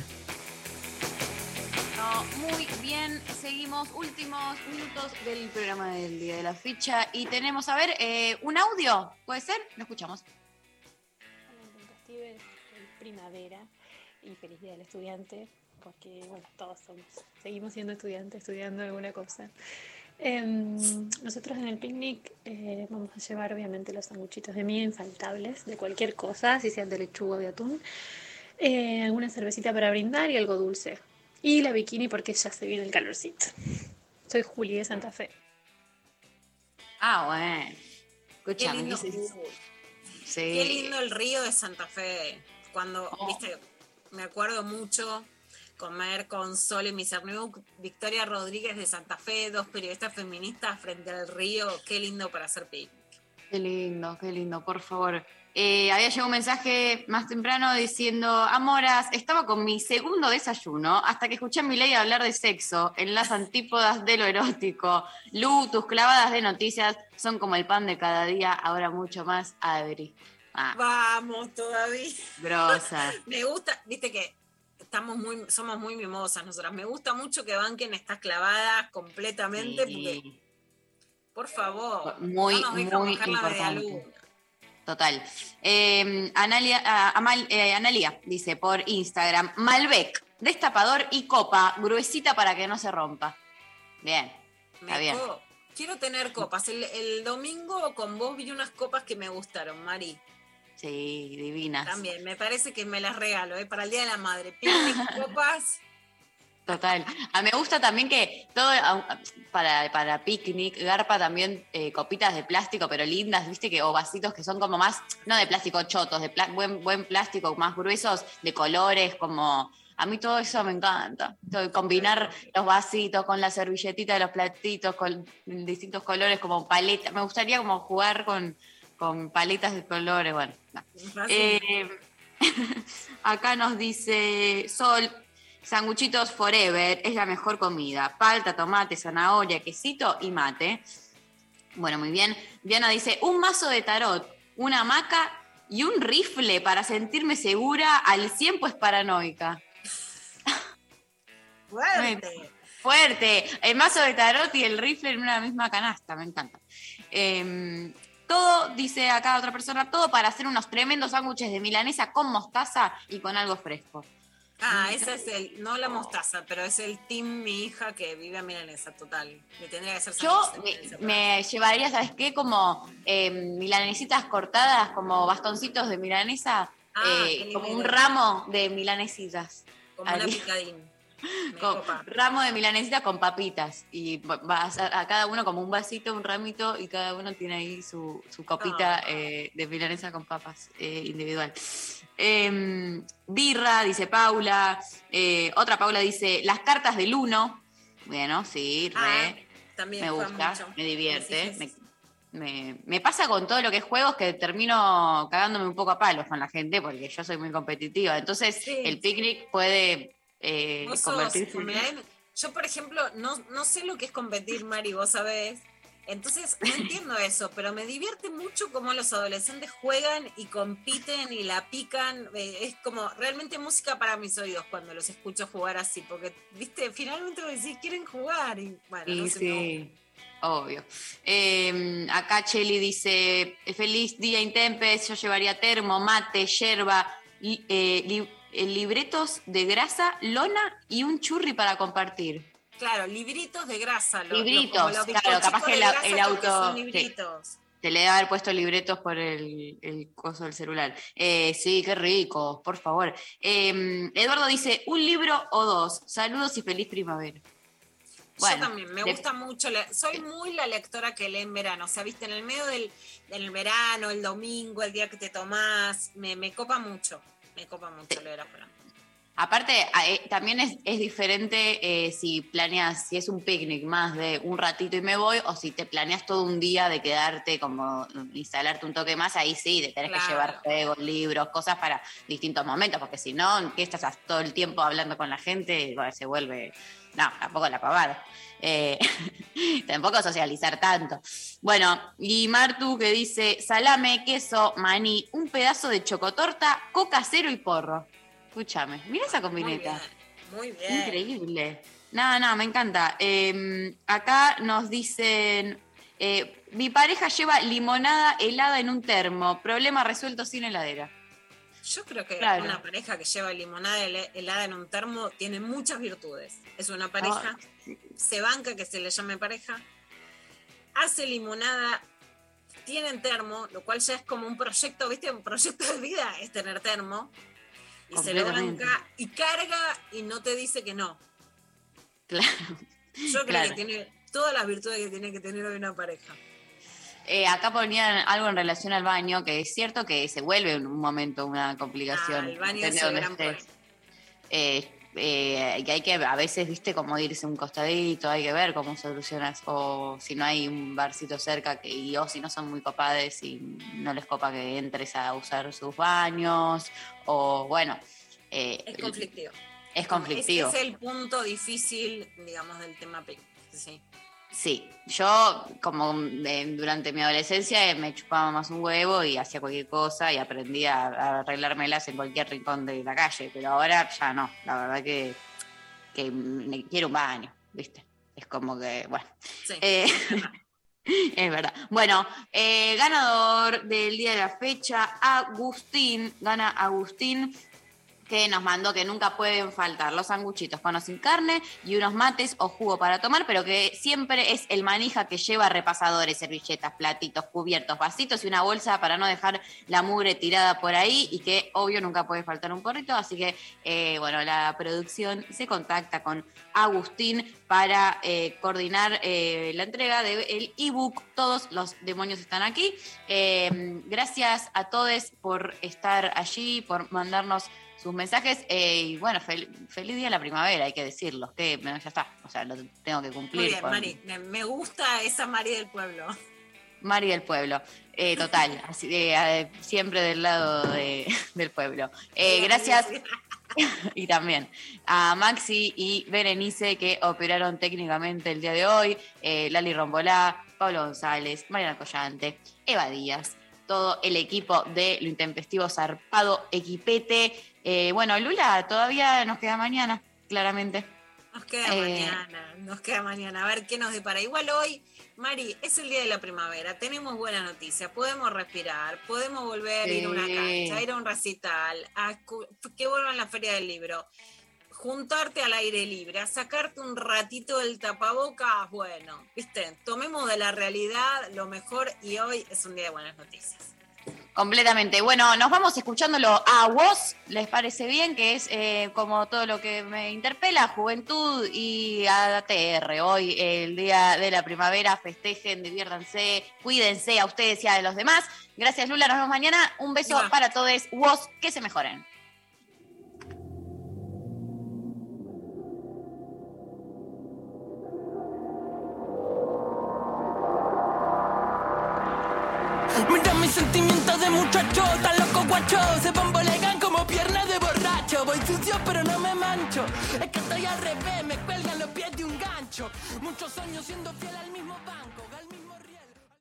[SPEAKER 7] No, muy bien, seguimos últimos minutos del programa del día de la ficha y tenemos, a ver, eh, un audio, ¿puede ser? Lo escuchamos.
[SPEAKER 17] Intempestives, primavera y feliz día del estudiante, porque bueno, todos somos, seguimos siendo estudiantes, estudiando alguna cosa. Eh, nosotros en el picnic eh, vamos a llevar obviamente los sanguchitos de miga infaltables, de cualquier cosa, si sean de lechuga o de atún, eh, alguna cervecita para brindar y algo dulce. Y la bikini porque ya se viene el calorcito. Soy Juli de Santa Fe.
[SPEAKER 7] Ah, bueno. Escucha,
[SPEAKER 4] Qué lindo,
[SPEAKER 7] sí.
[SPEAKER 4] Qué lindo el río de Santa Fe. Cuando, oh. viste, me acuerdo mucho comer con Sol y Misernuc, Victoria Rodríguez de Santa Fe, dos periodistas feministas frente al río. Qué lindo para hacer picnic.
[SPEAKER 7] Qué lindo, qué lindo, por favor. Eh, había llegado un mensaje más temprano diciendo: Amoras, estaba con mi segundo desayuno hasta que escuché a Milei hablar de sexo en las antípodas de lo erótico. Lu, tus clavadas de noticias son como el pan de cada día, ahora mucho más Adri. Ah.
[SPEAKER 4] Vamos todavía.
[SPEAKER 7] Grosa.
[SPEAKER 4] Me gusta, viste que estamos muy, somos muy mimosas nosotras. Me gusta mucho que banquen estas clavadas completamente, sí. Porque, por favor,
[SPEAKER 7] muy,
[SPEAKER 4] no nos
[SPEAKER 7] muy importante. Total. Eh, Analia, uh, Amal, eh, Analia dice por Instagram: Malbec, destapador y copa gruesita para que no se rompa. Bien, está
[SPEAKER 4] me
[SPEAKER 7] bien.
[SPEAKER 4] Co- quiero tener copas. El, el domingo con vos vi unas copas que me gustaron, Mari.
[SPEAKER 7] Sí, divinas.
[SPEAKER 4] También, me parece que me las regalo, ¿eh? Para el Día de la Madre. Picnic, copas.
[SPEAKER 7] Total. A mí me gusta también que todo, para, para picnic, garpa también eh, copitas de plástico, pero lindas, viste, que o vasitos que son como más, no de plástico chotos, de pla- buen, buen plástico, más gruesos, de colores, como... A mí todo eso me encanta. Todo, combinar los vasitos con la servilletita de los platitos, con distintos colores, como paletas. Me gustaría como jugar con, con paletas de colores, bueno. No. Eh, acá nos dice Sol... Sanguchitos Forever es la mejor comida. Palta, tomate, zanahoria, quesito y mate. Bueno, muy bien. Diana dice, un mazo de tarot, una hamaca y un rifle para sentirme segura al cien, pues paranoica.
[SPEAKER 4] Fuerte.
[SPEAKER 7] Fuerte. El mazo de tarot y el rifle en una misma canasta. Me encanta. Eh, todo, dice acá otra persona, todo para hacer unos tremendos sándwiches de milanesa con mostaza y con algo fresco.
[SPEAKER 4] Ah, ese es el, no la mostaza, pero es el team mi hija que vive a milanesa, total. Me tendría que hacer
[SPEAKER 7] Yo me, me llevaría, ¿sabes qué? Como eh, milanesitas cortadas, como bastoncitos de milanesa,
[SPEAKER 4] ah,
[SPEAKER 7] eh, como un ramo de milanesitas.
[SPEAKER 4] Como una picadín.
[SPEAKER 7] Con, ramo de milanesitas con papitas. Y vas a, a cada uno como un vasito, un ramito, y cada uno tiene ahí su, su copita oh. eh, de milanesa con papas eh, individual. Eh, birra, dice Paula. Eh, otra Paula dice, las cartas del uno. Bueno, sí, re.
[SPEAKER 4] Ah, también
[SPEAKER 7] me gusta,
[SPEAKER 4] mucho.
[SPEAKER 7] me divierte. Me, me, me pasa con todo lo que es juegos que termino cagándome un poco a palos con la gente porque yo soy muy competitiva. Entonces, sí, el picnic puede eh, convertirse
[SPEAKER 4] sos, en... Yo, por ejemplo, no, no sé lo que es competir, Mari, vos sabés. Entonces, no entiendo eso, pero me divierte mucho cómo los adolescentes juegan y compiten y la pican. Es como realmente música para mis oídos cuando los escucho jugar así, porque, viste, finalmente me decís, quieren jugar. Y bueno,
[SPEAKER 7] y
[SPEAKER 4] no sé
[SPEAKER 7] sí, cómo. Obvio. Eh, acá Cheli dice, feliz día Intempes, yo llevaría termo, mate, yerba, li, eh, li, eh, libretos de grasa, lona y un churri para compartir.
[SPEAKER 4] Claro, libritos de grasa. Lo,
[SPEAKER 7] libritos,
[SPEAKER 4] lo,
[SPEAKER 7] claro, capaz que la, el auto...
[SPEAKER 4] Son libritos.
[SPEAKER 7] Sí, te le debe haber puesto libretos por el, el coso del celular. Eh, sí, qué rico, por favor. Eh, Eduardo dice, un libro o dos. Saludos y feliz primavera.
[SPEAKER 4] Bueno, yo también, me de... gusta mucho. Le... Soy muy la lectora que lee en verano. O sea, viste, en el medio del, del verano, el domingo, el día que te tomás, me, me copa mucho. Me copa mucho
[SPEAKER 7] sí.
[SPEAKER 4] leer afuera.
[SPEAKER 7] Aparte, eh, también es, es diferente eh, si planeas, si es un picnic más de un ratito y me voy, o si te planeas todo un día de quedarte, como instalarte un toque más, ahí sí, te tenés
[SPEAKER 4] Claro.
[SPEAKER 7] que llevar juegos, libros, cosas para distintos momentos, porque si no, ¿qué estás todo el tiempo hablando con la gente? Bueno, se vuelve, no, tampoco la pavada. Eh, tampoco socializar tanto. Bueno, y Martu que dice, salame, queso, maní, un pedazo de chocotorta, coca cero y porro. Escúchame, mira esa combineta.
[SPEAKER 4] Muy bien.
[SPEAKER 7] Increíble. No, no, me encanta. Eh, acá nos dicen, eh, mi pareja lleva limonada helada en un termo. Problema resuelto sin heladera.
[SPEAKER 4] Yo creo que
[SPEAKER 7] Claro.
[SPEAKER 4] una pareja que lleva limonada hele- helada en un termo tiene muchas virtudes. Es una pareja, se banca que se le llame pareja, hace limonada, tienen termo, lo cual ya es como un proyecto, ¿viste? Un proyecto de vida es tener termo. Y se lo
[SPEAKER 7] Completamente.
[SPEAKER 4] banca y carga y no te dice que no.
[SPEAKER 7] Claro.
[SPEAKER 4] Yo creo
[SPEAKER 7] Claro.
[SPEAKER 4] que tiene todas las virtudes que tiene que tener hoy una pareja.
[SPEAKER 7] Eh, acá ponían algo en relación al baño, que es cierto que se vuelve en un momento una complicación.
[SPEAKER 4] Ah, el baño
[SPEAKER 7] depende
[SPEAKER 4] es
[SPEAKER 7] de
[SPEAKER 4] el
[SPEAKER 7] dónde
[SPEAKER 4] gran
[SPEAKER 7] estés. Eh, eh, que hay que, a veces, viste, como irse un costadito, hay que ver cómo solucionas, o si no hay un barcito cerca, que, y o si no son muy copades y no les copa que entres a usar sus baños, o bueno. eh,
[SPEAKER 4] Es conflictivo.
[SPEAKER 7] Es conflictivo.
[SPEAKER 4] Ese es el punto difícil, digamos, del tema picnic. Sí.
[SPEAKER 7] Sí, yo como eh, durante mi adolescencia eh, me chupaba más un huevo y hacía cualquier cosa y aprendí a, a arreglármelas en cualquier rincón de la calle, pero ahora ya no, la verdad que, que me quiero un baño, ¿viste? Es como que, bueno.
[SPEAKER 4] Sí.
[SPEAKER 7] Eh, es verdad. Bueno, eh, ganador del día de la fecha, Agustín, gana Agustín, que nos mandó que nunca pueden faltar los sanguchitos con o sin carne y unos mates o jugo para tomar, pero que siempre es el manija que lleva repasadores, servilletas, platitos, cubiertos, vasitos y una bolsa para no dejar la mugre tirada por ahí y que obvio nunca puede faltar un porrito, así que eh, bueno, la producción se contacta con Agustín para eh, coordinar eh, la entrega del ebook Todos los demonios están aquí. Eh, gracias a todos por estar allí, por mandarnos sus mensajes, eh, y bueno, fel- feliz día de la primavera, hay que decirlo, que bueno, ya está, o sea, lo tengo que cumplir.
[SPEAKER 4] Muy bien,
[SPEAKER 7] con
[SPEAKER 4] Mari. Me, me gusta esa Mari del pueblo.
[SPEAKER 7] Mari del pueblo, eh, total, así, eh, siempre del lado de- del pueblo. Eh, gracias, y también a Maxi y Berenice que operaron técnicamente el día de hoy, eh, Lali Rombolá, Pablo González, Mariana Collante, Eva Díaz, todo el equipo de Lo Intempestivo Zarpado Equipete. Eh, bueno, Lula, todavía nos queda mañana, claramente.
[SPEAKER 4] Nos queda
[SPEAKER 7] Eh,
[SPEAKER 4] mañana, nos queda mañana. A ver qué nos depara. Igual hoy, Mari, es el día de la primavera. Tenemos buenas noticias. Podemos respirar, podemos volver a ir a una
[SPEAKER 7] Sí.
[SPEAKER 4] cancha, a ir a un recital, a escu- que vuelvan la Feria del Libro. Juntarte al aire libre, a sacarte un ratito del tapabocas, bueno, viste, tomemos de la realidad lo mejor y hoy es un día de buenas noticias.
[SPEAKER 7] Completamente. Bueno, nos vamos escuchándolo a vos, ¿les parece bien? Que es eh, como todo lo que me interpela, juventud y A T R. Hoy, el día de la primavera, festejen, diviértanse, cuídense a ustedes y a los demás. Gracias, Lula, nos vemos mañana. Un beso
[SPEAKER 4] Igual.
[SPEAKER 7] para todos, vos, que se mejoren.
[SPEAKER 12] Mira mis sentimientos de muchacho, tan loco guacho, se bambolean como piernas de borracho. Voy sucio pero no me mancho, es que estoy al revés, me cuelgan los pies de un gancho. Muchos años siendo fiel al mismo banco.